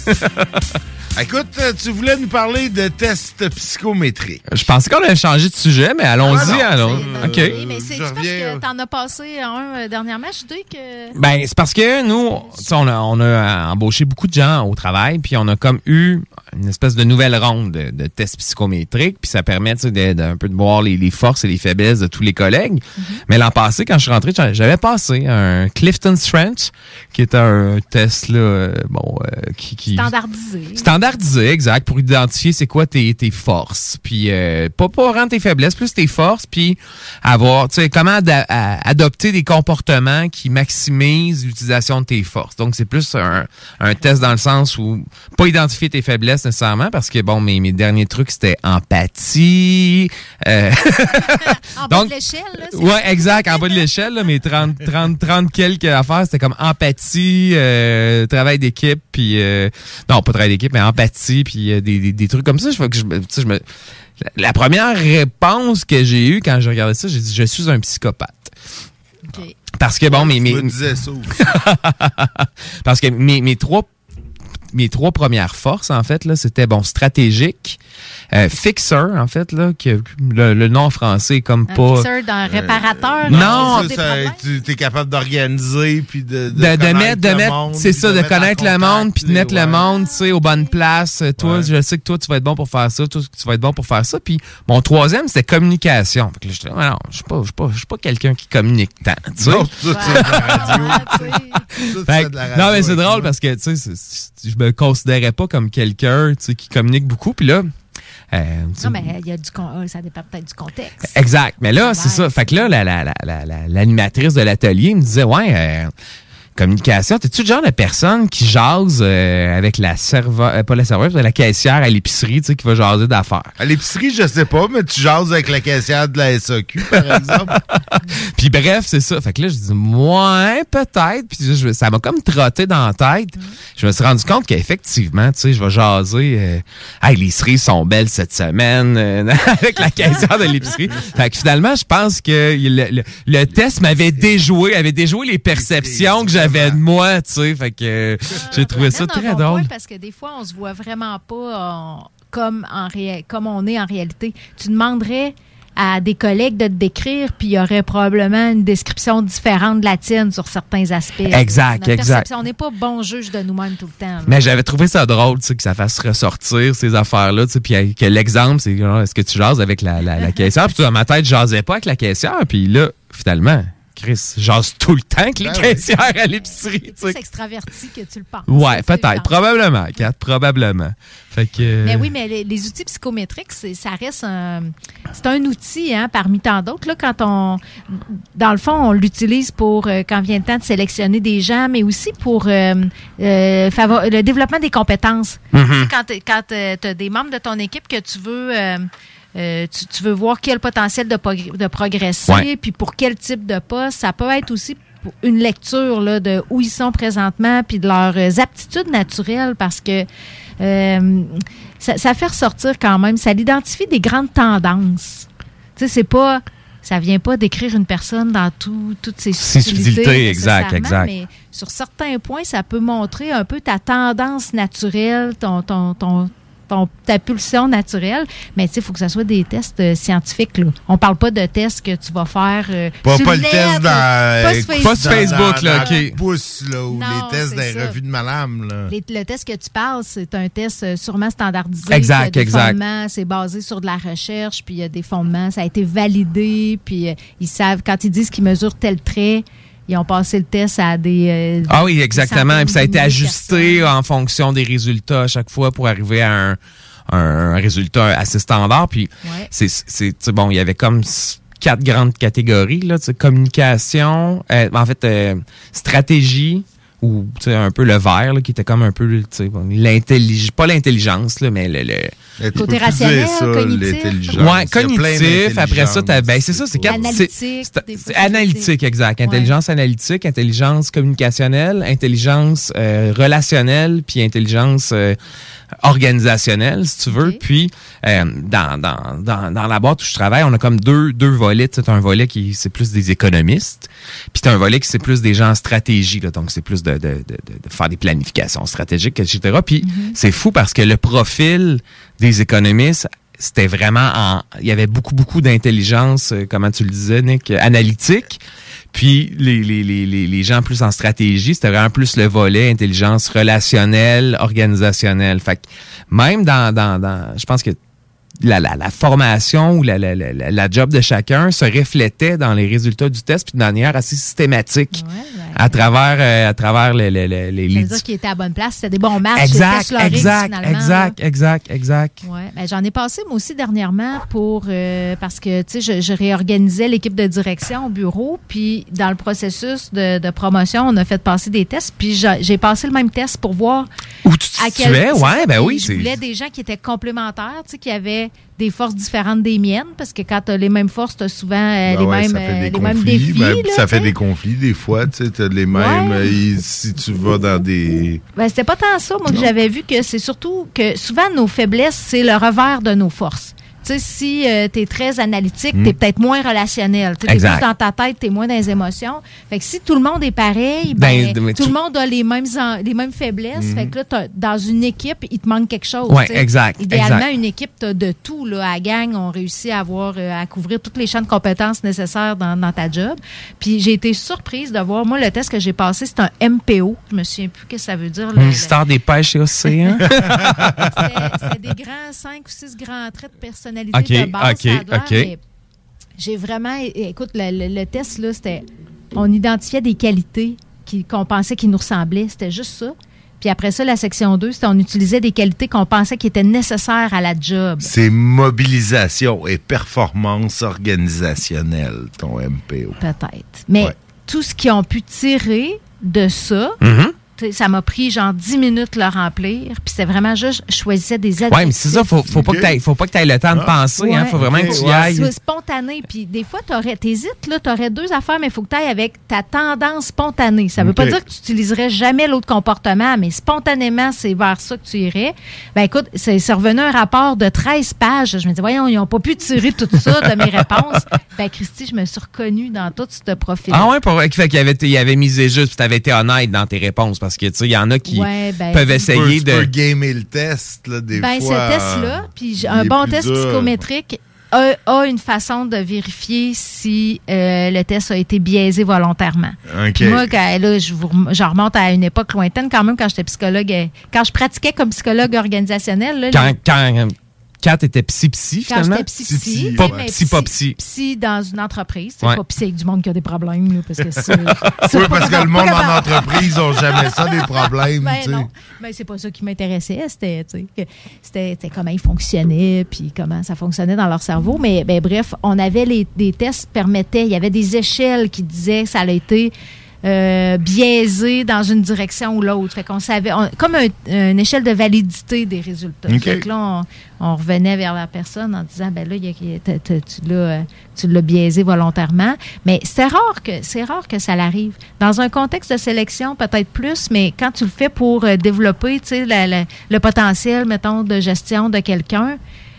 Écoute, tu voulais nous parler de tests psychométriques. Je pensais qu'on allait changer de sujet, mais allons-y. Ah non, allons. c'est- OK. Oui, mais c'est parce que t'en as passé un euh, dernièrement. Je dis que... Ben, c'est parce que nous, tu sais, on a, on a embauché beaucoup de gens au travail, puis on a comme eu une espèce de nouvelle ronde de, de tests psychométriques, puis ça permet, tu sais, de- d'un peu de voir les, les forces et les faiblesses de tous les collègues. Mm-hmm. Mais l'an passé, quand je suis rentré, j'a- j'avais passé un Clifton Strength, qui était un test, là, euh, bon, euh, qui... qui Standardisé. Standardisé, exact, pour identifier c'est quoi tes, tes forces. Puis euh, pas, pas rendre tes faiblesses, plus tes forces, puis avoir, tu sais, comment ada- à- adopter des comportements qui maximisent l'utilisation de tes forces. Donc, c'est plus un, un test dans le sens où pas identifier tes faiblesses nécessairement, parce que, bon, mes, mes derniers trucs, c'était empathie. Euh... En bas Donc, de l'échelle, là. c'est- ouais, exact, en bas de l'échelle, là, mes trente, trente, trente quelques affaires, c'était comme empathie, euh, travail d'équipe, puis... euh, non, pas travail d'équipe, mais empathie, puis euh, des, des, des trucs comme ça. Je, que je, me- tu sais, je me, la, la première réponse que j'ai eue quand j'ai regardé ça, j'ai dit « Je suis un psychopathe ». OK. Parce que, bon, mes... mes Je me disais ça aussi. parce que mes, mes trois mes trois premières forces, en fait, là, c'était, bon, stratégique, euh, fixeur, en fait, là, que le, le nom en français est comme Un pas... fixeur d'un réparateur. non, là, Ça, des ça, problèmes. tu es capable d'organiser puis de, de, de, de connaître mettre, de le mettre, monde, c'est puis ça, de, mettre en connaître le contact monde, puis de les- mettre ouais. le monde, tu sais, aux bonnes places. Toi, Ouais. je sais que toi, tu vas être bon pour faire ça, toi, tu vas être bon pour faire ça. Puis mon troisième, c'était communication. Fait que là, j'étais, ah non, je suis pas, je suis pas, je suis pas quelqu'un qui communique tant, tu sais. Non, ça, c'est de la radio. Ça, Fait c'est que- de la radio non, mais c'est avec drôle moi. parce que, tu sais, c'est- c'est- je me considérais pas comme quelqu'un, tu sais, qui communique beaucoup. Puis là, euh, tu sais, Non, mais il y a du con- ça dépend peut-être du contexte. exact. Mais là, Ouais. c'est ça. Fait que là, la- la- la- la- la- l'animatrice de l'atelier me disait, ouais, euh, communication. T'es-tu le genre de personne qui jase euh, avec la serveuse, euh, pas la serveuse, mais la caissière à l'épicerie, tu sais, qui va jaser d'affaires? À l'épicerie, je sais pas, mais tu jases avec la caissière de la S A Q, par exemple. Puis bref, c'est ça. Fait que là, je dis, ouais, peut-être. Puis je, ça m'a comme trotté dans la tête. Mm. Je me suis rendu compte qu'effectivement, tu sais, je vais jaser. Euh, hey, les cerises sont belles cette semaine euh, avec la caissière de l'épicerie. Fait que finalement, je pense que le, le, le test m'avait déjoué, avait déjoué les perceptions que j'avais de moi, tu sais. Fait que euh, j'ai trouvé ça très drôle. Parce que des fois, on se voit vraiment pas en, comme, en ré, comme on est en réalité. Tu demanderais à des collègues de te décrire, puis il y aurait probablement une description différente de la tienne sur certains aspects. Exact, Notre exact. On n'est pas bon juge de nous-mêmes tout le temps. Là. Mais j'avais trouvé ça drôle, tu sais, que ça fasse ressortir ces affaires-là, tu sais, puis que l'exemple, c'est genre, est-ce que tu jases avec la, la, la caissière? Puis dans ma tête, je jasais pas avec la caissière, puis là, finalement... Chris, jase tout le temps que les ben caissières oui. à l'épicerie. C'est extraverti que tu le penses. Ouais, peut-être. Probablement, Kat, probablement. Fait que, euh... Mais oui, mais les, les outils psychométriques, c'est, ça reste un... C'est un outil, hein, parmi tant d'autres. Là, quand on... Dans le fond, on l'utilise pour, euh, quand vient le temps de sélectionner des gens, mais aussi pour euh, euh, favor... le développement des compétences. Mm-hmm. Quand tu as des membres de ton équipe que tu veux... Euh, Euh, tu, tu veux voir quel potentiel de, pog- de progresser, ouais. Puis pour quel type de poste. Ça peut être aussi pour une lecture là, de où ils sont présentement, puis de leurs aptitudes naturelles, parce que euh, ça, ça fait ressortir quand même, ça l'identifie des grandes tendances. Tu sais, c'est pas... Ça vient pas décrire une personne dans tout, toutes ses subtilités. subtilités exact, exact. Mais sur certains points, ça peut montrer un peu ta tendance naturelle, ton... ton, ton Ton, ta pulsion naturelle, mais tu sais, il faut que ça soit des tests euh, scientifiques. Là. On parle pas de tests que tu vas faire euh, pas, sur pas le le test dans, pas sur Facebook, pas sur Facebook dans, là, dans OK. pouce, là, ou non, les tests dans les ça. revues de madame. Là. Les, le test que tu parles, c'est un test euh, sûrement standardisé. Exact, des exact. Fondements, c'est basé sur de la recherche, puis il y a des fondements, ça a été validé, puis euh, ils savent, quand ils disent qu'ils mesurent tel trait, ils ont passé le test à des... Euh, ah oui, exactement. Puis ça a été ajusté personnes. En fonction des résultats à chaque fois pour arriver à un... un résultat assez standard. Puis, ouais. c'est, c'est, c'est bon, il y avait comme quatre grandes catégories, là, communication, euh, en fait, euh, stratégie, ou un peu le vert, là, qui était comme un peu, bon, l'intelligence, pas l'intelligence, là, mais le... le côté rationnel, ça, cognitif. Ouais, cognitif. Après ça, t'as, ben, c'est ça, c'est quatre. Analytique. C'est, c'est, c'est analytique, exact. Intelligence ouais. analytique, intelligence communicationnelle, intelligence euh, relationnelle, puis intelligence euh, organisationnelle, si tu veux. Okay. Puis, euh, dans, dans, dans, dans la boîte où je travaille, on a comme deux, deux volets. C'est un volet qui, c'est plus des économistes, puis t'as un volet qui, c'est plus des gens en stratégie, là, donc c'est plus de, de, de, de, de faire des planifications stratégiques, et cetera. Puis, mm-hmm. c'est fou parce que le profil des économistes, c'était vraiment en... Il y avait beaucoup, beaucoup d'intelligence, euh, comment tu le disais, Nick, euh, analytique. Puis les, les, les, les gens plus en stratégie, c'était vraiment plus le volet intelligence relationnelle, organisationnelle. Fait que même dans... dans, dans je pense que la, la, la formation ou la, la, la, la job de chacun se reflétait dans les résultats du test puis de manière assez systématique ouais, ouais. à travers euh, à travers les les les les. Ça veut dire qu'il était à la bonne place, c'était des bons matchs. Exact, exact, finalement, exact, là. exact, exact. Ouais, ben, j'en ai passé moi aussi dernièrement pour euh, parce que tu sais je, je réorganisais l'équipe de direction au bureau puis dans le processus de, de promotion on a fait passer des tests puis j'ai, j'ai passé le même test pour voir où tu te situais, ouais, ben oui, je c'est. voulais des gens qui étaient complémentaires, tu sais qui avaient des forces différentes des miennes, parce que quand tu as les mêmes forces, tu as souvent euh, ben les, ouais, mêmes, euh, les mêmes défis. Ben, là, ça fait t'sais. des conflits des fois, tu sais, tu as les mêmes. Ouais. Euh, si tu vas dans des... Ben, c'était pas tant ça, moi, non. que j'avais vu que c'est surtout que souvent nos faiblesses, c'est le revers de nos forces. Tu sais, si euh, tu es très analytique, mm. tu es peut-être moins relationnel. Tu es plus dans ta tête, tu es moins dans les émotions. Fait que si tout le monde est pareil, ben, ben tout tu... le monde a les mêmes, en... les mêmes faiblesses. Mm. Fait que là, t'as... dans une équipe, il te manque quelque chose. Oui, exact. Idéalement, exact. une équipe, tu as de tout. Là, à la gang, on réussit à, avoir, euh, à couvrir tous les champs de compétences nécessaires dans, dans ta job. Puis j'ai été surprise de voir, moi, le test que j'ai passé, c'est un M P O. Je me souviens plus ce que ça veut dire. Ministère le... des pêches et océans. c'était, c'était des grands, cinq ou six grands traits de personnalité. Okay, de base, okay, ça a okay. Mais j'ai vraiment... Écoute, le, le, le test, là, c'était... On identifiait des qualités qui, qu'on pensait qui nous ressemblaient. C'était juste ça. Puis après ça, la section deux, c'était on utilisait des qualités qu'on pensait qui étaient nécessaires à la job. C'est mobilisation et performance organisationnelle, ton M P O. Peut-être. Mais ouais. tout ce qu'ils ont pu tirer de ça. Mm-hmm. Ça m'a pris genre dix minutes de le remplir. Puis c'était vraiment juste, je choisissais des adjectifs. Oui, mais c'est ça, faut, faut pas que tu faut pas que tu aies le temps de penser. Il ouais, faut vraiment okay. que tu y ouais. ailles. C'est spontané. Puis des fois, tu hésites, tu aurais deux affaires, mais il faut que tu ailles avec ta tendance spontanée. Ça veut okay. pas dire que tu n'utiliserais jamais l'autre comportement, mais spontanément, c'est vers ça que tu irais. Ben écoute, c'est, c'est revenu un rapport de treize pages. Je me dis, voyons, ils n'ont pas pu tirer tout ça de mes réponses. Ben Christy, je me suis reconnue dans tout ce profil. Ah ouais, pour, fait qu'il avait, il avait misé juste, puis tu avais été honnête dans tes réponses, parce que tu sais, il y en a qui qui ouais, ben, peuvent essayer tu de... Tu peux gamer le test, là, des ben, fois. Ben, ce test-là, puis un bon test dur. psychométrique a, a une façon de vérifier si euh, le test a été biaisé volontairement. Okay. Moi, quand, là, je, vous, je remonte à une époque lointaine, quand même, quand j'étais psychologue, quand je pratiquais comme psychologue organisationnel. Là, quand... les... quand... Kat était psy-psy, finalement? Quand j'étais psy-psy. Pas psy, pas psy. Psy dans une entreprise. C'est ouais. pas psy avec du monde qui a des problèmes. Là, parce que c'est, c'est oui, parce que le monde en entreprise n'a jamais ça, des problèmes. Ben non. Ben, c'est pas ça qui m'intéressait. C'était, c'était, c'était comment ils fonctionnaient puis comment ça fonctionnait dans leur cerveau. Mais ben, bref, on avait les, des tests qui permettaient, il y avait des échelles qui disaient que ça allait été... Euh, biaisé dans une direction ou l'autre. Fait qu'on savait, on, comme un, une échelle de validité des résultats. Okay. Fait que là, on, on revenait vers la personne en disant, ben là, y a, y a, t, t, tu l'as, tu l'as biaisé volontairement. Mais c'est rare que, c'est rare que ça l'arrive. Dans un contexte de sélection, peut-être plus, mais quand tu le fais pour euh, développer, tu sais, la, la, le potentiel, mettons, de gestion de quelqu'un,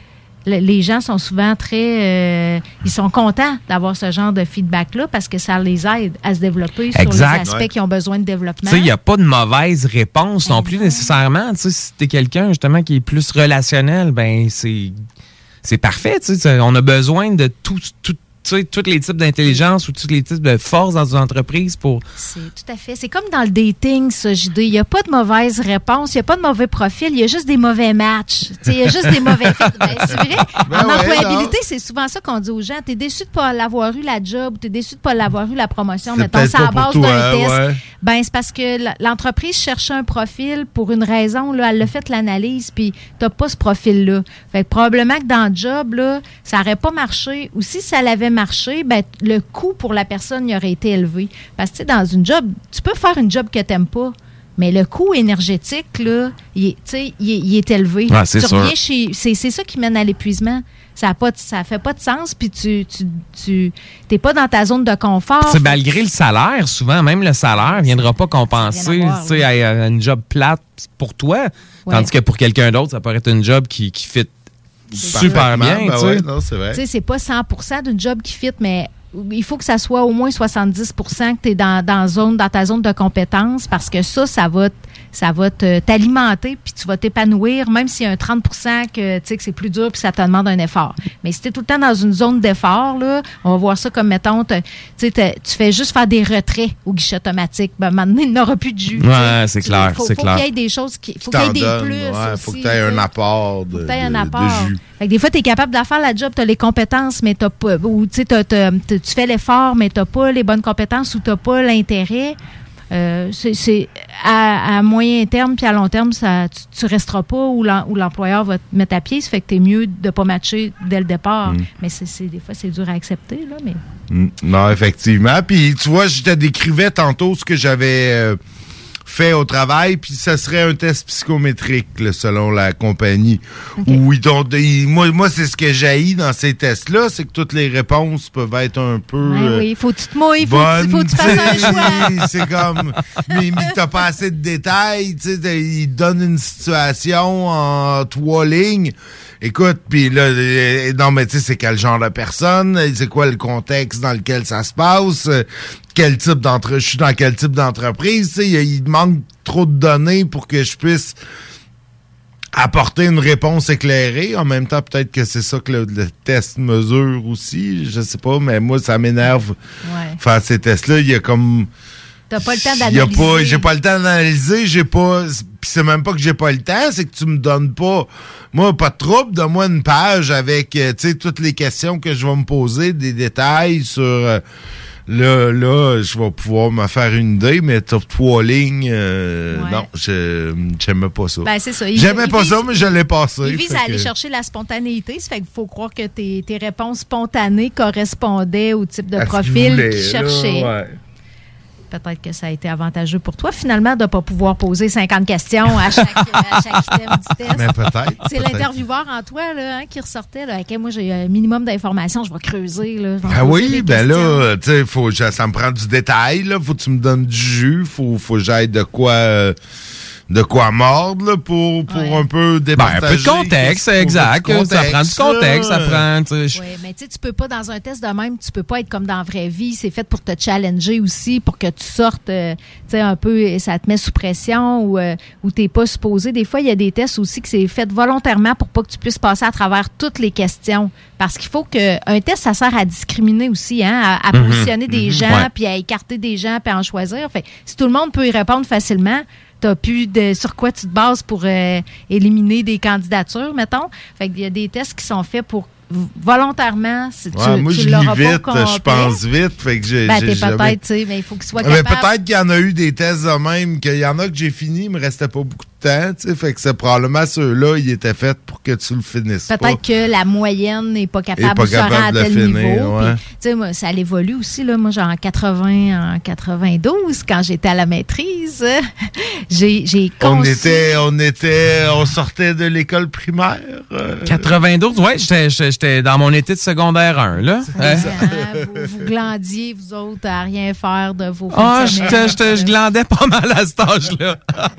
les gens sont souvent très... Euh, ils sont contents d'avoir ce genre de feedback-là parce que ça les aide à se développer exact. Sur les aspects ouais. qui ont besoin de développement. Il n'y a pas de mauvaise réponse non plus nécessairement. T'sais, si tu es quelqu'un justement qui est plus relationnel, ben c'est, c'est parfait. T'sais. On a besoin de tout... tout tu sais, tous les types d'intelligence ou tous les types de force dans une entreprise pour... C'est tout à fait. C'est comme dans le dating, ça, J D. Il n'y a pas de mauvaise réponse, il n'y a pas de mauvais profil, il y a juste des mauvais matchs. Il y a juste des mauvais fits. Ben, c'est vrai. Ben en ouais, employabilité, non. C'est souvent ça qu'on dit aux gens. Tu es déçu de ne pas l'avoir eu la job ou tu es déçu de ne pas l'avoir eu la promotion, c'est mettons, ça à base toi, d'un test. Ouais. Ben, c'est parce que l'entreprise cherchait un profil pour une raison. Là, elle l'a fait l'analyse, puis tu n'as pas ce profil-là. Fait que probablement que dans le job, là, ça n'aurait pas marché. Ou si ça l'avait marché, ben, le coût pour la personne y aurait été élevé. Parce que, tu sais, dans une job, tu peux faire une job que tu n'aimes pas, mais le coût énergétique, là, il est, tu sais, il est, il est élevé. Ah, c'est tu sûr. reviens chez, c'est, c'est ça qui mène à l'épuisement. Ça a pas, ça fait pas de sens, puis tu, tu, tu, t'es pas dans ta zone de confort. C'est malgré le salaire, souvent, même le salaire ne viendra pas compenser, voir, oui. à, à une job plate pour toi, ouais. Tandis que pour quelqu'un d'autre, ça pourrait être une job qui, qui fit super bien, ben tu sais. Ouais, non, c'est vrai. Tu sais, c'est pas cent pour cent d'une job qui fit, mais il faut que ça soit au moins soixante-dix pour cent que tu es dans, dans, zone, dans ta zone de compétence parce que ça, ça va, ça va te, t'alimenter puis tu vas t'épanouir, même s'il y a un trente pour cent que, tu sais, que c'est plus dur puis ça te demande un effort. Mais si tu es tout le temps dans une zone d'effort, là, on va voir ça comme, mettons, tu fais juste faire des retraits au guichet automatique. Ben, maintenant, il n'aura plus de jus. Ouais, c'est clair, faut, c'est faut clair. Qu'il y ait des choses qui... Faut qu'il y ait des donnes, plus ouais, aussi. Faut que tu aies un apport de, faut que tu aies un de, apport. de jus. Fait que des fois, tu es capable de faire la job, tu as les compétences, mais t'as pas, ou tu fais l'effort, mais tu n'as pas les bonnes compétences ou tu n'as pas l'intérêt. Euh, c'est, c'est à, à moyen terme puis à long terme, ça, tu ne resteras pas où, l'em, où l'employeur va te mettre à pied. Ça fait que tu es mieux de ne pas matcher dès le départ. Mm. Mais c'est, c'est, des fois, c'est dur à accepter. Là, mais... Mm. Non, effectivement. Puis tu vois, je te décrivais tantôt ce que j'avais... Euh, fait au travail, puis ça serait un test psychométrique, là, selon la compagnie. Okay. Où ils t'ont, ils, moi, moi, c'est ce que j'haïs dans ces tests-là, c'est que toutes les réponses peuvent être un peu... Ben euh, oui, faut que tu te mouilles, faut, bonnes, faut que tu fasses un choix. C'est comme... mais, mais t'as pas assez de détails, tu sais, ils donnent une situation en trois lignes. Écoute, puis là, euh, non, mais tu sais, c'est quel genre de personne, c'est quoi le contexte dans lequel ça se passe, euh, quel type d'entre, je suis dans quel type d'entreprise, tu sais, il, il manque trop de données pour que je puisse apporter une réponse éclairée. En même temps, peut-être que c'est ça que le, le test mesure aussi, je sais pas, mais moi, ça m'énerve ouais. faire ces tests-là. Il y a comme... T'as pas le temps d'analyser. Pas, j'ai pas le temps d'analyser, j'ai pas... Puis c'est même pas que j'ai pas le temps, c'est que tu me donnes pas... Moi, pas de trouble, donne-moi une page avec, euh, tu sais, toutes les questions que je vais me poser, des détails sur... Euh, là, là, je vais pouvoir me faire une idée, mais t'as trois lignes... Euh, ouais. Non, je j'aimais pas ça. Ben, c'est ça. Il, J'aimais il pas vise, ça, mais je l'ai passé. Il vise à aller que... chercher la spontanéité. Ça fait qu'il faut croire que tes, tes réponses spontanées correspondaient au type de à profil qu'il cherchait. Là, ouais. peut-être que ça a été avantageux pour toi, finalement, de ne pas pouvoir poser cinquante questions à chaque, à chaque item du test. Mais peut-être. C'est peut-être. l'intervieweur en toi là, hein, qui ressortait. Là, okay, moi, j'ai un minimum d'informations, je vais creuser. Là, je vais Ah poser oui, des ben questions. là, tu sais, faut, ça me prend du détail, là. Faut que tu me donnes du jus. Faut, faut que j'aille de quoi, euh, de quoi mordre, là, pour, pour Ouais. un peu Ben, départager. un peu de contexte, Faut- faut exact. du ça prend du contexte, ça là. prend... tu sais, Oui, mais tu sais, tu peux pas, dans un test de même, tu peux pas être comme dans la vraie vie. C'est fait pour te challenger aussi, pour que tu sortes, euh, tu sais, un peu, et ça te met sous pression ou, euh, ou t'es pas supposé. Des fois, il y a des tests aussi que c'est fait volontairement pour pas que tu puisses passer à travers toutes les questions. Parce qu'il faut que, un test, ça sert à discriminer aussi, hein, à, à Mhm. positionner des Mhm. gens, Ouais. puis à écarter des gens, puis à en choisir. Fait, si tout le monde peut y répondre facilement, t'as plus de sur quoi tu te bases pour euh, éliminer des candidatures, mettons. Fait qu'il y a des tests qui sont faits pour volontairement, si tu, Ouais, moi, tu je lis l'auras pas vite, complet. je pense vite, fait que j'ai Ben, j'ai t'es jamais... peut-être, tu sais, mais il faut qu'il soit Ah, mais capable. peut-être qu'il y en a eu des tests de même, qu'il y en a que j'ai fini, il me restait pas beaucoup de temps, tu sais, fait que c'est probablement ceux-là, ils étaient faits pour que tu le finisses pas. Peut-être que la moyenne n'est pas capable Est pas de se rendre capable à de tel le niveau. finir, ouais. Puis, tu sais, moi, ça évolue aussi. Là. Moi, genre en quatre-vingts, en quatre-vingt-douze, quand j'étais à la maîtrise, j'ai, j'ai On conçu... était, on était, on sortait de l'école primaire. euh, quatre-vingt-douze, ouais, j'étais, j'étais j'étais dans mon été de secondaire un, là. Hein? Hein, vous, vous glandiez, vous autres, à rien faire de vos fins Ah, de semaine. j'étais- j'étais- je glandais pas mal à cet âge-là.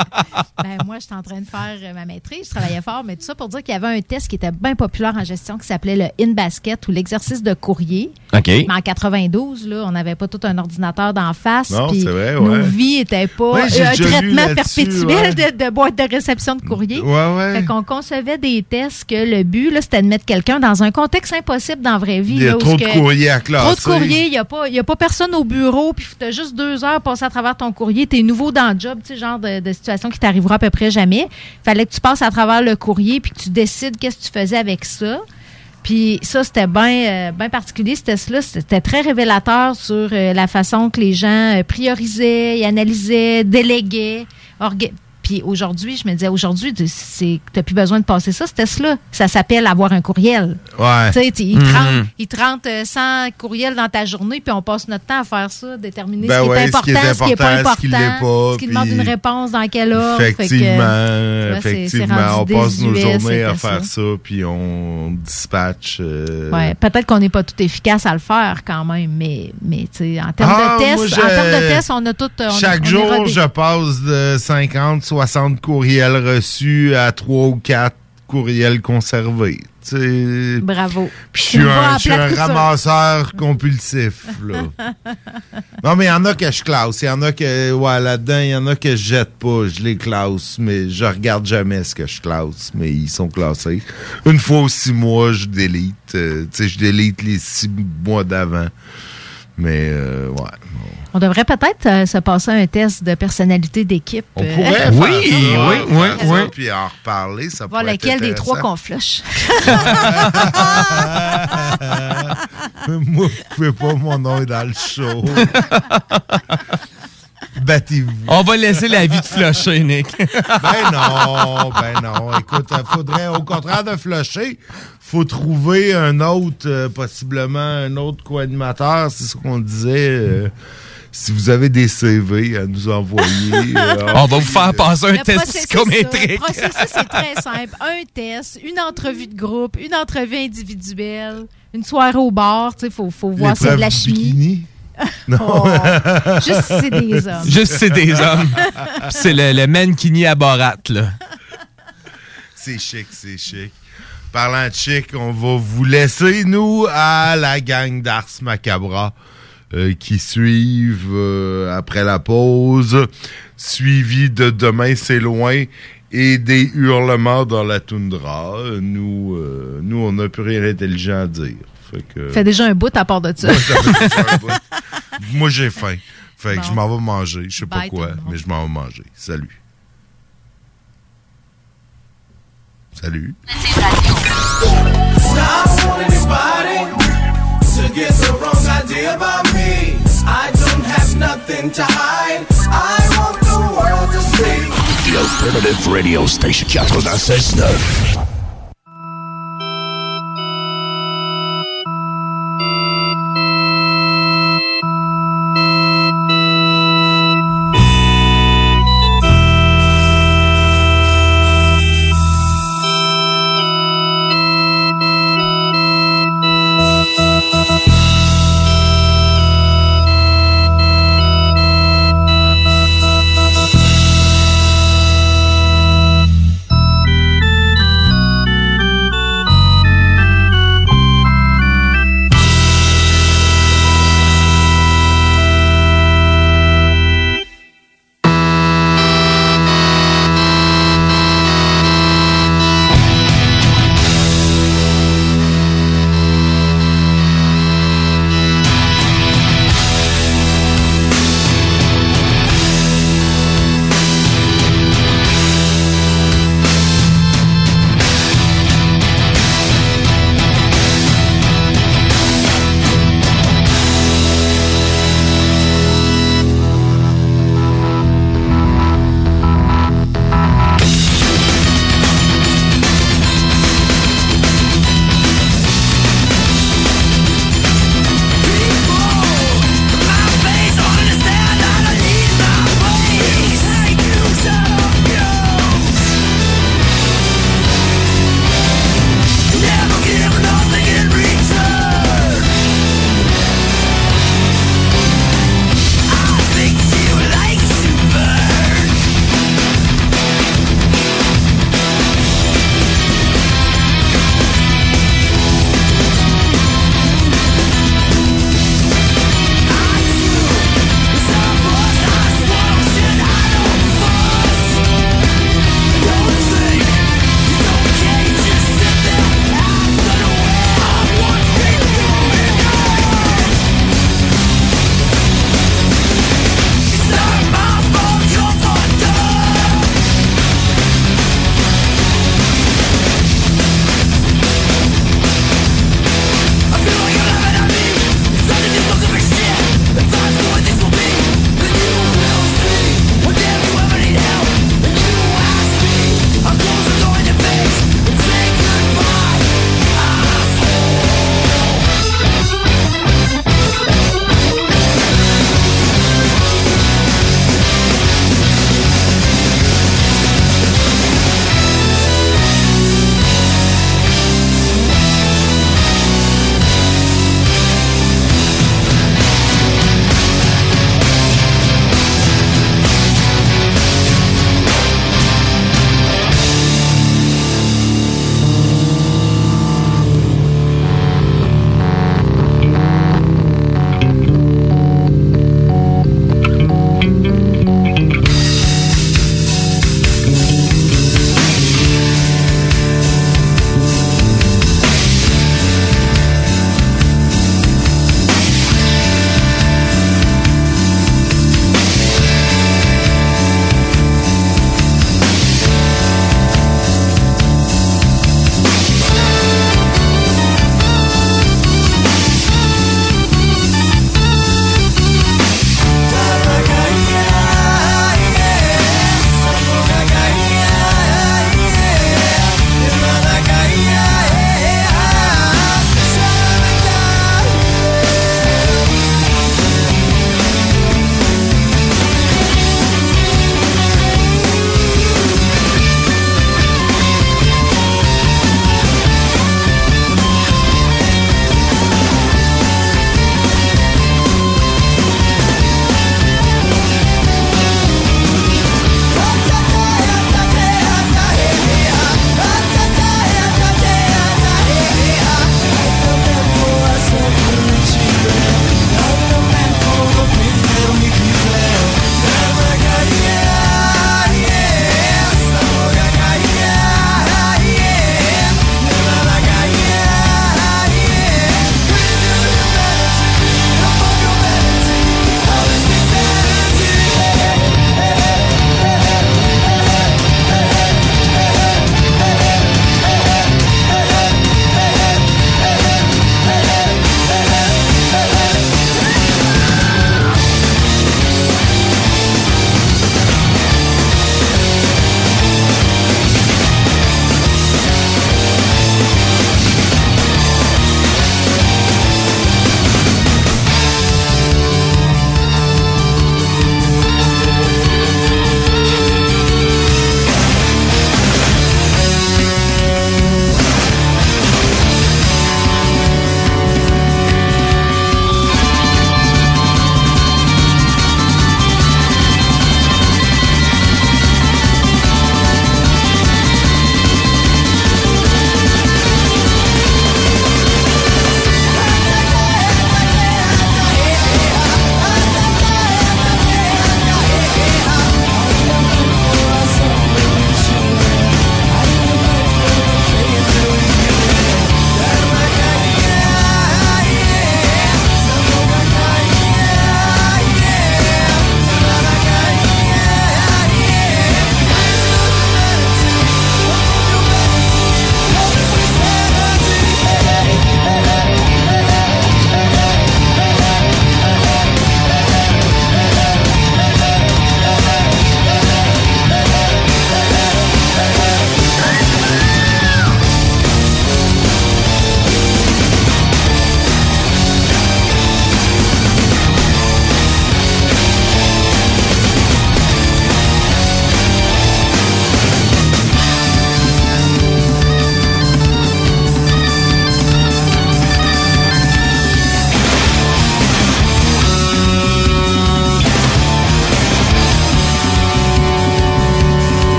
Ben, moi, j'étais en train de faire euh, ma maîtrise, je travaillais fort, mais tout ça pour dire qu'il y avait un test qui était bien populaire en gestion qui s'appelait le In-Basket ou l'exercice de courrier. OK. Mais en quatre-vingt-douze, là, on n'avait pas tout un ordinateur d'en face. Non, puis c'est vrai, nos ouais. vies n'étaient pas Ouais, j'ai un déjà lu traitement là-dessus, perpétuel ouais. de, de boîte de réception de courrier. Ouais, ouais. Fait qu'on concevait des tests que le but, là, c'était de mettre quelqu'un dans un contexte impossible dans la vraie vie. Il y a là, où trop ce de que- courriers à classer. Trop de courriers, il n'y a, pas- il y a pas personne au bureau, puis tu as juste deux heures passer à travers ton courrier. Tu es nouveau dans le job, tu sais, genre de, de situation qui t'arrivera à peu près jamais. Fallait que tu passes à travers le courrier, puis que tu décides qu'est-ce que tu faisais avec ça. Puis ça, c'était bien bien particulier, ce test-là. C'était très révélateur sur euh, la façon que les gens euh, priorisaient, et analysaient, déléguaient. orga- Puis aujourd'hui, je me disais, aujourd'hui, tu n'as plus besoin de passer ça, ce test-là. Ça s'appelle avoir un courriel. Ouais. Tu sais, tu- ils te Mhm. rentrent- ils te rentrent euh, cent courriels dans ta journée, puis on passe notre temps à faire ça, déterminer Ben ce, qui ouais, est ce qui important, est ce qui n'est pas important, important, ce qui l'est pas, ce qui demande puis- une réponse dans quel ordre. Fait que, Effectivement, ouais, c'est- c'est effectivement. rendu On passe nos désuet, journées ces à tests-là. faire ça, puis on dispatche. euh, Ouais, peut-être qu'on n'est pas tout efficace à le faire quand même, mais, mais tu sais, en termes Ah, de tests, moi, en je- termes de tests, on a tout. on- Chaque on est jour, rodé. je passe de cinquante, soixante courriels reçus à trois ou quatre courriels conservés. Tu sais. Bravo. Puis je Tu suis me vois un, en je suis plate un couture. ramasseur compulsif, là. Non, mais il y en a que je classe. Il y en a que, ouais, là-dedans, il y en a que je jette pas. Je les classe, mais je regarde jamais ce que je classe. Mais ils sont classés. Une fois aux six mois, je délite. Euh, tu sais, je délite les six mois d'avant. Mais, euh, ouais. On devrait peut-être euh, se passer un test de personnalité d'équipe. On euh, pourrait faire Oui, ça, oui, faire oui, ça, oui. Puis en reparler, ça voir pourrait lequel être des trois intéressant. qu'on flush. Moi, vous pouvez pas, mon nom est dans le show. Battez-vous. On va laisser la vie de flusher, Nick. Ben non, ben non. Écoute, il faudrait, au contraire de flusher, faut trouver un autre, euh, possiblement un autre co-animateur. C'est ce qu'on disait. euh, si vous avez des C V à nous envoyer. euh, On va vous faire passer un Le test processus, psychométrique. Le processus est très simple. Un test, une entrevue de groupe, une entrevue individuelle, une soirée au bar. Il faut, faut voir si c'est de la L'épreuve du chimie. bikini. Non. Oh, juste si c'est des hommes. Juste c'est des hommes. Puis c'est le, le mankini à Borat, là. C'est chic, c'est chic. Parlant de chic, on va vous laisser, nous, à la gang d'Ars Macabra euh, qui suivent euh, après la pause, suivi de Demain c'est loin et des hurlements dans la toundra. Nous, euh, nous on n'a plus rien d'intelligent à dire. Fait que... Fait déjà un bout à part de ça. Ouais, ça fait déjà un bout. Moi, j'ai faim. Fait que Bon. je m'en vais manger. Je sais pas Bye, quoi, tout le monde. mais je m'en vais manger. Salut. Salut. I don't want anybody to get the wrong idea about me. I don't have nothing to hide. I want the world to see. The Alternative Radio Station quatre-vingt-seize neuf.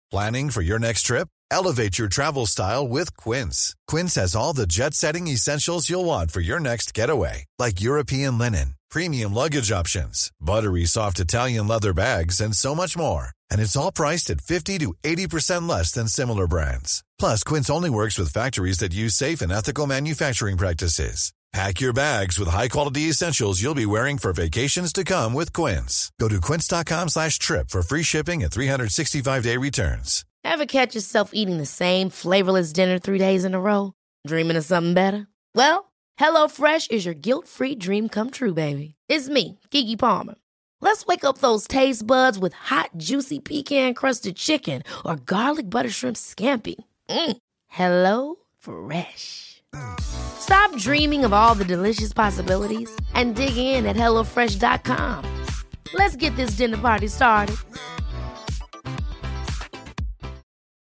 Planning for your next trip? Elevate your travel style with Quince. Quince has all the jet-setting essentials you'll want for your next getaway, like European linen, premium luggage options, buttery soft Italian leather bags, and so much more. And it's all priced at fifty to eighty percent less than similar brands. Plus, Quince only works with factories that use safe and ethical manufacturing practices. Pack your bags with high-quality essentials you'll be wearing for vacations to come with Quince. Go to quince.com slash trip for free shipping and three sixty-five day returns. Ever catch yourself eating the same flavorless dinner three days in a row? Dreaming of something better? Well, HelloFresh is your guilt-free dream come true, baby. It's me, Keke Palmer. Let's wake up those taste buds with hot, juicy pecan-crusted chicken or garlic butter shrimp scampi. Mm. Hello Fresh. Stop dreaming of all the delicious possibilities and dig in at hello fresh dot com. Let's get this dinner party started.